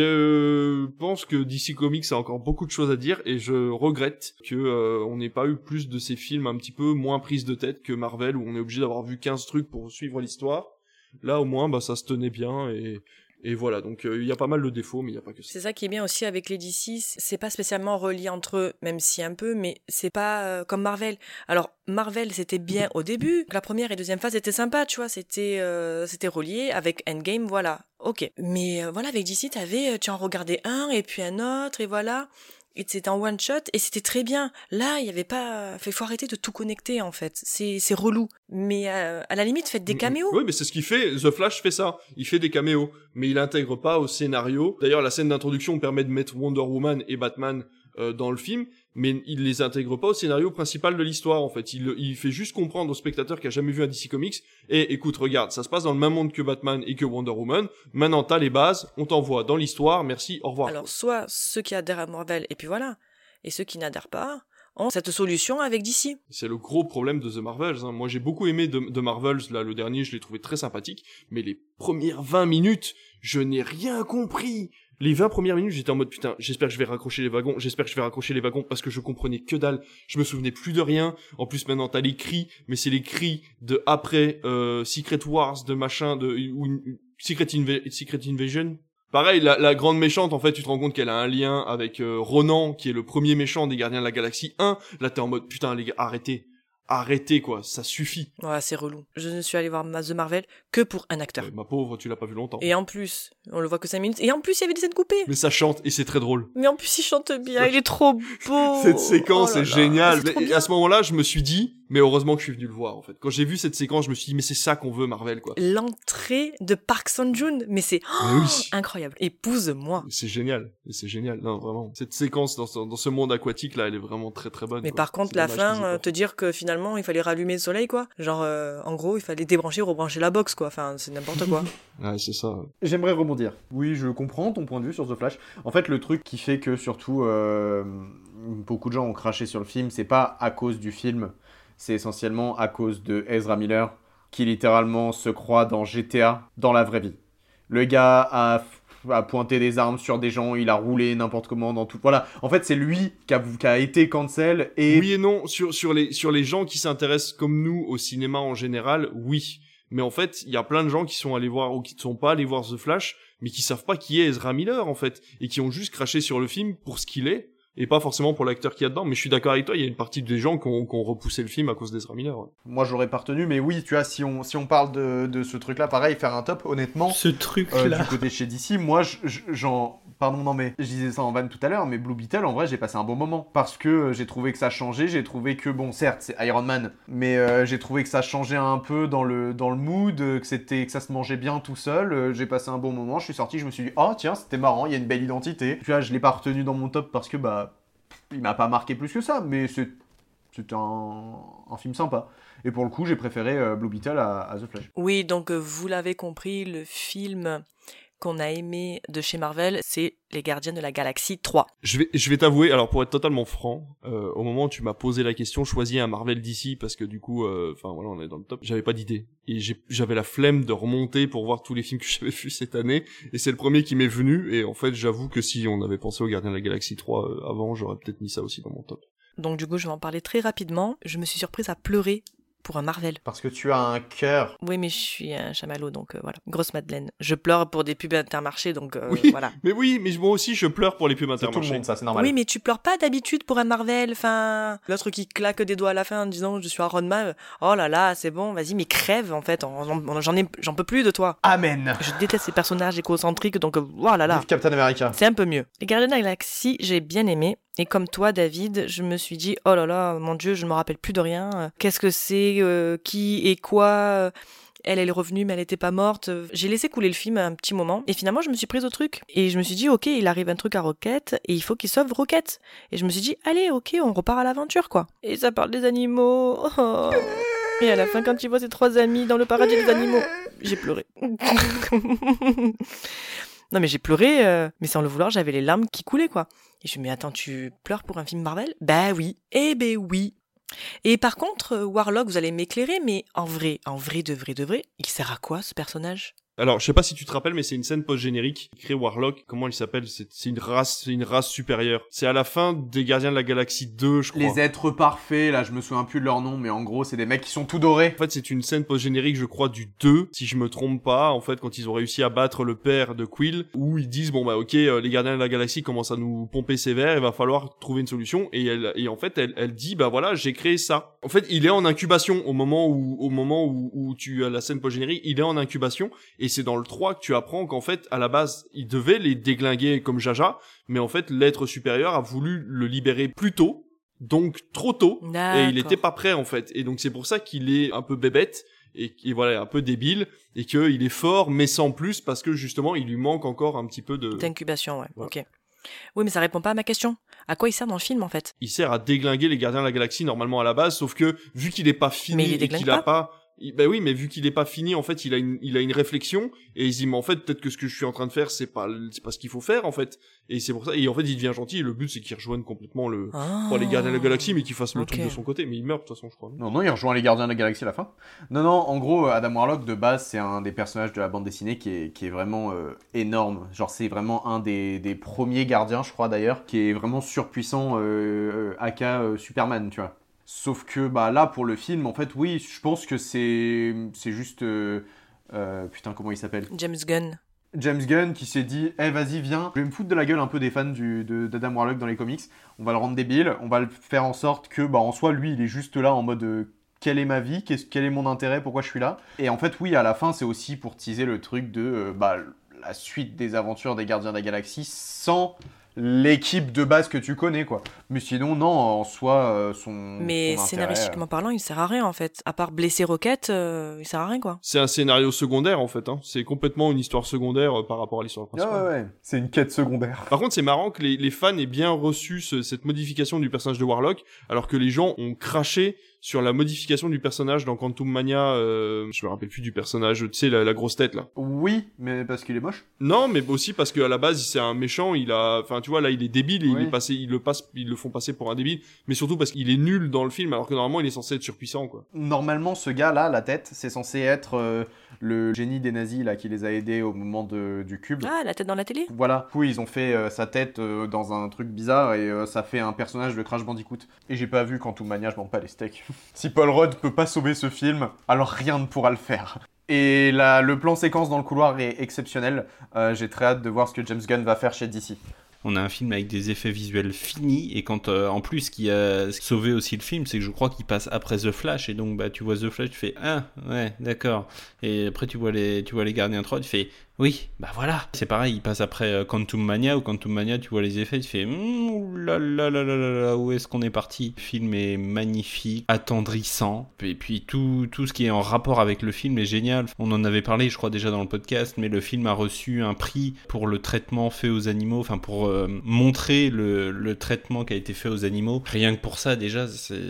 je pense que DC Comics a encore beaucoup de choses à dire, et je regrette que on n'ait pas eu plus de ces films un petit peu moins prises de tête que Marvel, où on est obligé d'avoir vu 15 trucs pour suivre l'histoire. Là au moins ça se tenait bien, et voilà, donc il y a pas mal de défauts, mais il y a pas que ça. C'est ça qui est bien aussi avec les DC, c'est pas spécialement relié entre eux, même si un peu, mais c'est pas comme Marvel. Alors Marvel c'était bien au début, la première et deuxième phase étaient sympas, tu vois, c'était relié avec Endgame, voilà, ok. Mais voilà, avec DC tu en regardais un et puis un autre, et voilà. Et c'était en one shot et c'était très bien. Là, il y avait pas, faut arrêter de tout connecter en fait. C'est relou. Mais à la limite, faites des caméos. Oui, mais c'est ce qu'il fait. The Flash fait ça. Il fait des caméos, mais il intègre pas au scénario. D'ailleurs, la scène d'introduction permet de mettre Wonder Woman et Batman dans le film, mais il les intègre pas au scénario principal de l'histoire, en fait. Il fait juste comprendre au spectateur qui a jamais vu un DC Comics, et écoute, regarde, ça se passe dans le même monde que Batman et que Wonder Woman, maintenant t'as les bases, on t'envoie dans l'histoire, merci, au revoir. Alors, soit ceux qui adhèrent à Marvel, et puis voilà, et ceux qui n'adhèrent pas, ont cette solution avec DC. C'est le gros problème de The Marvels. Moi, j'ai beaucoup aimé The Marvels. Là, le dernier, je l'ai trouvé très sympathique. Mais les premières 20 minutes, je n'ai rien compris. Les 20 premières minutes, j'étais en mode putain, j'espère que je vais raccrocher les wagons parce que je comprenais que dalle. Je me souvenais plus de rien. En plus, maintenant, t'as les cris, mais c'est les cris de après Secret Wars, de machin, Secret Invasion. Pareil, la grande méchante, en fait, tu te rends compte qu'elle a un lien avec Ronan, qui est le premier méchant des Gardiens de la Galaxie 1. Là, t'es en mode putain, les gars, arrêtez quoi, ça suffit. Ouais, c'est relou. Je ne suis allé voir The Marvel que pour un acteur. Ma pauvre, tu l'as pas vu longtemps. Et en plus, on le voit que 5 minutes. Et en plus, il y avait des scènes coupées. Mais ça chante et c'est très drôle. Mais en plus, il chante bien, il est trop beau. Cette séquence est géniale. C'est Et à ce moment-là, je me suis dit, mais heureusement que je suis venu le voir en fait. Quand j'ai vu cette séquence, je me suis dit, mais c'est ça qu'on veut Marvel quoi. L'entrée de Park Seo-joon, mais c'est incroyable. Épouse-moi. C'est génial. Non, vraiment. Cette séquence dans ce monde aquatique là, elle est vraiment très très bonne. Mais quoi. par contre, la fin, te dire que finalement, il fallait rallumer le soleil quoi. Genre, en gros, il fallait débrancher, rebrancher la box quoi. Enfin, c'est n'importe quoi. Ouais, c'est ça. J'aimerais rebondir. Oui, je comprends ton point de vue sur The Flash. En fait, le truc qui fait que surtout beaucoup de gens ont craché sur le film, c'est pas à cause du film, c'est essentiellement à cause de Ezra Miller, qui littéralement se croit dans GTA dans la vraie vie. Le gars a pointé des armes sur des gens, il a roulé n'importe comment dans tout. Voilà. En fait, c'est lui qui a été cancel et... Oui et non, sur les gens qui s'intéressent comme nous au cinéma en général, oui. Mais en fait, il y a plein de gens qui sont allés voir ou qui ne sont pas allés voir The Flash, mais qui savent pas qui est Ezra Miller en fait, et qui ont juste craché sur le film pour ce qu'il est, et pas forcément pour l'acteur qu'il y a dedans. Mais je suis d'accord avec toi, il y a une partie des gens qui ont repoussé le film à cause d'Ezra Miller. Ouais. Moi, je l'aurais pas retenu, mais oui, tu vois, si on parle de ce truc-là, pareil, faire un top, honnêtement, ce truc-là, du côté chez DC, moi, pardon, non, mais je disais ça en vanne tout à l'heure, mais Blue Beetle, en vrai, j'ai passé un bon moment. Parce que j'ai trouvé que ça changeait, j'ai trouvé que, bon, certes, c'est Iron Man, mais j'ai trouvé que ça changeait un peu dans le mood, que ça se mangeait bien tout seul. J'ai passé un bon moment, je suis sorti, je me suis dit, oh, tiens, c'était marrant, il y a une belle identité. Tu vois, je l'ai pas retenu dans mon top parce que, il m'a pas marqué plus que ça, mais c'était un film sympa. Et pour le coup, j'ai préféré Blue Beetle à The Flash. Oui, donc vous l'avez compris, le film qu'on a aimé de chez Marvel, c'est Les Gardiens de la Galaxie 3. Je vais t'avouer, alors pour être totalement franc, au moment où tu m'as posé la question, choisis un Marvel DC parce que du coup, voilà, on est dans le top. J'avais pas d'idée et j'avais la flemme de remonter pour voir tous les films que j'avais vus cette année. Et c'est le premier qui m'est venu. Et en fait, j'avoue que si on avait pensé aux Gardiens de la Galaxie 3 avant, j'aurais peut-être mis ça aussi dans mon top. Donc du coup, je vais en parler très rapidement. Je me suis surprise à pleurer pour un Marvel. Parce que tu as un cœur. Oui, mais je suis un chamallow, donc voilà. Grosse Madeleine. Je pleure pour des pubs Intermarché, donc oui, voilà. Mais moi aussi, je pleure pour les pubs Intermarché. C'est tout le monde, ça, c'est normal. Oui, mais tu pleures pas d'habitude pour un Marvel. Enfin, l'autre qui claque des doigts à la fin en disant je suis Iron Man. Oh là là, c'est bon, vas-y, mais crève en fait. J'en peux plus de toi. Amen. Je déteste ces personnages égocentriques, donc oh là là. Vive Captain America. C'est un peu mieux. Les Gardiens de la Galaxie, j'ai bien aimé. Et comme toi, David, je me suis dit, oh là là, mon Dieu, je ne me rappelle plus de rien. Qu'est-ce que c'est qui et quoi Elle est revenue, mais elle n'était pas morte. J'ai laissé couler le film un petit moment. Et finalement, je me suis prise au truc. Et je me suis dit, ok, il arrive un truc à Rocket, et il faut qu'il sauve Rocket. Et je me suis dit, allez, ok, on repart à l'aventure, quoi. Et ça parle des animaux. Oh. Et à la fin, quand il voit ses 3 amis dans le paradis des animaux, j'ai pleuré. Non mais j'ai pleuré, mais sans le vouloir, j'avais les larmes qui coulaient quoi. Et je me dis, mais attends, tu pleures pour un film Marvel ? Bah oui, oui. Et par contre, Warlock, vous allez m'éclairer, mais en vrai, de vrai, il sert à quoi ce personnage ? Alors, je sais pas si tu te rappelles, mais c'est une scène post-générique qui crée Warlock. Comment il s'appelle ? C'est une race supérieure. C'est à la fin des Gardiens de la Galaxie 2, je crois. Les êtres parfaits, là, je me souviens plus de leur nom, mais en gros, c'est des mecs qui sont tout dorés. En fait, c'est une scène post-générique, je crois, du 2, si je me trompe pas, en fait, quand ils ont réussi à battre le père de Quill, où ils disent, bon bah ok, les Gardiens de la Galaxie commencent à nous pomper sévère, il va falloir trouver une solution, et en fait, elle dit, bah voilà, j'ai créé ça. En fait, il est en incubation au moment où tu as la scène post-générique, il est en incubation, et c'est dans le 3 que tu apprends qu'en fait, à la base, il devait les déglinguer comme Jaja, mais en fait, l'être supérieur a voulu le libérer plus tôt, donc trop tôt, D'accord. et il était pas prêt en fait. Et donc c'est pour ça qu'il est un peu bébête, et voilà, un peu débile, et qu'il est fort, mais sans plus, parce que justement, il lui manque encore un petit peu d'incubation, ouais, voilà. Ok. Oui, mais ça répond pas à ma question. À quoi il sert dans le film, en fait ? Il sert à déglinguer les Gardiens de la Galaxie, normalement, à la base, sauf que, vu qu'il est pas fini, mais il et qu'il a pas... Bah oui, mais vu qu'il est pas fini, en fait, il a une réflexion et il se dit mais en fait peut-être que ce que je suis en train de faire c'est pas ce qu'il faut faire en fait. Et c'est pour ça. Et en fait il devient gentil. Et le but c'est qu'il rejoigne complètement pas les Gardiens de la Galaxie, mais qu'il fasse le truc de son côté. Mais il meurt de toute façon, je crois. Non, il rejoint les Gardiens de la Galaxie à la fin. Non, en gros Adam Warlock de base c'est un des personnages de la bande dessinée qui est vraiment énorme. Genre c'est vraiment un des premiers gardiens, je crois d'ailleurs, qui est vraiment surpuissant, aka Superman, tu vois. Sauf que bah là pour le film en fait oui je pense que c'est juste putain comment il s'appelle, James Gunn qui s'est dit vas-y viens, je vais me foutre de la gueule un peu des fans d'Adam Warlock dans les comics, on va le rendre débile, on va le faire en sorte que bah en soi lui il est juste là en mode quelle est ma vie, quel est mon intérêt, pourquoi je suis là. Et en fait oui à la fin c'est aussi pour teaser le truc de la suite des aventures des Gardiens de la Galaxie sans l'équipe de base que tu connais, quoi. Mais sinon, non, en soi, Mais son scénaristiquement parlant, il sert à rien, en fait. À part blesser Rocket, il sert à rien, quoi. C'est un scénario secondaire, en fait, hein. C'est complètement une histoire secondaire par rapport à l'histoire principale. Ouais. C'est une quête secondaire. Par contre, c'est marrant que les fans aient bien reçu cette modification du personnage de Warlock, alors que les gens ont craché sur la modification du personnage dans Quantum Mania, je me rappelle plus du personnage, tu sais, la grosse tête, là. Oui, mais parce qu'il est moche. Non, mais aussi parce qu'à la base, c'est un méchant, enfin, tu vois, là, il est débile, et ils le font passer pour un débile, mais surtout parce qu'il est nul dans le film, alors que normalement, il est censé être surpuissant, quoi. Normalement, ce gars-là, la tête, c'est censé être le génie des nazis, là, qui les a aidés au moment du cube. Ah, la tête dans la télé. Voilà. Du coup, ils ont fait sa tête dans un truc bizarre, et ça fait un personnage de Crash Bandicoot. Et j'ai pas vu Quantum Mania, je m'en bats les steaks. Si Paul Rudd peut pas sauver ce film, alors rien ne pourra le faire. Et le plan séquence dans le couloir est exceptionnel. J'ai très hâte de voir ce que James Gunn va faire chez DC. On a un film avec des effets visuels finis, et quand en plus ce qui a sauvé aussi le film, c'est que je crois qu'il passe après The Flash, et donc bah tu vois The Flash, tu fais ah ouais d'accord, et après tu vois les Gardiens 3, tu fais oui bah voilà, c'est pareil, il passe après Quantum Mania, ou Quantum Mania tu vois les effets, tu fais là où est-ce qu'on est parti. Le film est magnifique, attendrissant, et puis tout ce qui est en rapport avec le film est génial. On en avait parlé je crois déjà dans le podcast, mais le film a reçu un prix pour le traitement fait aux animaux, enfin pour montrer le traitement qui a été fait aux animaux. Rien que pour ça déjà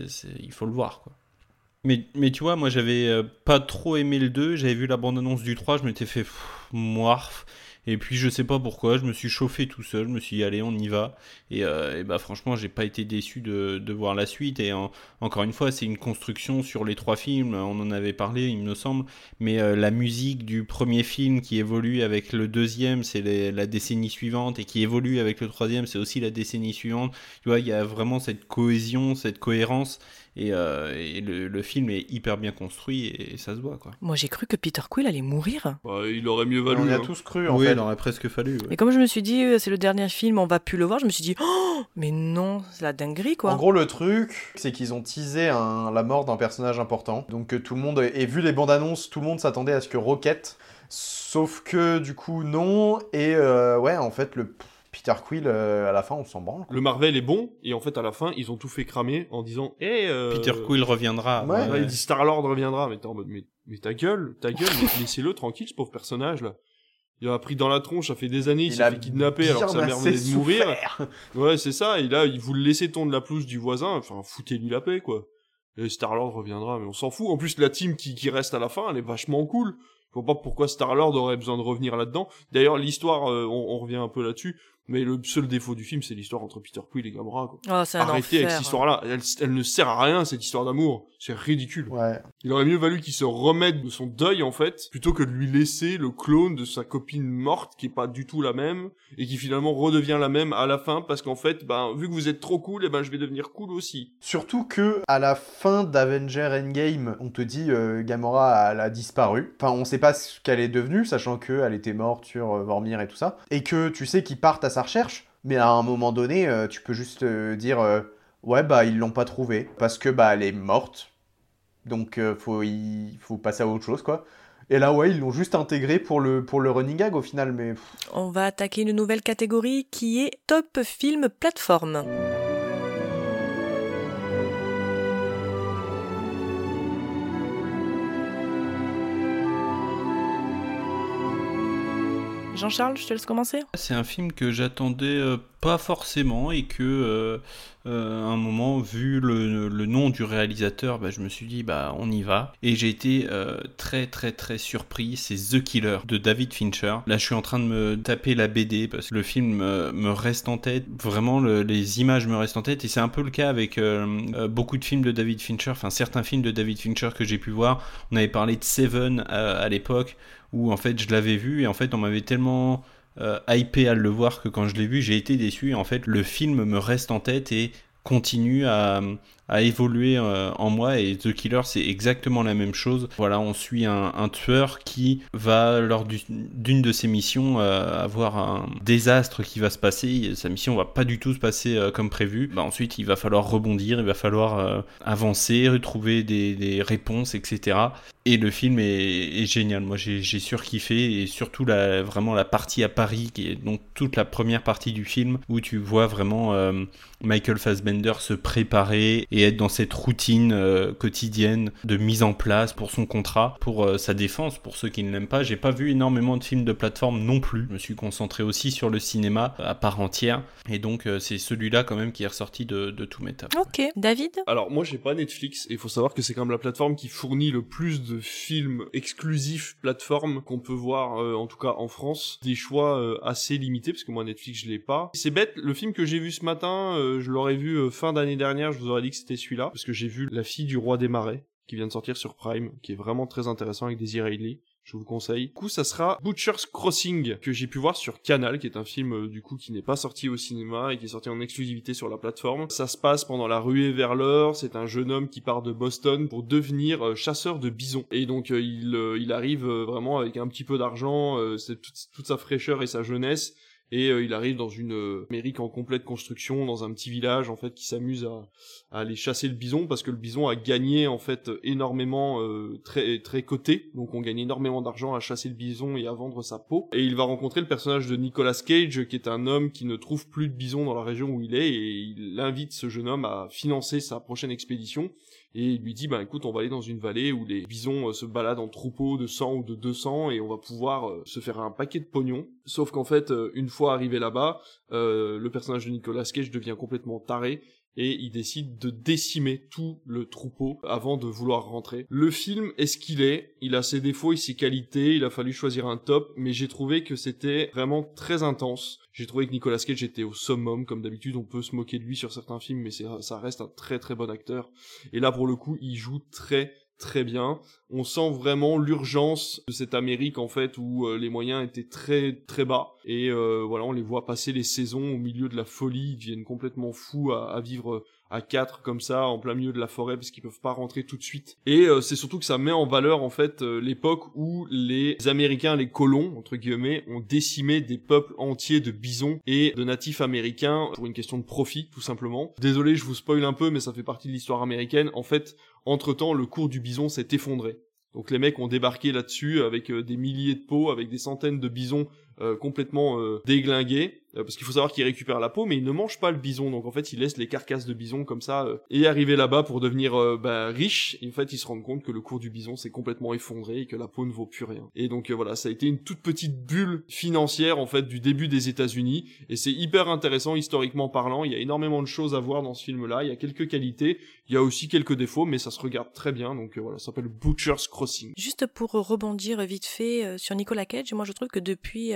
il faut le voir, quoi. Mais tu vois, moi j'avais pas trop aimé le 2, j'avais vu la bande-annonce du 3, je m'étais fait moirf. Et puis je sais pas pourquoi, je me suis chauffé tout seul, je me suis dit allez on y va. Et bah franchement j'ai pas été déçu de voir la suite. Et encore une fois c'est une construction sur les 3 films, on en avait parlé il me semble. Mais la musique du premier film qui évolue avec le deuxième c'est la décennie suivante, et qui évolue avec le troisième c'est aussi la décennie suivante. Tu vois, il y a vraiment cette cohésion, cette cohérence. Et le film est hyper bien construit et ça se voit, quoi. Moi j'ai cru que Peter Quill allait mourir. Bah, il aurait mieux valu. On y a tous cru en fait. fait. Il aurait presque fallu. Ouais. Mais comme je me suis dit c'est le dernier film, on va plus le voir, je me suis dit oh mais non, c'est la dinguerie, quoi. En gros le truc c'est qu'ils ont teasé la mort d'un personnage important. Donc tout le monde, et vu les bandes annonces, tout le monde s'attendait à ce que Rocket, sauf que du coup non. Et ouais en fait le Peter Quill, à la fin, on s'en branle. Le Marvel est bon, et en fait, à la fin, ils ont tout fait cramer en disant Peter Quill reviendra. Ouais. Il dit Star-Lord reviendra, mais t'es en mode, mais ta gueule, mais laissez-le tranquille, ce pauvre personnage, là. Il a pris dans la tronche, ça fait des années, il s'est fait kidnapper alors que sa mère venait de mourir. Ouais, c'est ça, et là, il voulait laisser tondre la pelouse du voisin, enfin, foutez-lui la paix, quoi. Et Star-Lord reviendra, mais on s'en fout. En plus, la team qui reste à la fin, elle est vachement cool. Je vois pas pourquoi Star-Lord aurait besoin de revenir là-dedans. D'ailleurs, l'histoire, on revient un peu là-dessus. Mais le seul défaut du film, c'est l'histoire entre Peter Quill et Gamora, quoi. Oh, c'est un Arrêtez enfer. avec cette histoire-là. Elle ne sert à rien, cette histoire d'amour. C'est ridicule. Ouais. Il aurait mieux valu qu'il se remette de son deuil, en fait, plutôt que de lui laisser le clone de sa copine morte, qui est pas du tout la même, et qui finalement redevient la même à la fin, parce qu'en fait, vu que vous êtes trop cool, je vais devenir cool aussi. Surtout que, à la fin d'Avenger Endgame, on te dit, Gamora, elle a disparu. Enfin, on sait pas ce qu'elle est devenue, sachant qu'elle était morte sur Vormir et tout ça. Et que tu sais qu'ils partent à sa recherche. Mais à un moment donné, tu peux juste dire ouais ils l'ont pas trouvée parce que elle est morte. Donc il faut passer à autre chose, quoi. Et là ils l'ont juste intégré pour le running gag au final, mais On va attaquer une nouvelle catégorie qui est Top Film Plateforme. Jean-Charles, je te laisse commencer. C'est un film que j'attendais Pas forcément, et que à un moment, vu le nom du réalisateur, je me suis dit on y va, et j'ai été très très très surpris. C'est The Killer de David Fincher. Là je suis en train de me taper la BD parce que le film me reste en tête, vraiment les images me restent en tête, et c'est un peu le cas avec beaucoup de films de David Fincher, enfin certains films de David Fincher que j'ai pu voir. On avait parlé de Seven à l'époque, où en fait je l'avais vu, et en fait on m'avait tellement hypé à le voir que quand je l'ai vu j'ai été déçu, et en fait le film me reste en tête et continue à évoluer en moi, et The Killer c'est exactement la même chose. Voilà, on suit un tueur qui va lors d'une de ses missions avoir un désastre qui va se passer. Sa mission va pas du tout se passer comme prévu. Ensuite il va falloir rebondir, il va falloir avancer, retrouver des réponses, etc. Et le film est génial. Moi j'ai surkiffé, et surtout vraiment la partie à Paris, qui est donc toute la première partie du film, où tu vois vraiment Michael Fassbender se préparer et être dans cette routine quotidienne de mise en place pour son contrat, pour sa défense, pour ceux qui ne l'aiment pas. J'ai pas vu énormément de films de plateforme non plus. Je me suis concentré aussi sur le cinéma à part entière, et donc c'est celui-là quand même qui est ressorti de tous mes tapes. Ok, David ? Alors moi j'ai pas Netflix, et il faut savoir que c'est quand même la plateforme qui fournit le plus de films exclusifs plateforme qu'on peut voir, en tout cas en France. Des choix assez limités, parce que moi Netflix je l'ai pas. C'est bête, le film que j'ai vu ce matin, je l'aurais vu fin d'année dernière, je vous aurais dit que c'était celui-là, parce que j'ai vu La fille du roi des marais, qui vient de sortir sur Prime, qui est vraiment très intéressant avec Daisy Ridley. Je vous le conseille. Du coup, ça sera Butcher's Crossing, que j'ai pu voir sur Canal, qui est un film, du coup, qui n'est pas sorti au cinéma et qui est sorti en exclusivité sur la plateforme. Ça se passe pendant la ruée vers l'or. C'est un jeune homme qui part de Boston pour devenir chasseur de bisons. Et donc, il arrive vraiment avec un petit peu d'argent, c'est toute sa fraîcheur et sa jeunesse. Et il arrive dans une Amérique en complète construction, dans un petit village en fait qui s'amuse à aller chasser le bison, parce que le bison a gagné en fait énormément, très très coté, donc on gagne énormément d'argent à chasser le bison et à vendre sa peau. Et il va rencontrer le personnage de Nicolas Cage, qui est un homme qui ne trouve plus de bison dans la région où il est, et il invite ce jeune homme à financer sa prochaine expédition. Et il lui dit, écoute, on va aller dans une vallée où les bisons se baladent en troupeaux de 100 ou de 200, et on va pouvoir se faire un paquet de pognon. Sauf qu'en fait, une fois arrivé là-bas, le personnage de Nicolas Cage devient complètement taré, et il décide de décimer tout le troupeau avant de vouloir rentrer. Le film est ce qu'il est, il a ses défauts et ses qualités, il a fallu choisir un top, mais j'ai trouvé que c'était vraiment très intense. J'ai trouvé que Nicolas Cage était au summum, comme d'habitude on peut se moquer de lui sur certains films, mais ça reste un très très bon acteur. Et là pour le coup, il joue très très bien. On sent vraiment l'urgence de cette Amérique en fait, où les moyens étaient très très bas, et voilà, on les voit passer les saisons au milieu de la folie, ils deviennent complètement fous à vivre à 4 comme ça en plein milieu de la forêt, parce qu'ils peuvent pas rentrer tout de suite. Et c'est surtout que ça met en valeur en fait l'époque où les Américains, les colons entre guillemets, ont décimé des peuples entiers de bisons et de natifs américains pour une question de profit tout simplement. Désolé, je vous spoil un peu, mais ça fait partie de l'histoire américaine. En fait, entre-temps, le cours du bison s'est effondré. Donc les mecs ont débarqué là-dessus avec des milliers de peaux, avec des centaines de bisons complètement déglingués, parce qu'il faut savoir qu'ils récupèrent la peau, mais ils ne mangent pas le bison, donc en fait ils laissent les carcasses de bison comme ça, et arriver là-bas pour devenir riches, et en fait ils se rendent compte que le cours du bison s'est complètement effondré et que la peau ne vaut plus rien. Et donc voilà, ça a été une toute petite bulle financière en fait du début des États-Unis, et c'est hyper intéressant historiquement parlant. Il y a énormément de choses à voir dans ce film-là, il y a quelques qualités, il y a aussi quelques défauts, mais ça se regarde très bien, donc voilà, ça s'appelle Butcher's Crossing. Juste pour rebondir vite fait sur Nicolas Cage, moi je trouve que depuis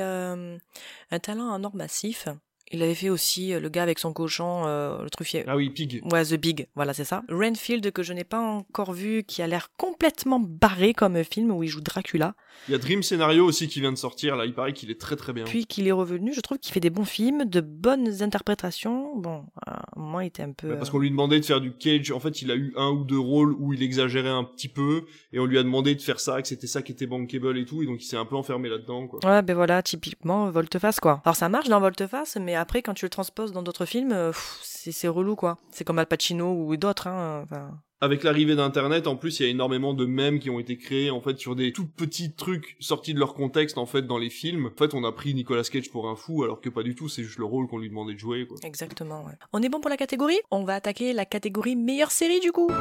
un talent en or massif. Il avait fait aussi le gars avec son cochon, le truffier. Ah oui, Pig. Ouais, The Big, voilà, c'est ça. Renfield, que je n'ai pas encore vu, qui a l'air complètement barré comme film, où il joue Dracula. Il y a Dream Scenario aussi qui vient de sortir, là, il paraît qu'il est très très bien. Puis qu'il est revenu, je trouve qu'il fait des bons films, de bonnes interprétations. Bon, à un moment, il était un peu... Parce qu'on lui demandait de faire du Cage, en fait, il a eu 1 ou 2 rôles où il exagérait un petit peu, et on lui a demandé de faire ça, que c'était ça qui était bankable et tout, et donc il s'est un peu enfermé là-dedans, quoi. Ouais, ben voilà, typiquement, volte-face, quoi. Alors ça marche dans volte-face, mais après, quand tu le transposes dans d'autres films, c'est relou, quoi. C'est comme Al Pacino ou d'autres, hein. Enfin... Avec l'arrivée d'Internet, en plus, il y a énormément de mèmes qui ont été créés, en fait, sur des tout petits trucs sortis de leur contexte, en fait, dans les films. En fait, on a pris Nicolas Cage pour un fou, alors que pas du tout, c'est juste le rôle qu'on lui demandait de jouer, quoi. Exactement, ouais. On est bon pour la catégorie ? On va attaquer la catégorie meilleure série, du coup.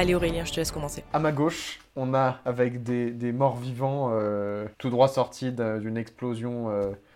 Allez Aurélien, je te laisse commencer. À ma gauche, on a avec des morts vivants tout droit sortis d'une explosion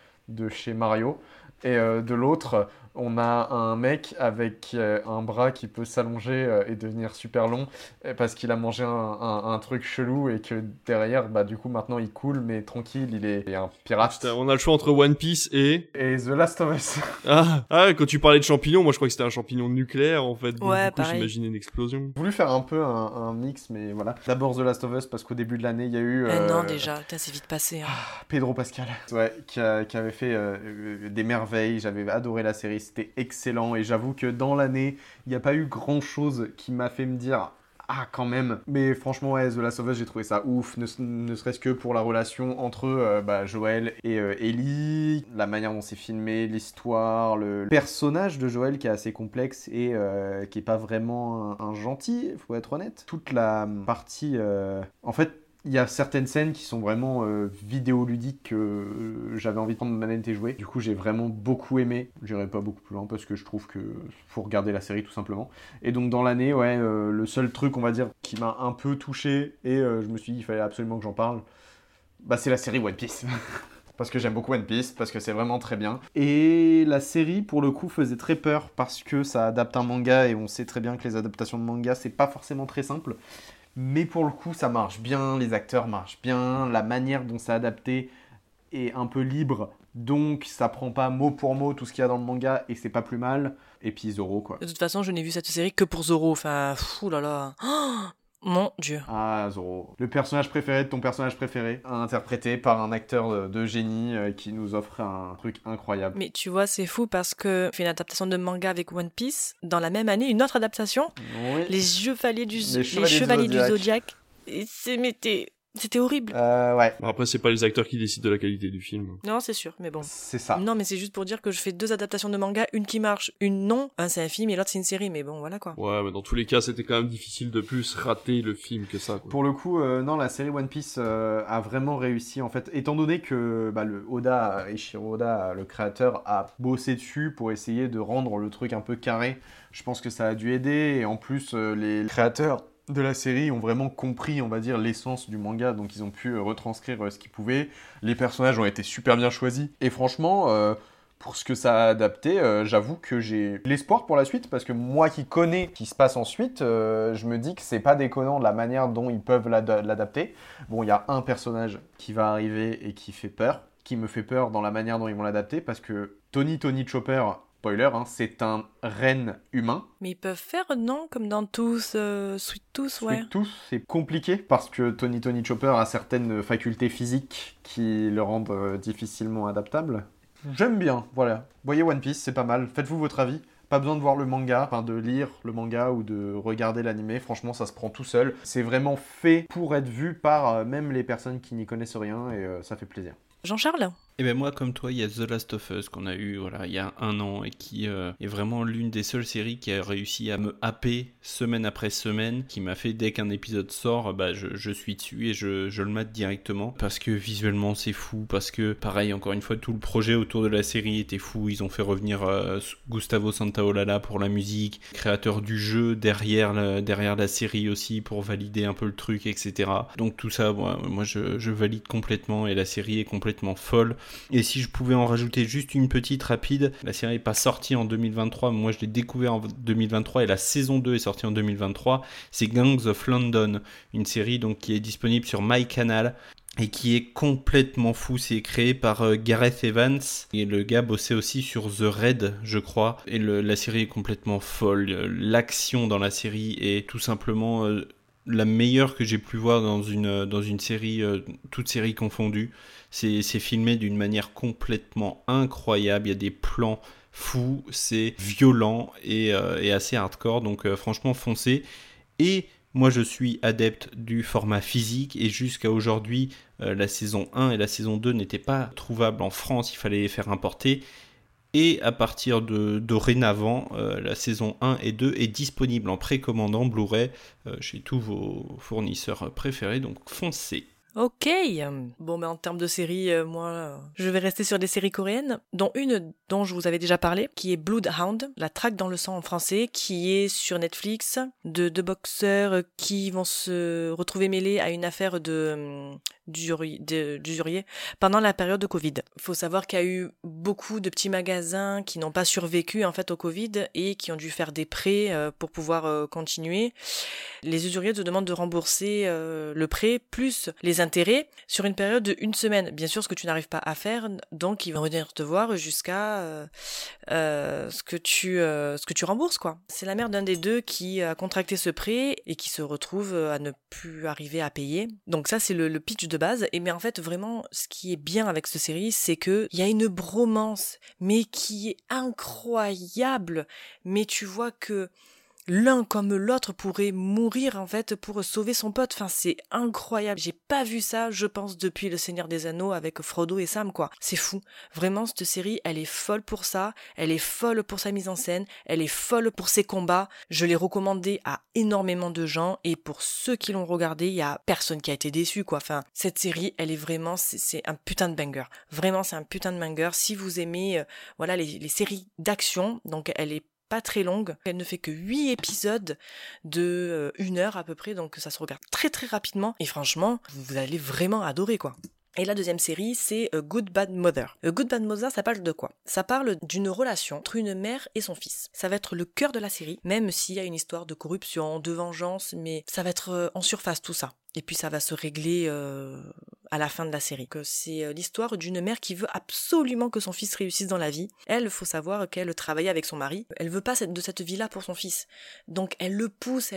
de chez Mario. Et de l'autre, on a un mec avec un bras qui peut s'allonger et devenir super long parce qu'il a mangé un truc chelou et que derrière, bah du coup maintenant il coule mais tranquille, il est un pirate. Putain, on a le choix entre One Piece et The Last of Us. Ah, quand tu parlais de champignons, moi je crois que c'était un champignon nucléaire en fait. Donc, Ouais, du coup, pareil. j'imaginais une explosion. J'ai voulu faire un peu un mix, mais voilà. D'abord The Last of Us parce qu'au début de l'année il y a eu Non déjà, putain, c'est vite passé. Hein. Pedro Pascal, ouais, qui avait fait des merveilles. J'avais adoré la série, c'était excellent. Et j'avoue que dans l'année, il n'y a pas eu grand chose qui m'a fait me dire ah, quand même. Mais franchement, ouais, The Last of Us, j'ai trouvé ça ouf, ne serait-ce que pour la relation entre Joël et Ellie, la manière dont c'est filmé, l'histoire, le personnage de Joël qui est assez complexe et qui est pas vraiment un gentil, faut être honnête. Toute la partie, en fait. Il y a certaines scènes qui sont vraiment vidéoludiques que j'avais envie de prendre ma manette et jouer. Du coup, j'ai vraiment beaucoup aimé. J'irai pas beaucoup plus loin parce que je trouve que faut regarder la série tout simplement. Et donc dans l'année, ouais, le seul truc, on va dire, qui m'a un peu touché et je me suis dit il fallait absolument que j'en parle, bah c'est la série One Piece. Parce que j'aime beaucoup One Piece, parce que c'est vraiment très bien. Et la série, pour le coup, faisait très peur parce que ça adapte un manga et on sait très bien que les adaptations de manga, c'est pas forcément très simple. Mais pour le coup, ça marche bien, les acteurs marchent bien, la manière dont c'est adapté est un peu libre, donc ça prend pas mot pour mot tout ce qu'il y a dans le manga et c'est pas plus mal. Et puis Zoro, quoi. De toute façon, je n'ai vu cette série que pour Zoro. Enfin, fou là là. Oh, mon Dieu. Ah, Zoro. Le personnage préféré de ton personnage préféré, interprété par un acteur de génie qui nous offre un truc incroyable. Mais tu vois, c'est fou parce que fait une adaptation de manga avec One Piece. Dans la même année, une autre adaptation. Oui. Les Chevaliers du Chevaliers du Zodiac. Et c'était horrible. Ouais. Bon, après, c'est pas les acteurs qui décident de la qualité du film. Non, c'est sûr, mais bon. C'est ça. Non, mais c'est juste pour dire que je fais 2 adaptations de manga, une qui marche, une non. Un c'est un film et l'autre c'est une série, mais bon, voilà quoi. Ouais, mais dans tous les cas, c'était quand même difficile de plus rater le film que ça, quoi. Pour le coup, non, la série One Piece a vraiment réussi, en fait, étant donné que Eiichiro Oda, le créateur, a bossé dessus pour essayer de rendre le truc un peu carré. Je pense que ça a dû aider, et en plus, les créateurs de la série ont vraiment compris, on va dire, l'essence du manga, donc ils ont pu retranscrire ce qu'ils pouvaient. Les personnages ont été super bien choisis, et franchement... pour ce que ça a adapté, j'avoue que j'ai l'espoir pour la suite, parce que moi qui connais ce qui se passe ensuite, je me dis que c'est pas déconnant de la manière dont ils peuvent l'adapter. Bon, il y a un personnage qui va arriver et qui fait peur, qui me fait peur dans la manière dont ils vont l'adapter, parce que Tony Chopper, spoiler, hein, c'est un renne humain. Mais ils peuvent faire, non, comme dans Tous, Sweet Tooth, ouais. Sweet Tooth, c'est compliqué, parce que Tony Chopper a certaines facultés physiques qui le rendent difficilement adaptable. J'aime bien, voilà. Voyez One Piece, c'est pas mal. Faites-vous votre avis. Pas besoin de voir le manga, enfin de lire le manga ou de regarder l'animé. Franchement, ça se prend tout seul. C'est vraiment fait pour être vu par même les personnes qui n'y connaissent rien et ça fait plaisir. Jean-Charles ? Et ben moi, comme toi, il y a The Last of Us qu'on a eu il y a 1 an et qui est vraiment l'une des seules séries qui a réussi à me happer semaine après semaine, qui m'a fait dès qu'un épisode sort, je suis dessus et je le mate directement parce que visuellement c'est fou, parce que pareil, encore une fois, tout le projet autour de la série était fou. Ils ont fait revenir Gustavo Santaolalla pour la musique, créateur du jeu derrière la série aussi pour valider un peu le truc, etc. Donc tout ça, moi je valide complètement et la série est complètement folle. Et si je pouvais en rajouter juste une petite rapide, la série n'est pas sortie en 2023, mais moi je l'ai découvert en 2023 et la saison 2 est sortie en 2023, c'est Gangs of London, une série donc qui est disponible sur MyCanal et qui est complètement fou. C'est créé par Gareth Evans et le gars bossait aussi sur The Raid, je crois, et la série est complètement folle. L'action dans la série est tout simplement la meilleure que j'ai pu voir dans une série, toute série confondue. C'est filmé d'une manière complètement incroyable, il y a des plans fous, c'est violent et assez hardcore, donc franchement foncez. Et moi je suis adepte du format physique et jusqu'à aujourd'hui la saison 1 et la saison 2 n'étaient pas trouvables en France, il fallait les faire importer. Et à partir de dorénavant, la saison 1 et 2 est disponible en précommande en Blu-ray chez tous vos fournisseurs préférés, donc foncez. Ok. Bon, mais en termes de séries, moi, je vais rester sur des séries coréennes, dont une dont je vous avais déjà parlé, qui est Bloodhound, la traque dans le sang en français, qui est sur Netflix, de deux boxeurs qui vont se retrouver mêlés à une affaire d'usurier pendant la période de Covid. Il faut savoir qu'il y a eu beaucoup de petits magasins qui n'ont pas survécu en fait au Covid et qui ont dû faire des prêts pour pouvoir continuer. Les usuriers te demandent de rembourser le prêt plus les intérêts sur une période de 1 semaine. Bien sûr, ce que tu n'arrives pas à faire, donc ils vont venir te voir jusqu'à ce que tu rembourses, quoi. C'est la mère d'un des deux qui a contracté ce prêt et qui se retrouve à ne plus arriver à payer. Donc ça, c'est le pitch de base. Et mais en fait, vraiment, ce qui est bien avec cette série, c'est que il y a une bromance, mais qui est incroyable. Mais tu vois que l'un comme l'autre pourrait mourir en fait pour sauver son pote. Enfin, c'est incroyable. J'ai pas vu ça, je pense, depuis Le Seigneur des Anneaux avec Frodo et Sam, quoi. C'est fou. Vraiment, cette série, elle est folle pour ça. Elle est folle pour sa mise en scène. Elle est folle pour ses combats. Je l'ai recommandé à énormément de gens et pour ceux qui l'ont regardé, il y a personne qui a été déçu, quoi. Enfin, cette série, elle est vraiment, c'est un putain de banger. Vraiment, c'est un putain de banger. Si vous aimez, voilà, les séries d'action, donc elle est pas très longue, elle ne fait que 8 épisodes de 1 heure à peu près, donc ça se regarde très très rapidement, et franchement, vous allez vraiment adorer, quoi. Et la deuxième série, c'est Good Bad Mother. Good Bad Mother, ça parle de quoi? Ça parle d'une relation entre une mère et son fils. Ça va être le cœur de la série, même s'il y a une histoire de corruption, de vengeance, mais ça va être en surface tout ça. Et puis ça va se régler à la fin de la série. C'est l'histoire d'une mère qui veut absolument que son fils réussisse dans la vie. Elle, faut savoir qu'elle travaillait avec son mari. Elle veut pas de cette vie-là pour son fils. Donc elle le pousse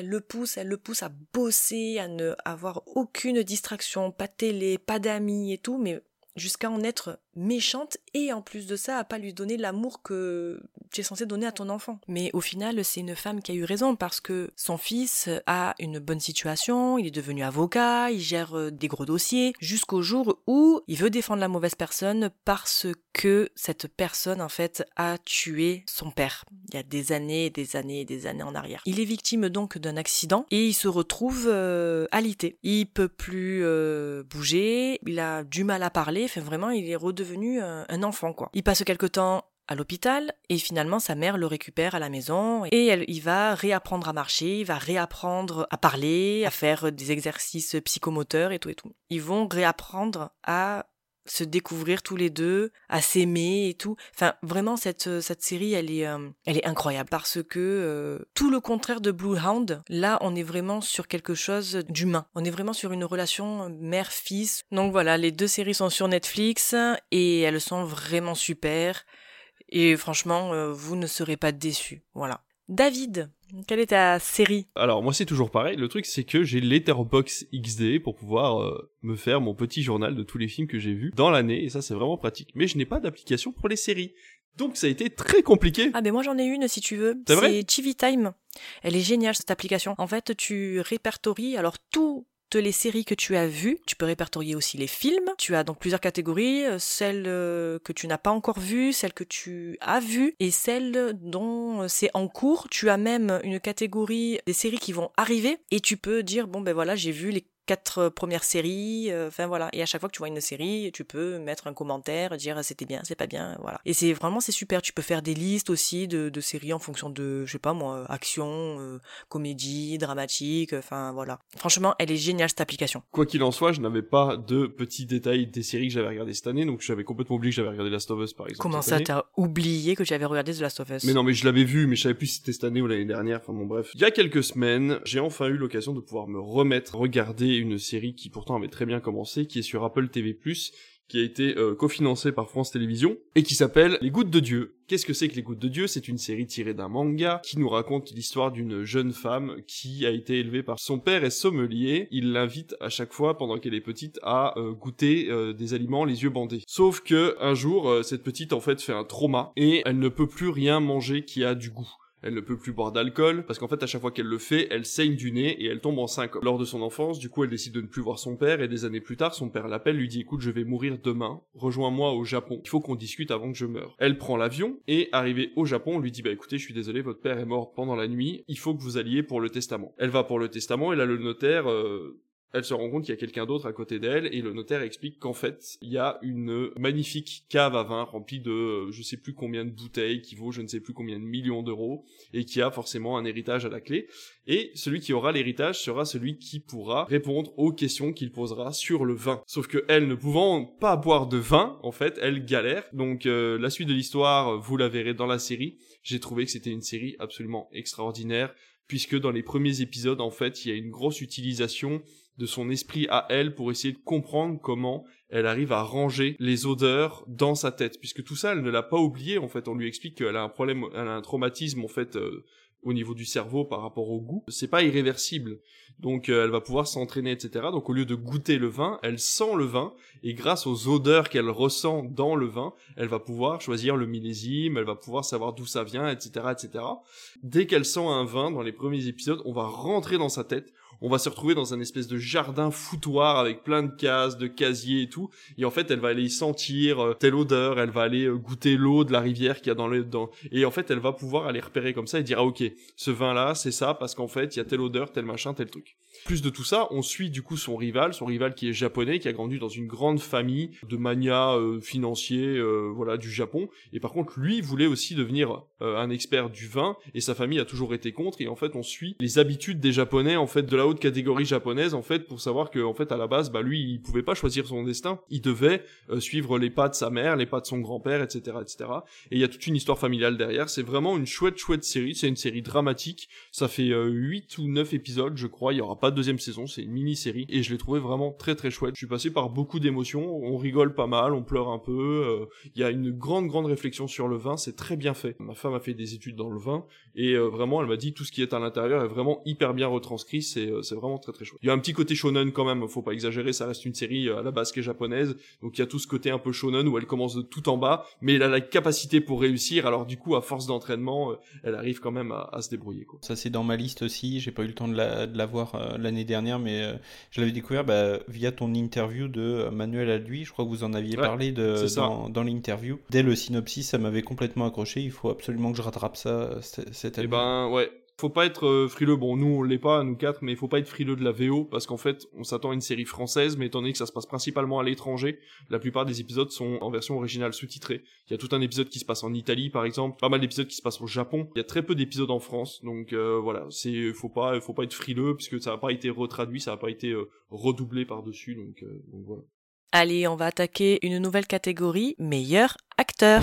à bosser, à ne avoir aucune distraction, pas de télé, pas d'amis et tout, mais jusqu'à en être méchante et en plus de ça à pas lui donner l'amour que tu es censé donner à ton enfant. Mais au final, c'est une femme qui a eu raison parce que son fils a une bonne situation, il est devenu avocat, il gère des gros dossiers jusqu'au jour où il veut défendre la mauvaise personne parce que cette personne en fait a tué son père il y a des années et des années et des années en arrière. Il est victime donc d'un accident et il se retrouve alité. Il peut plus bouger, il a du mal à parler, enfin vraiment il est redevenu un enfant, quoi. Il passe quelque temps à l'hôpital et finalement sa mère le récupère à la maison et il va réapprendre à marcher, il va réapprendre à parler, à faire des exercices psychomoteurs et tout. Ils vont réapprendre à se découvrir tous les deux, à s'aimer et tout. Enfin, vraiment, cette série, elle est incroyable parce que tout le contraire de Bloodhound, là, on est vraiment sur quelque chose d'humain. On est vraiment sur une relation mère-fils. Donc voilà, les 2 séries sont sur Netflix et elles sont vraiment super. Et franchement, vous ne serez pas déçus. Voilà. David, quelle est ta série? Alors moi c'est toujours pareil, le truc c'est que j'ai Letterboxd XD pour pouvoir me faire mon petit journal de tous les films que j'ai vus dans l'année, et ça c'est vraiment pratique. Mais je n'ai pas d'application pour les séries, donc ça a été très compliqué. Ah ben moi j'en ai une si tu veux, c'est vrai c'est TV Time. Elle est géniale cette application. En fait tu répertories alors toutes les séries que tu as vues, tu peux répertorier aussi les films, tu as donc plusieurs catégories, celles que tu n'as pas encore vues, celles que tu as vues et celles dont c'est en cours. Tu as même une catégorie des séries qui vont arriver et tu peux dire bon ben voilà j'ai vu les 4 premières séries, enfin voilà, et à chaque fois que tu vois une série, tu peux mettre un commentaire, dire c'était bien, c'est pas bien, voilà. Et c'est super, tu peux faire des listes aussi de séries en fonction de, je sais pas moi, action, comédie, dramatique, enfin voilà. Franchement, elle est géniale cette application. Quoi qu'il en soit, je n'avais pas de petits détails des séries que j'avais regardées cette année, donc j'avais complètement oublié que j'avais regardé Last of Us par exemple. Comment ça, t'as oublié que tu avais regardé The Last of Us? Mais non, mais je l'avais vu, mais je savais plus si c'était cette année ou l'année dernière, enfin bon bref. Il y a quelques semaines, j'ai enfin eu l'occasion de pouvoir me regarder une série qui pourtant avait très bien commencé, qui est sur Apple TV+, qui a été cofinancée par France Télévisions, et qui s'appelle Les Gouttes de Dieu. Qu'est-ce que c'est que Les Gouttes de Dieu? C'est une série tirée d'un manga qui nous raconte l'histoire d'une jeune femme qui a été élevée par son père est sommelier. Il l'invite à chaque fois, pendant qu'elle est petite, à goûter des aliments les yeux bandés. Sauf que un jour, cette petite en fait fait un trauma, et elle ne peut plus rien manger qui a du goût. Elle ne peut plus boire d'alcool, parce qu'en fait, à chaque fois qu'elle le fait, elle saigne du nez et elle tombe en syncope. Lors de son enfance, du coup, elle décide de ne plus voir son père, et des années plus tard, son père l'appelle, lui dit « Écoute, je vais mourir demain, rejoins-moi au Japon, il faut qu'on discute avant que je meure. » Elle prend l'avion, et arrivée au Japon, on lui dit « Bah écoutez, je suis désolé, votre père est mort pendant la nuit, il faut que vous alliez pour le testament. » Elle va pour le testament, et là, le notaire elle se rend compte qu'il y a quelqu'un d'autre à côté d'elle et le notaire explique qu'en fait, il y a une magnifique cave à vin remplie de je sais plus combien de bouteilles qui vaut je ne sais plus combien de millions d'euros et qui a forcément un héritage à la clé. Et celui qui aura l'héritage sera celui qui pourra répondre aux questions qu'il posera sur le vin. Sauf que elle, ne pouvant pas boire de vin, en fait, elle galère. Donc la suite de l'histoire, vous la verrez dans la série. J'ai trouvé que c'était une série absolument extraordinaire, puisque dans les premiers épisodes, en fait, il y a une grosse utilisation de son esprit à elle pour essayer de comprendre comment elle arrive à ranger les odeurs dans sa tête, puisque tout ça, elle ne l'a pas oublié, en fait. On lui explique qu'elle a un problème, elle a un traumatisme, en fait, au niveau du cerveau par rapport au goût. C'est pas irréversible. Donc, elle va pouvoir s'entraîner, etc. Donc, au lieu de goûter le vin, elle sent le vin, et grâce aux odeurs qu'elle ressent dans le vin, elle va pouvoir choisir le millésime, elle va pouvoir savoir d'où ça vient, etc., etc. Dès qu'elle sent un vin, dans les premiers épisodes, on va rentrer dans sa tête, on va se retrouver dans un espèce de jardin foutoir avec plein de cases, de casiers et tout. Et en fait, elle va aller sentir telle odeur, elle va aller goûter l'eau de la rivière qu'il y a dans et en fait, elle va pouvoir aller repérer comme ça et dire ah ok, ce vin-là, c'est ça parce qu'en fait, il y a telle odeur, tel machin, tel truc. Plus de tout ça, on suit du coup son rival qui est japonais, qui a grandi dans une grande famille de magnats financiers, voilà, du Japon. Et par contre, lui voulait aussi devenir un expert du vin, et sa famille a toujours été contre. Et en fait, on suit les habitudes des Japonais, en fait, de la haute catégorie japonaise, en fait, pour savoir que, en fait, à la base, bah lui, il pouvait pas choisir son destin. Il devait suivre les pas de sa mère, les pas de son grand-père, etc., etc. Et il y a toute une histoire familiale derrière. C'est vraiment une chouette série. C'est une série dramatique. Ça fait 8 ou 9 épisodes, je crois. Il y aura pas de deuxième saison, c'est une mini-série et je l'ai trouvé vraiment très très chouette. Je suis passé par beaucoup d'émotions, on rigole pas mal, on pleure un peu, il y a une grande réflexion sur le vin, c'est très bien fait. Ma femme a fait des études dans le vin et vraiment elle m'a dit tout ce qui est à l'intérieur est vraiment hyper bien retranscrit, c'est vraiment très très chouette. Il y a un petit côté shonen quand même, faut pas exagérer, ça reste une série à la base qui est japonaise, donc il y a tout ce côté un peu shonen où elle commence de tout en bas, mais elle a la capacité pour réussir, alors du coup à force d'entraînement, elle arrive quand même à se débrouiller, quoi. Ça c'est dans ma liste aussi, j'ai pas eu le temps de la voir l'année dernière, mais je l'avais découvert via ton interview de Manuel Aduy, je crois que vous en aviez parlé dans l'interview. Dès le synopsis, ça m'avait complètement accroché, il faut absolument que je rattrape ça cette année. Eh ben ouais, faut pas être frileux, bon nous on l'est pas, nous quatre, mais faut pas être frileux de la VO, parce qu'en fait on s'attend à une série française, mais étant donné que ça se passe principalement à l'étranger, la plupart des épisodes sont en version originale sous-titrée. Il y a tout un épisode qui se passe en Italie par exemple, pas mal d'épisodes qui se passent au Japon, il y a très peu d'épisodes en France, donc voilà, faut pas être frileux, puisque ça n'a pas été retraduit, ça n'a pas été redoublé par-dessus, donc voilà. Allez, on va attaquer une nouvelle catégorie, meilleur acteur.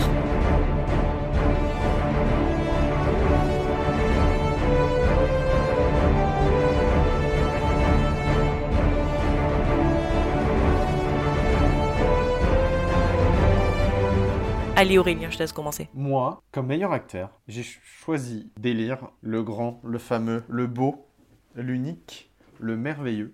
Allez Aurélien, je te laisse commencer. Moi, comme meilleur acteur, j'ai choisi d'élire le grand, le fameux, le beau, l'unique, le merveilleux,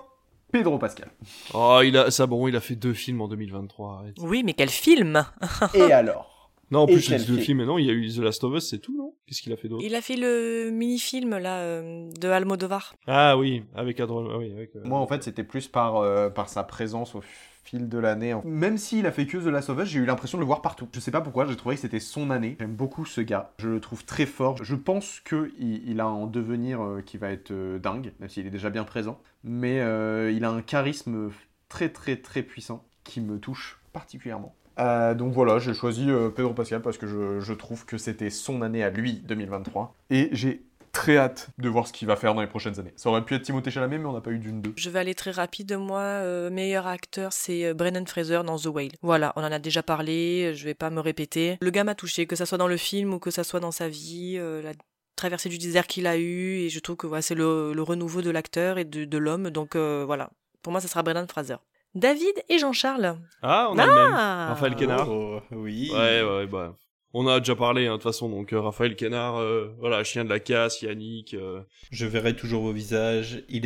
Pedro Pascal. Oh, il a fait 2 films en 2023. Arrête. Oui, mais quel film. Et alors? Non, en plus, c'est 2 films, mais non, il y a eu The Last of Us, c'est tout, non? Qu'est-ce qu'il a fait d'autre? Il a fait le mini-film, là, de Almodovar. Ah oui, avec Adrien. Oui, Moi, en fait, c'était plus par sa présence au fil de l'année. Même s'il a fait que The Last of Us, j'ai eu l'impression de le voir partout. Je sais pas pourquoi, j'ai trouvé que c'était son année. J'aime beaucoup ce gars. Je le trouve très fort. Je pense qu'il a un devenir qui va être dingue, même s'il est déjà bien présent. Mais il a un charisme très très très puissant qui me touche particulièrement. Donc voilà, j'ai choisi Pedro Pascal parce que je trouve que c'était son année à lui, 2023. Et j'ai très hâte de voir ce qu'il va faire dans les prochaines années. Ça aurait pu être Timothée Chalamet, mais on n'a pas eu d'une deux. Je vais aller très rapide. Moi, meilleur acteur, c'est Brendan Fraser dans The Whale. Voilà, on en a déjà parlé, je vais pas me répéter. Le gars m'a touché, que ça soit dans le film ou que ça soit dans sa vie, la traversée du désert qu'il a eu, et je trouve que voilà, c'est le renouveau de l'acteur et de l'homme, donc voilà. Pour moi, ça sera Brendan Fraser. David et Jean-Charles. Ah, on a le même. Raphaël Quenard. Oh, oui. Ouais, bah... On a déjà parlé, de toute façon, donc Raphaël Quenard, voilà, Chien de la Casse, Yannick... Je verrai toujours vos visages. Il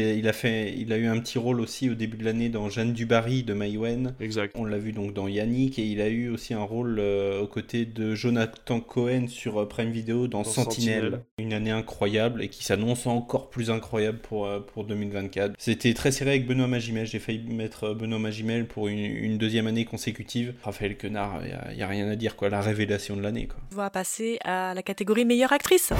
a eu un petit rôle aussi au début de l'année dans Jeanne du Barry de Maïwen. Exact. On l'a vu donc dans Yannick, et il a eu aussi un rôle aux côtés de Jonathan Cohen sur Prime Video dans Sentinelle. Une année incroyable et qui s'annonce encore plus incroyable pour 2024. C'était très serré avec Benoît Magimel. J'ai failli mettre Benoît Magimel pour une deuxième année consécutive. Raphaël Quenard, il n'y a rien à dire, quoi. La révélation de l'année. On va passer à la catégorie meilleure actrice.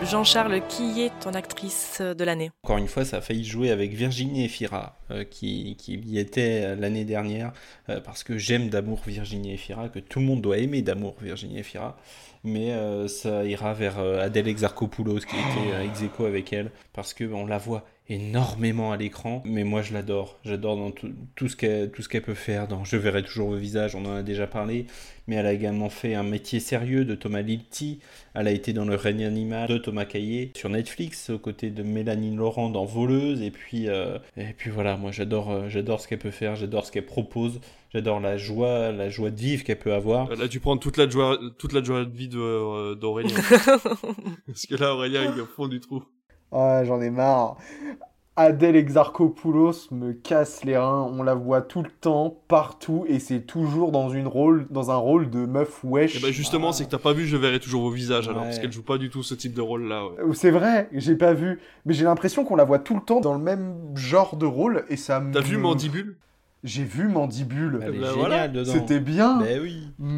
Jean-Charles, qui est ton actrice de l'année ? Encore une fois, ça a failli jouer avec Virginie Efira, qui y était l'année dernière, parce que j'aime d'amour Virginie Efira, que tout le monde doit aimer d'amour Virginie Efira. Mais ça ira vers Adèle Exarchopoulos, qui était ex aequo avec elle, parce qu'on la voit énormément à l'écran, mais moi je l'adore dans tout ce qu'elle peut faire dans Je verrai toujours vos visages, on en a déjà parlé, mais elle a également fait Un métier sérieux de Thomas Lilti, elle a été dans Le règne animal de Thomas Caillet sur Netflix, aux côtés de Mélanie Laurent dans Voleuse, et puis voilà, moi j'adore ce qu'elle peut faire, j'adore ce qu'elle propose, j'adore la joie de vivre qu'elle peut avoir. Là, tu prends toute la joie de vie d'Aurélien. Parce que là, Aurélien, il est au fond du trou. Ouais, j'en ai marre. Adèle Exarchopoulos me casse les reins. On la voit tout le temps, partout, et c'est toujours dans un rôle de meuf wesh. Et bah justement, c'est que t'as pas vu Je verrai toujours vos visages, alors, parce qu'elle joue pas du tout ce type de rôle-là. Ouais. C'est vrai, j'ai pas vu. Mais j'ai l'impression qu'on la voit tout le temps dans le même genre de rôle, et ça me... T'as vu Mandibule ? J'ai vu Mandibule. Elle est géniale dedans. C'était bien. Mais oui.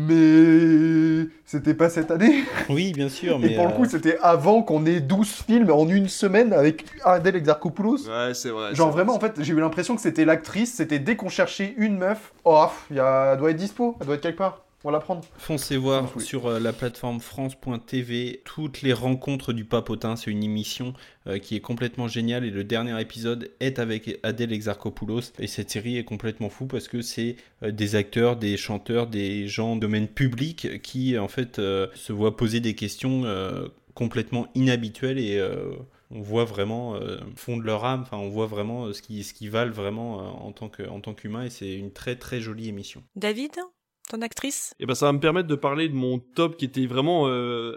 Mais c'était pas cette année. Oui, bien sûr. Mais et pour le coup, c'était avant qu'on ait 12 films en une semaine avec Adèle Exarchopoulos. Ouais, c'est vrai. Genre vraiment, en fait, j'ai eu l'impression que c'était l'actrice. C'était dès qu'on cherchait une meuf. Oh, elle doit être dispo. Elle doit être quelque part. On va la prendre. Foncez voir sur la plateforme France.tv toutes les rencontres du Papotin. C'est une émission qui est complètement géniale, et le dernier épisode est avec Adèle Exarchopoulos, et cette série est complètement fou parce que c'est des acteurs, des chanteurs, des gens de domaine public qui en fait se voient poser des questions complètement inhabituelles, et on voit vraiment fond de leur âme, enfin on voit vraiment ce qu'ils valent vraiment en tant qu'humain, et c'est une très très jolie émission. David, ton actrice ? Et ben ça va me permettre de parler de mon top qui était vraiment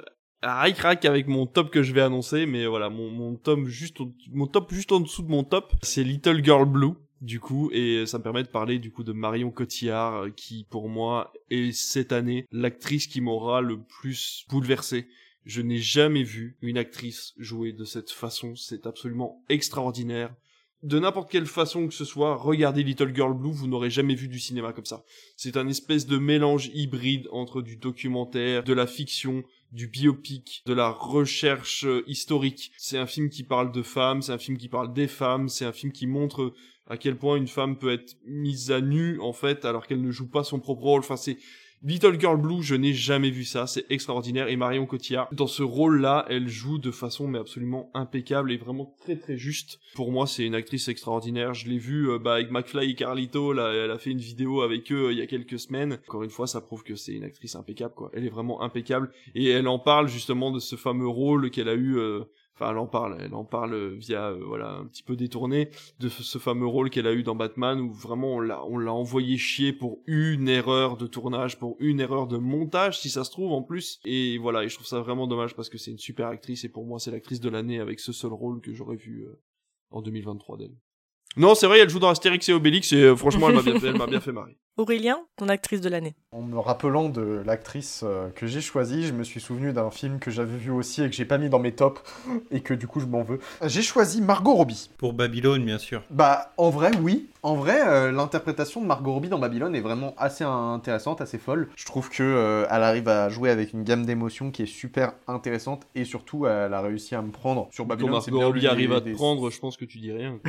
à ric-rac avec mon top que je vais annoncer, mais voilà, mon top juste en dessous de mon top, c'est Little Girl Blue. Du coup, et ça me permet de parler du coup de Marion Cotillard, qui pour moi est cette année l'actrice qui m'aura le plus bouleversé. Je n'ai jamais vu une actrice jouer de cette façon, c'est absolument extraordinaire. De n'importe quelle façon que ce soit, regardez Little Girl Blue, vous n'aurez jamais vu du cinéma comme ça. C'est un espèce de mélange hybride entre du documentaire, de la fiction, du biopic, de la recherche historique. C'est un film qui parle de femmes, c'est un film qui parle des femmes, c'est un film qui montre à quel point une femme peut être mise à nu, en fait, alors qu'elle ne joue pas son propre rôle. Enfin, c'est Little Girl Blue, je n'ai jamais vu ça, c'est extraordinaire. Et Marion Cotillard, dans ce rôle-là, elle joue de façon mais absolument impeccable et vraiment très très juste. Pour moi, c'est une actrice extraordinaire. Je l'ai vue avec McFly et Carlito, là, elle a fait une vidéo avec eux il y a quelques semaines. Encore une fois, ça prouve que c'est une actrice impeccable, quoi. Elle est vraiment impeccable, et elle en parle justement de ce fameux rôle qu'elle a eu... Enfin, elle en parle via, un petit peu détourné, de ce fameux rôle qu'elle a eu dans Batman, où vraiment on l'a envoyé chier pour une erreur de tournage, pour une erreur de montage, si ça se trouve, en plus. Et voilà, et je trouve ça vraiment dommage parce que c'est une super actrice, et pour moi, c'est l'actrice de l'année avec ce seul rôle que j'aurais vu en 2023 d'elle. Non, c'est vrai, elle joue dans Astérix et Obélix, et franchement, elle m'a bien fait marrer. Aurélien, ton actrice de l'année. En me rappelant de l'actrice que j'ai choisie, je me suis souvenu d'un film que j'avais vu aussi et que j'ai pas mis dans mes tops, et que du coup je m'en veux. J'ai choisi Margot Robbie. Pour Babylone, bien sûr. Bah, en vrai, oui. En vrai, l'interprétation de Margot Robbie dans Babylone est vraiment assez intéressante, assez folle. Je trouve que elle arrive à jouer avec une gamme d'émotions qui est super intéressante, et surtout, elle a réussi à me prendre sur Babylone. Quand Margot Robbie arrive à te prendre, je pense que tu dis rien.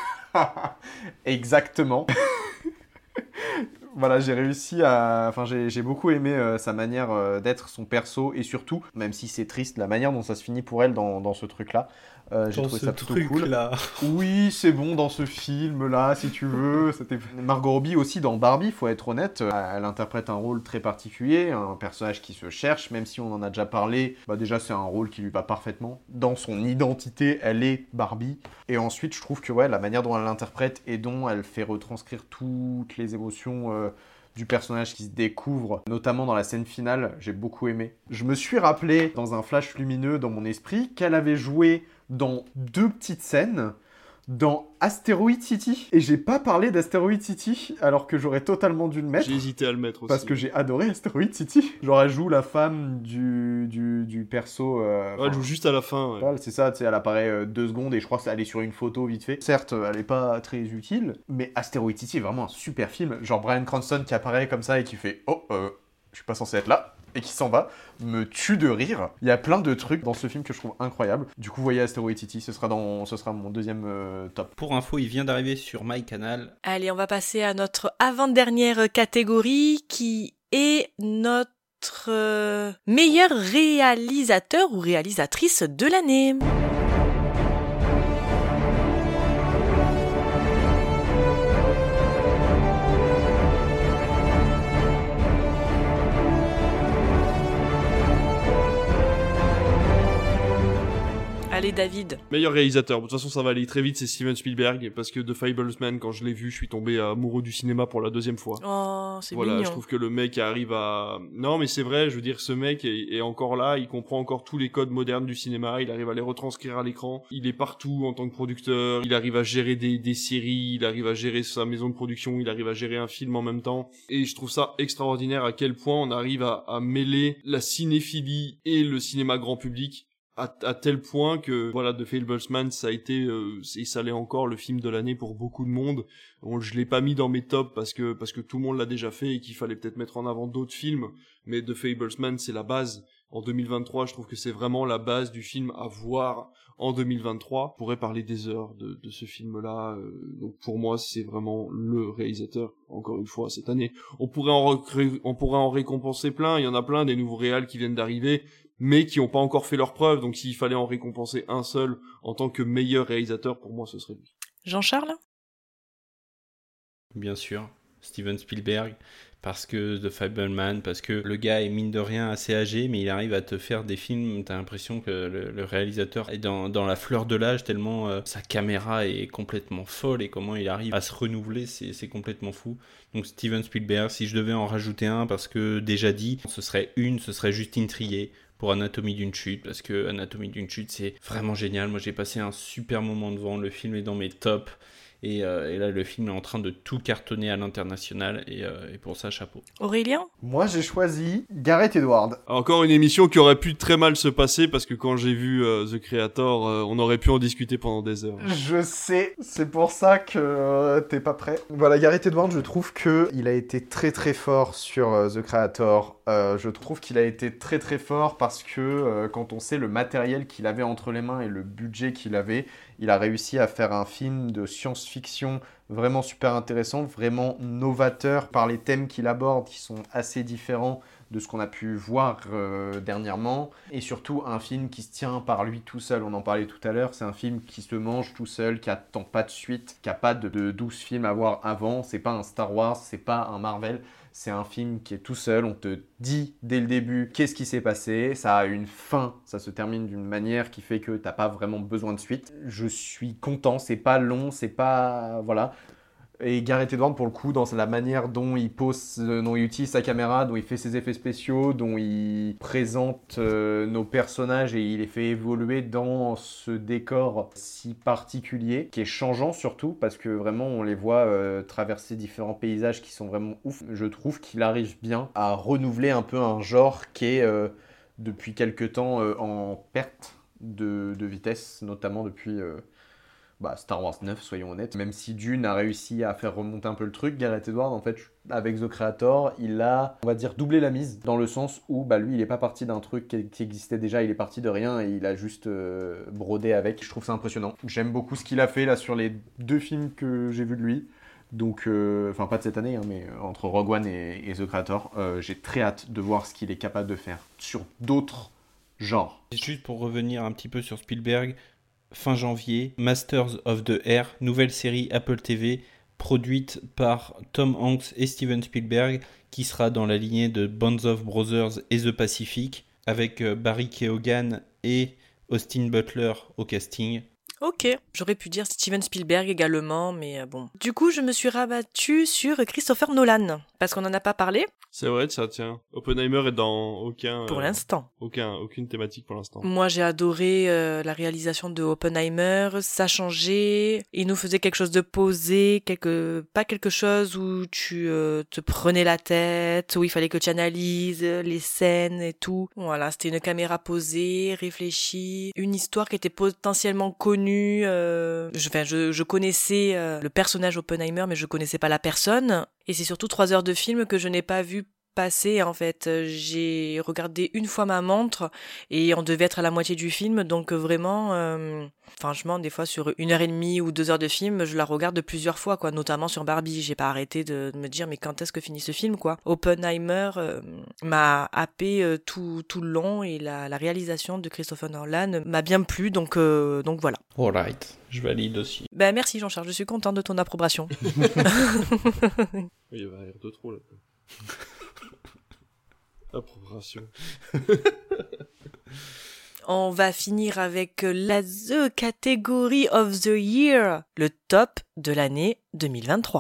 Exactement. Voilà, j'ai réussi à... Enfin, j'ai beaucoup aimé sa manière d'être, son perso, et surtout, même si c'est triste, la manière dont ça se finit pour elle dans ce truc-là. J'ai trouvé ça plutôt cool. Oui, c'est bon, dans ce film-là, si tu veux. Margot Robbie aussi dans Barbie, faut être honnête. Elle interprète un rôle très particulier, un personnage qui se cherche, même si on en a déjà parlé. Bah déjà, c'est un rôle qui lui va parfaitement. Dans son identité, elle est Barbie. Et ensuite, je trouve que la manière dont elle l'interprète et dont elle fait retranscrire toutes les émotions... du personnage qui se découvre, notamment dans la scène finale, j'ai beaucoup aimé. Je me suis rappelé, dans un flash lumineux dans mon esprit, qu'elle avait joué dans 2 petites scènes dans Asteroid City. Et j'ai pas parlé d'Asteroid City, alors que j'aurais totalement dû le mettre. J'ai hésité à le mettre aussi. Parce que j'ai adoré Asteroid City. Genre, elle joue la femme du perso... elle joue juste à la fin, ouais. C'est ça, tu sais, elle apparaît 2 secondes, et je crois qu'elle est sur une photo vite fait. Certes, elle est pas très utile, mais Asteroid City est vraiment un super film. Genre, Bryan Cranston qui apparaît comme ça et qui fait « Oh, je suis pas censé être là, et qui s'en va, me tue de rire. Il y a plein de trucs dans ce film que je trouve incroyables. Du coup, voyez Asteroid City, ce sera mon deuxième top. Pour info, il vient d'arriver sur MyCanal. Allez, on va passer à notre avant-dernière catégorie qui est notre meilleur réalisateur ou réalisatrice de l'année. Allez David. Meilleur réalisateur, de toute façon ça va aller très vite, c'est Steven Spielberg, parce que The Fabelmans, quand je l'ai vu, je suis tombé amoureux du cinéma pour la deuxième fois. Oh, c'est voilà, mignon. je trouve que le mec arrive à... Non mais c'est vrai, je veux dire, ce mec est encore là, il comprend encore tous les codes modernes du cinéma, il arrive à les retranscrire à l'écran, il est partout en tant que producteur, il arrive à gérer des séries, il arrive à gérer sa maison de production, il arrive à gérer un film en même temps, et je trouve ça extraordinaire à quel point on arrive à mêler la cinéphilie et le cinéma grand public, à tel point que voilà, The Fabelmans ça a été et ça l'est encore le film de l'année pour beaucoup de monde. Je l'ai pas mis dans mes tops parce que tout le monde l'a déjà fait et qu'il fallait peut-être mettre en avant d'autres films, mais The Fabelmans c'est la base. En 2023, je trouve que c'est vraiment la base du film à voir en 2023. On pourrait parler des heures de ce film-là. Donc pour moi, c'est vraiment le réalisateur, encore une fois, cette année. On pourrait en récompenser plein. Il y en a plein, des nouveaux réals qui viennent d'arriver, mais qui n'ont pas encore fait leur preuve. Donc s'il fallait en récompenser un seul en tant que meilleur réalisateur, pour moi, ce serait lui. Jean-Charles ? Bien sûr, Steven Spielberg, parce que The Fabelmans, parce que le gars est mine de rien assez âgé, mais il arrive à te faire des films, t'as l'impression que le réalisateur est dans la fleur de l'âge, tellement sa caméra est complètement folle, et comment il arrive à se renouveler, c'est complètement fou. Donc Steven Spielberg, si je devais en rajouter un, parce que déjà dit, ce serait Justine Triet, pour Anatomie d'une chute, parce que Anatomie d'une chute, c'est vraiment génial. Moi, j'ai passé un super moment devant, le film est dans mes tops, et là, le film est en train de tout cartonner à l'international, et pour ça, chapeau. Aurélien ? Moi, j'ai choisi Gareth Edwards. Encore une émission qui aurait pu très mal se passer, parce que quand j'ai vu The Creator, on aurait pu en discuter pendant des heures. Je sais, c'est pour ça que t'es pas prêt. Voilà, Gareth Edwards, je trouve qu'il a été très très fort sur The Creator. Je trouve qu'il a été très très fort parce que quand on sait le matériel qu'il avait entre les mains et le budget qu'il avait, il a réussi à faire un film de science-fiction vraiment super intéressant, vraiment novateur par les thèmes qu'il aborde qui sont assez différents de ce qu'on a pu voir dernièrement, et surtout un film qui se tient par lui tout seul. On en parlait tout à l'heure, c'est un film qui se mange tout seul, qui attend pas de suite, qui a pas de 12 films à voir avant, c'est pas un Star Wars, c'est pas un Marvel, c'est un film qui est tout seul, on te dit dès le début qu'est-ce qui s'est passé, ça a une fin, ça se termine d'une manière qui fait que t'as pas vraiment besoin de suite. Je suis content, c'est pas long, c'est pas... voilà. Et Gareth Edwards, pour le coup, dans la manière dont il pose, dont il utilise sa caméra, dont il fait ses effets spéciaux, dont il présente nos personnages et il les fait évoluer dans ce décor si particulier, qui est changeant surtout, parce que vraiment on les voit traverser différents paysages qui sont vraiment ouf. Je trouve qu'il arrive bien à renouveler un peu un genre qui est depuis quelque temps en perte de vitesse, notamment depuis... Star Wars 9, soyons honnêtes. Même si Dune a réussi à faire remonter un peu le truc, Gareth Edwards, en fait, avec The Creator, il a, on va dire, doublé la mise, dans le sens où, lui, il est pas parti d'un truc qui existait déjà, il est parti de rien et il a juste brodé avec. Je trouve ça impressionnant. J'aime beaucoup ce qu'il a fait, là, sur les 2 films que j'ai vus de lui. Donc, enfin, pas de cette année, hein, mais entre Rogue One et The Creator, j'ai très hâte de voir ce qu'il est capable de faire sur d'autres genres. Juste pour revenir un petit peu sur Spielberg, fin janvier, Masters of the Air, nouvelle série Apple TV, produite par Tom Hanks et Steven Spielberg, qui sera dans la lignée de Band of Brothers et The Pacific, avec Barry Keoghan et Austin Butler au casting. Ok, j'aurais pu dire Steven Spielberg également, mais bon. Du coup, je me suis rabattue sur Christopher Nolan, parce qu'on n'en a pas parlé. C'est vrai, ça, tiens. Oppenheimer est dans aucun... Pour l'instant. Aucune thématique pour l'instant. Moi, j'ai adoré la réalisation de Oppenheimer. Ça changeait. Il nous faisait quelque chose de posé, pas quelque chose où tu te prenais la tête, où il fallait que tu analyses les scènes et tout. Voilà, c'était une caméra posée, réfléchie, une histoire qui était potentiellement connue. Je connaissais le personnage Oppenheimer, mais je connaissais pas la personne. Et c'est surtout 3 heures de film que je n'ai pas vu passé en fait. J'ai regardé une fois ma montre et on devait être à la moitié du film, donc vraiment, franchement, des fois sur 1h30 ou 2 heures de film, je la regarde plusieurs fois, quoi. Notamment sur Barbie, j'ai pas arrêté de me dire mais quand est-ce que finit ce film, quoi. Oppenheimer m'a happé tout le long et la réalisation de Christopher Nolan m'a bien plu, donc voilà. Alright, je valide aussi. Ben merci Jean-Charles, je suis contente de ton approbation. Il y avait rien de trop là. Approbation. On va finir avec la The Category of the Year, le top de l'année 2023.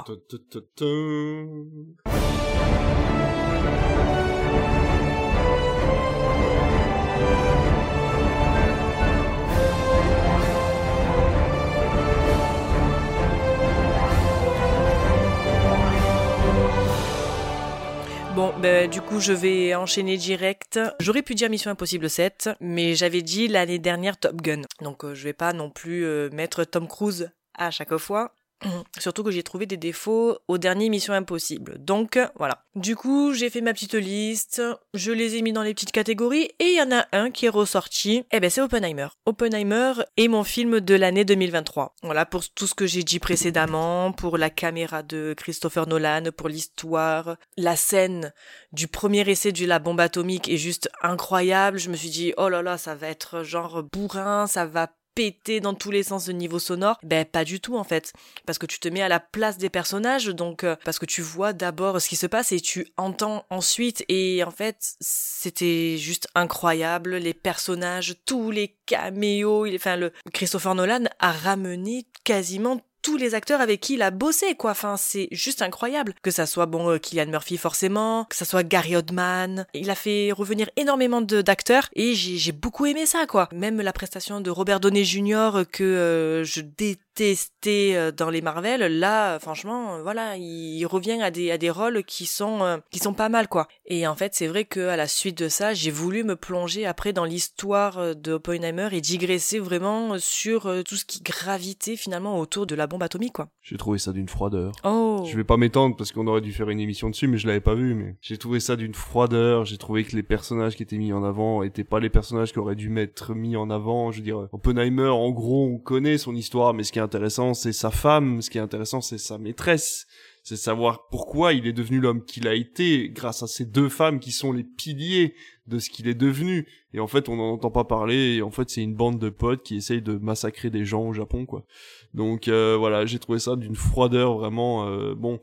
Bon, du coup, je vais enchaîner direct. J'aurais pu dire Mission Impossible 7, mais j'avais dit l'année dernière Top Gun. Donc, je vais pas non plus mettre Tom Cruise à chaque fois. Surtout que j'ai trouvé des défauts au dernier Mission Impossible. Donc, voilà. Du coup, j'ai fait ma petite liste, je les ai mis dans les petites catégories, et il y en a un qui est ressorti, c'est Oppenheimer. Oppenheimer est mon film de l'année 2023. Voilà, pour tout ce que j'ai dit précédemment, pour la caméra de Christopher Nolan, pour l'histoire, la scène du premier essai de la bombe atomique est juste incroyable. Je me suis dit, oh là là, ça va être genre bourrin, ça va péter dans tous les sens de niveau sonore. Pas du tout en fait, parce que tu te mets à la place des personnages, donc parce que tu vois d'abord ce qui se passe et tu entends ensuite, et en fait c'était juste incroyable, les personnages, tous les caméos, Christopher Nolan a ramené quasiment tous les acteurs avec qui il a bossé, quoi. Enfin, c'est juste incroyable. Que ça soit, Cillian Murphy, forcément, que ça soit Gary Oldman. Il a fait revenir énormément d'acteurs et j'ai beaucoup aimé ça, quoi. Même la prestation de Robert Downey Jr. que je détestais dans les Marvel, là, franchement, voilà, il revient à des rôles qui sont pas mal, quoi. Et en fait, c'est vrai que à la suite de ça, j'ai voulu me plonger après dans l'histoire de Oppenheimer et digresser vraiment sur tout ce qui gravitait finalement autour de la bombe atomique, quoi. J'ai trouvé ça d'une froideur. Oh. Je vais pas m'étendre parce qu'on aurait dû faire une émission dessus, mais je l'avais pas vu, mais j'ai trouvé ça d'une froideur. J'ai trouvé que les personnages qui étaient mis en avant étaient pas les personnages qui auraient dû m'être mis en avant. Je veux dire, Oppenheimer, en gros, on connaît son histoire, mais ce qui est intéressant, c'est sa femme. Ce qui est intéressant, c'est sa maîtresse. C'est savoir pourquoi il est devenu l'homme qu'il a été grâce à ces deux femmes qui sont les piliers de ce qu'il est devenu. Et en fait, on n'en entend pas parler. Et en fait, c'est une bande de potes qui essayent de massacrer des gens au Japon, quoi. Donc voilà, j'ai trouvé ça d'une froideur vraiment. Bon,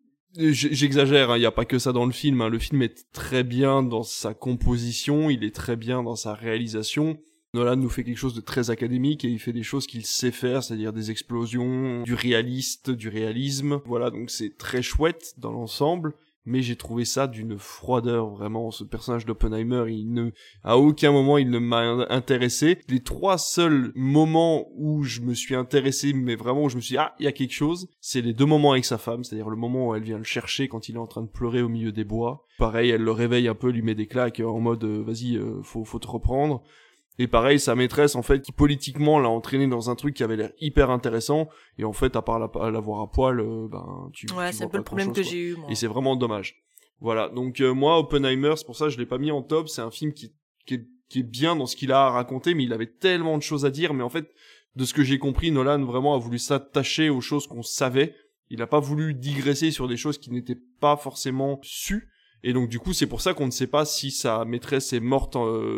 j'exagère. Il y a pas que ça dans le film. Le film est très bien dans sa composition. Il est très bien dans sa réalisation. Nolan nous fait quelque chose de très académique et il fait des choses qu'il sait faire, c'est-à-dire des explosions, du réaliste, du réalisme. Voilà, donc c'est très chouette dans l'ensemble, mais j'ai trouvé ça d'une froideur, vraiment. Ce personnage d'Oppenheimer, à aucun moment il ne m'a intéressé. Les 3 seuls moments où je me suis intéressé, mais vraiment où je me suis dit, il y a quelque chose, c'est les 2 moments avec sa femme, c'est-à-dire le moment où elle vient le chercher quand il est en train de pleurer au milieu des bois. Pareil, elle le réveille un peu, lui met des claques en mode, vas-y, faut te reprendre. Et pareil, sa maîtresse, en fait, qui politiquement l'a entraîné dans un truc qui avait l'air hyper intéressant. Et en fait, à part la voir à poil, tu c'est un peu le problème que j'ai eu, moi. Et c'est vraiment dommage. Voilà. Donc, moi, Oppenheimer, c'est pour ça que je l'ai pas mis en top. C'est un film qui est bien dans ce qu'il a à raconter, mais il avait tellement de choses à dire. Mais en fait, de ce que j'ai compris, Nolan vraiment a voulu s'attacher aux choses qu'on savait. Il a pas voulu digresser sur des choses qui n'étaient pas forcément sues. Et donc, du coup, c'est pour ça qu'on ne sait pas si sa maîtresse est morte,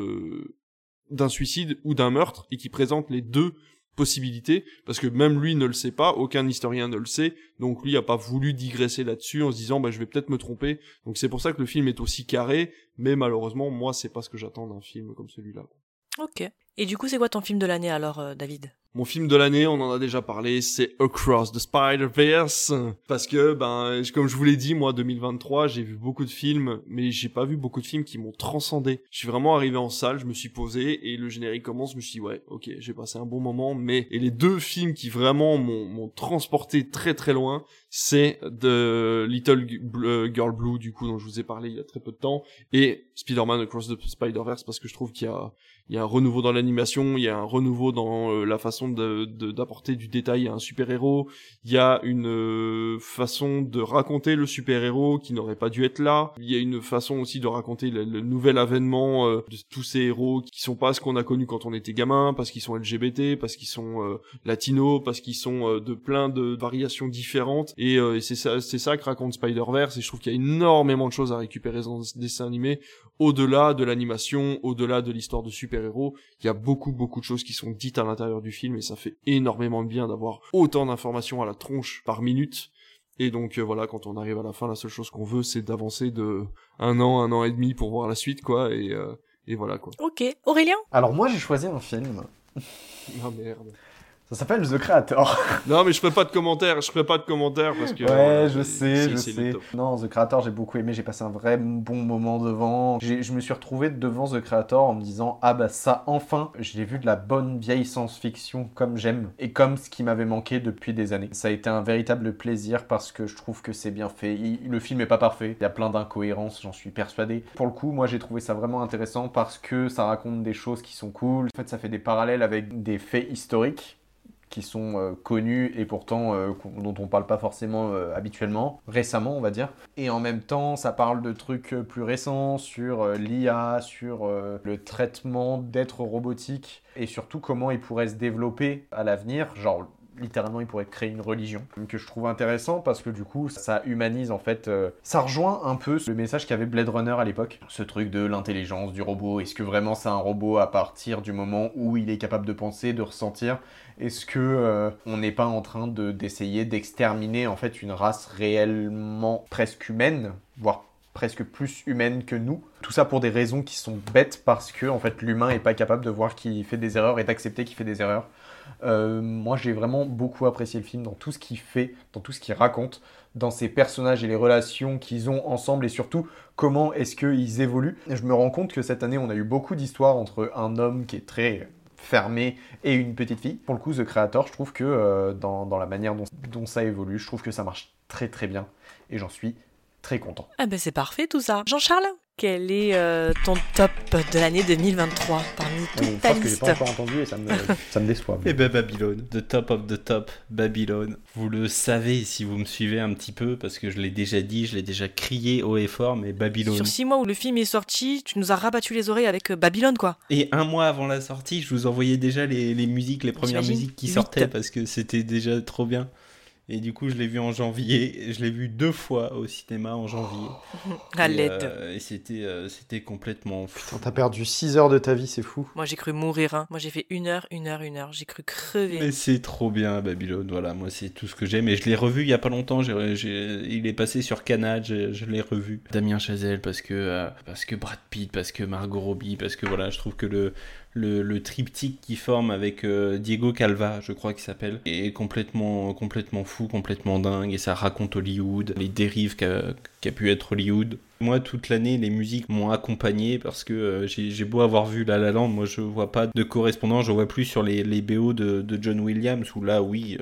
d'un suicide ou d'un meurtre, et qui présente les 2 possibilités, parce que même lui ne le sait pas, aucun historien ne le sait, donc lui a pas voulu digresser là-dessus en se disant je vais peut-être me tromper. Donc c'est pour ça que le film est aussi carré, mais malheureusement moi c'est pas ce que j'attends d'un film comme celui-là. Ok. Et du coup c'est quoi ton film de l'année alors, David ? Mon film de l'année, on en a déjà parlé, c'est Across the Spider-Verse. Parce que, comme je vous l'ai dit, moi, 2023, j'ai vu beaucoup de films, mais j'ai pas vu beaucoup de films qui m'ont transcendé. Je suis vraiment arrivé en salle, je me suis posé, et le générique commence, je me suis dit, ouais, ok, j'ai passé un bon moment, et les 2 films qui vraiment m'ont transporté très très loin, c'est The Little Girl Blue, du coup, dont je vous ai parlé il y a très peu de temps, et Spider-Man Across the Spider-Verse, parce que je trouve qu'il Il y a un renouveau dans l'animation, il y a un renouveau dans la façon d'apporter du détail à un super-héros. Il y a une façon de raconter le super-héros qui n'aurait pas dû être là. Il y a une façon aussi de raconter le nouvel avènement de tous ces héros qui sont pas ce qu'on a connu quand on était gamin, parce qu'ils sont LGBT, parce qu'ils sont latinos, parce qu'ils sont de plein de variations différentes. Et c'est ça que raconte Spider-Verse. Et je trouve qu'il y a énormément de choses à récupérer dans ce dessin animé. Au-delà de l'animation, au-delà de l'histoire de super-héros, il y a beaucoup de choses qui sont dites à l'intérieur du film et ça fait énormément de bien d'avoir autant d'informations à la tronche par minute. Et donc voilà, quand on arrive à la fin, la seule chose qu'on veut, c'est d'avancer de un an et demi pour voir la suite, quoi. Et voilà, quoi. Ok, Aurélien ? Alors moi, j'ai choisi un film. Ah merde. Ça s'appelle The Creator. Non, mais je ferai pas de commentaires parce que... Ouais, je sais. Non, The Creator, j'ai beaucoup aimé, j'ai passé un vrai bon moment devant. Je me suis retrouvé devant The Creator en me disant, ah bah ça, enfin, j'ai vu de la bonne vieille science-fiction comme j'aime, et comme ce qui m'avait manqué depuis des années. Ça a été un véritable plaisir parce que je trouve que c'est bien fait. Le film est pas parfait, il y a plein d'incohérences, j'en suis persuadé. Pour le coup, moi j'ai trouvé ça vraiment intéressant parce que ça raconte des choses qui sont cool. En fait, ça fait des parallèles avec des faits historiques qui sont connus et pourtant dont on parle pas forcément habituellement, récemment on va dire. Et en même temps, ça parle de trucs plus récents sur l'IA, sur le traitement d'êtres robotiques et surtout comment ils pourraient se développer à l'avenir, genre littéralement ils pourraient créer une religion, que je trouve intéressant parce que du coup ça humanise en fait, ça rejoint un peu le message qu'avait Blade Runner à l'époque, ce truc de l'intelligence du robot. Est-ce que vraiment c'est un robot à partir du moment où il est capable de penser, de ressentir? Est-ce que on n'est pas en train d'essayer d'exterminer en fait une race réellement presque humaine, voire presque plus humaine que nous? Tout ça pour des raisons qui sont bêtes parce que en fait l'humain est pas capable de voir qu'il fait des erreurs et d'accepter qu'il fait des erreurs. Moi j'ai vraiment beaucoup apprécié le film dans tout ce qu'il fait, dans tout ce qu'il raconte, dans ses personnages et les relations qu'ils ont ensemble et surtout comment est-ce qu'ils évoluent. Je me rends compte que cette année on a eu beaucoup d'histoires entre un homme qui est très fermé et une petite fille. Pour le coup, The Creator, je trouve que dans la manière dont ça évolue, je trouve que ça marche très très bien et j'en suis très content. Ah ben c'est parfait tout ça. Jean-Charles, quel est ton top de l'année 2023 parmi toute ta liste? Que j'ai pas encore entendu et ça me déçoit. Et ben Babylone, the top of the top, Babylone. Vous le savez si vous me suivez un petit peu parce que je l'ai déjà dit, je l'ai déjà crié haut et fort, mais Babylone. Sur 6 mois où le film est sorti, tu nous as rabattu les oreilles avec Babylone quoi. Et un mois avant la sortie, je vous envoyais déjà les musiques, les premières musiques qui sortaient parce que c'était déjà trop bien. Et du coup, je l'ai vu en janvier. Je l'ai vu 2 fois au cinéma en janvier. À l'aide. Et c'était complètement fou. Putain, t'as perdu 6 heures de ta vie, c'est fou. Moi, j'ai cru mourir. Hein. Moi, j'ai fait 1 heure. J'ai cru crever. Mais c'est trop bien, Babylone. Voilà, moi, c'est tout ce que j'aime. Et je l'ai revu il y a pas longtemps. Il est passé sur Canal. Je l'ai revu. Damien Chazelle, parce que Brad Pitt, parce que Margot Robbie, parce que voilà, je trouve que le triptyque qui forme avec Diego Calva, je crois qu'il s'appelle, est complètement fou, complètement dingue, et ça raconte Hollywood, les dérives qu'a pu être Hollywood. Moi, toute l'année, les musiques m'ont accompagné parce que j'ai beau avoir vu La La Land, moi je vois pas de correspondance, je vois plus sur les BO de John Williams, où là, oui,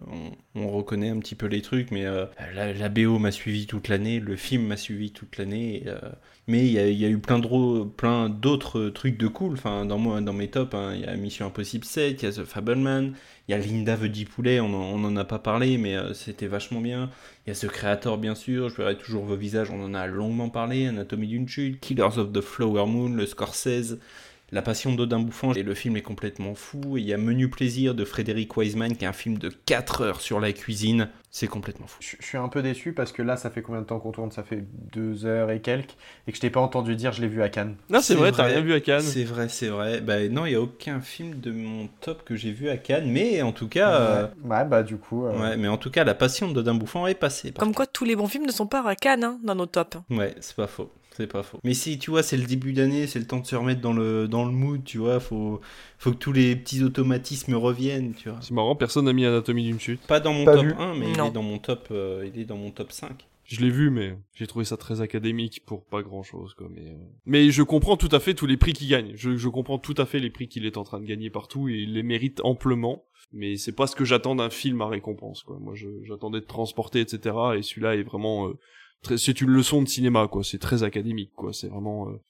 on reconnaît un petit peu les trucs, mais la BO m'a suivi toute l'année, le film m'a suivi toute l'année, mais il y a eu plein d'autres trucs de cool. Enfin, dans mes tops, hein, il y a Mission Impossible 7, il y a The Fableman, il y a Linda Veddy Poulet, on en a pas parlé, mais c'était vachement bien. Il y a The Creator, bien sûr, je verrai toujours vos visages, on en a longuement parlé, Anatomie d'une chute, Killers of the Flower Moon, le Scorsese, La Passion d'Odin Bouffant, et le film est complètement fou. Et il y a Menu Plaisir de Frédéric Wiseman, qui est un film de 4 heures sur la cuisine. C'est complètement fou. Je suis un peu déçu parce que là, ça fait combien de temps qu'on tourne? Ça fait 2 heures et quelques. Et que je t'ai pas entendu dire je l'ai vu à Cannes. Non, c'est vrai, t'as rien vu à Cannes. C'est vrai. Bah non, il n'y a aucun film de mon top que j'ai vu à Cannes. Mais en tout cas... Ouais, bah du coup... Ouais, mais en tout cas, La Passion d'Odin Bouffant est passée. Comme quoi, tous les bons films ne sont pas à Cannes, hein, dans nos tops. Ouais, c'est pas faux. C'est pas faux. Mais si, tu vois, c'est le début d'année, c'est le temps de se remettre dans le mood, tu vois. Faut que tous les petits automatismes reviennent, tu vois. C'est marrant, personne n'a mis Anatomie d'une chute. Pas dans mon top 1, mais il est dans mon top, il est dans mon top 5. Je l'ai vu, mais j'ai trouvé ça très académique pour pas grand chose, quoi. Mais je comprends tout à fait tous les prix qu'il gagne. Je comprends tout à fait les prix qu'il est en train de gagner partout et il les mérite amplement. Mais c'est pas ce que j'attends d'un film à récompense, quoi. Moi, j'attendais de transporter, etc. Et celui-là est vraiment, c'est une leçon de cinéma, quoi. C'est très académique, quoi. C'est vraiment,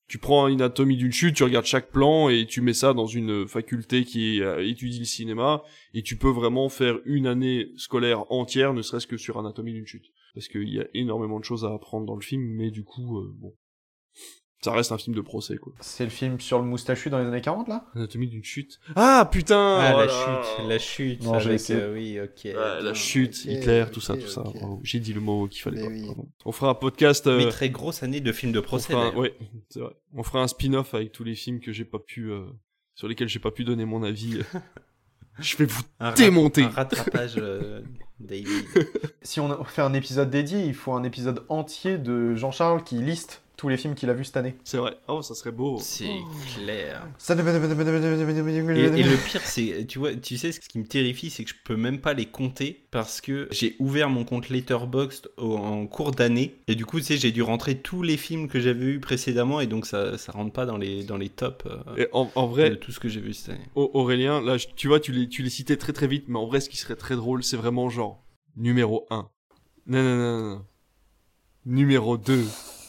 Tu prends une anatomie d'une chute, tu regardes chaque plan et tu mets ça dans une faculté qui étudie le cinéma et tu peux vraiment faire une année scolaire entière, ne serait-ce que sur anatomie d'une chute. Parce qu'il y a énormément de choses à apprendre dans le film, mais du coup, bon... Ça reste un film de procès, quoi. C'est le film sur le moustachu dans les années 40, là ? Anatomie d'une chute. Ah, putain! Ah, voilà. la chute. Non, j'ai essayé. Oui, ok. Ouais, la chute, ok, Hitler, ok, tout ça. ok. Bravo. J'ai dit le mot qu'il fallait Mais pas. oui. Pardon. On fera un podcast. Mais très grosse année de films de procès. Ouais, c'est vrai. On fera un spin-off avec tous les films que j'ai pas pu, sur lesquels j'ai pas pu donner mon avis. Je vais vous démonter. Un rattrapage, David. Si on fait un épisode dédié, il faut un épisode entier de Jean-Charles qui liste tous les films qu'il a vus cette année. C'est vrai. Oh, ça serait beau. C'est clair. Ça... Et le pire, c'est, tu sais, ce qui me terrifie, c'est que je peux même pas les compter parce que j'ai ouvert mon compte Letterboxd en cours d'année et du coup, tu sais, j'ai dû rentrer tous les films que j'avais vus précédemment et donc ça rentre pas dans les tops Et en vrai, de tout ce que j'ai vu cette année. Aurélien, là, tu vois, tu les citais très très vite, mais en vrai, ce qui serait très drôle, c'est vraiment genre numéro 1. Non. Numéro 2.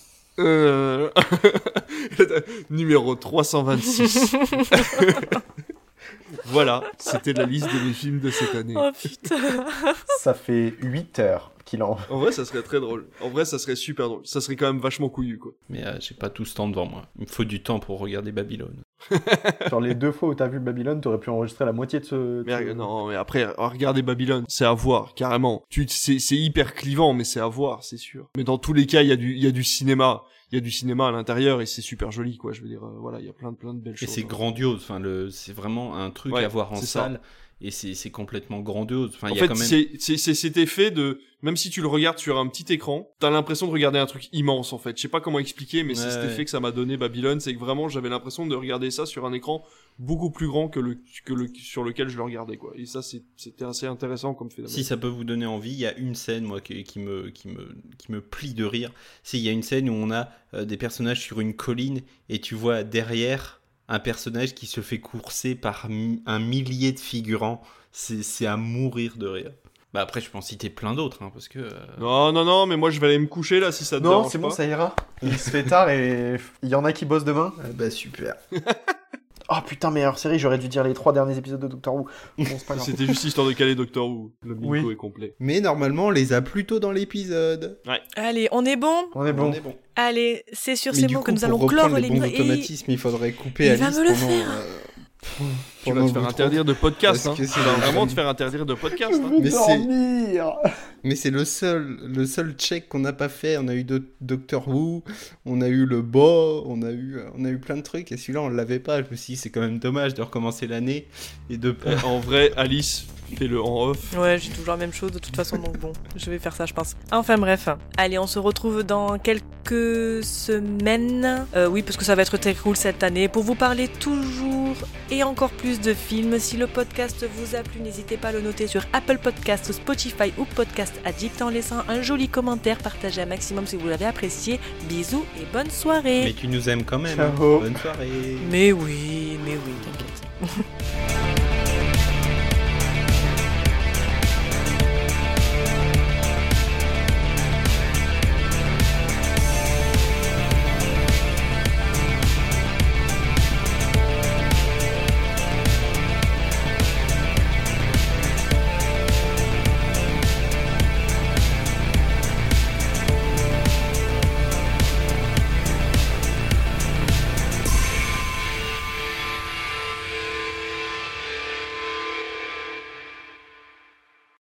Numéro 326. Voilà, c'était la liste de mes films de cette année. Oh putain. Ça fait 8 heures qu'il en... En vrai, ça serait très drôle. En vrai, ça serait super drôle. Ça serait quand même vachement couillu, quoi. Mais j'ai pas tout ce temps devant moi. Il me faut du temps pour regarder Babylone. Sur les 2 fois où t'as vu Babylone, t'aurais pu enregistrer la moitié de ce... Mais non, mais après, regarder Babylone, c'est à voir, carrément. C'est hyper clivant, mais c'est à voir, c'est sûr. Mais dans tous les cas, il y a du cinéma. Il y a du cinéma à l'intérieur et c'est super joli, quoi. Je veux dire, voilà, il y a plein de belles et choses. c'est grandiose. Enfin, c'est vraiment un truc à voir en salle. Et c'est complètement grandiose. Enfin, en y a fait, quand même... c'est cet effet de... Même si tu le regardes sur un petit écran, t'as l'impression de regarder un truc immense, en fait. Je sais pas comment expliquer, mais c'est cet effet que ça m'a donné Babylone. C'est que vraiment, j'avais l'impression de regarder ça sur un écran beaucoup plus grand que le sur lequel je le regardais, quoi. Et ça, c'était assez intéressant comme phénomène. Si ça peut vous donner envie, il y a une scène, moi, qui me plie de rire. Il y a une scène où on a des personnages sur une colline et tu vois derrière un personnage qui se fait courser par un millier de figurants. C'est à mourir de rire. Bah après, je peux en citer plein d'autres, hein, parce que... Non, mais moi, je vais aller me coucher, là, si ça te dérange pas. Non, c'est bon, ça ira. Il se fait tard et il y en a qui bossent demain. Bah super. Oh putain, meilleure série, j'aurais dû dire les 3 derniers épisodes de Doctor Who. Bon, c'est pas grave. C'était juste histoire de caler Doctor Who. Le bingo Oui. est complet. Mais normalement, on les a plutôt dans l'épisode. Allez, on est bon. On est bon. Allez, c'est sur Mais ces du mots coup, que nous pour allons reprendre clore les bons et... automatismes, il faudrait couper Il Alice va me le pendant... faire. Tu vas te faire interdire de podcast, hein. Parce que c'est Tu vas le- vraiment te faire interdire de podcast, hein. Mais dormir. Mais c'est le seul check qu'on n'a pas fait. On a eu Doctor Who, on a eu le Bo, on a eu plein de trucs. Et celui-là, on l'avait pas. Je me suis dit, c'est quand même dommage de recommencer l'année et de pas... En vrai, Alice, fais-le en off. Ouais, j'ai toujours la même chose de toute façon, donc bon, je vais faire ça, je pense. Enfin bref, allez, on se retrouve dans quelques semaines. Oui, parce que ça va être très cool cette année pour vous parler toujours et encore plus de films. Si le podcast vous a plu, n'hésitez pas à le noter sur Apple Podcasts, Spotify ou Podcast Addict en laissant un joli commentaire, partagez un maximum si vous l'avez apprécié. Bisous et bonne soirée. Mais tu nous aimes quand même. Ciao. Bonne soirée. Mais oui, t'inquiète.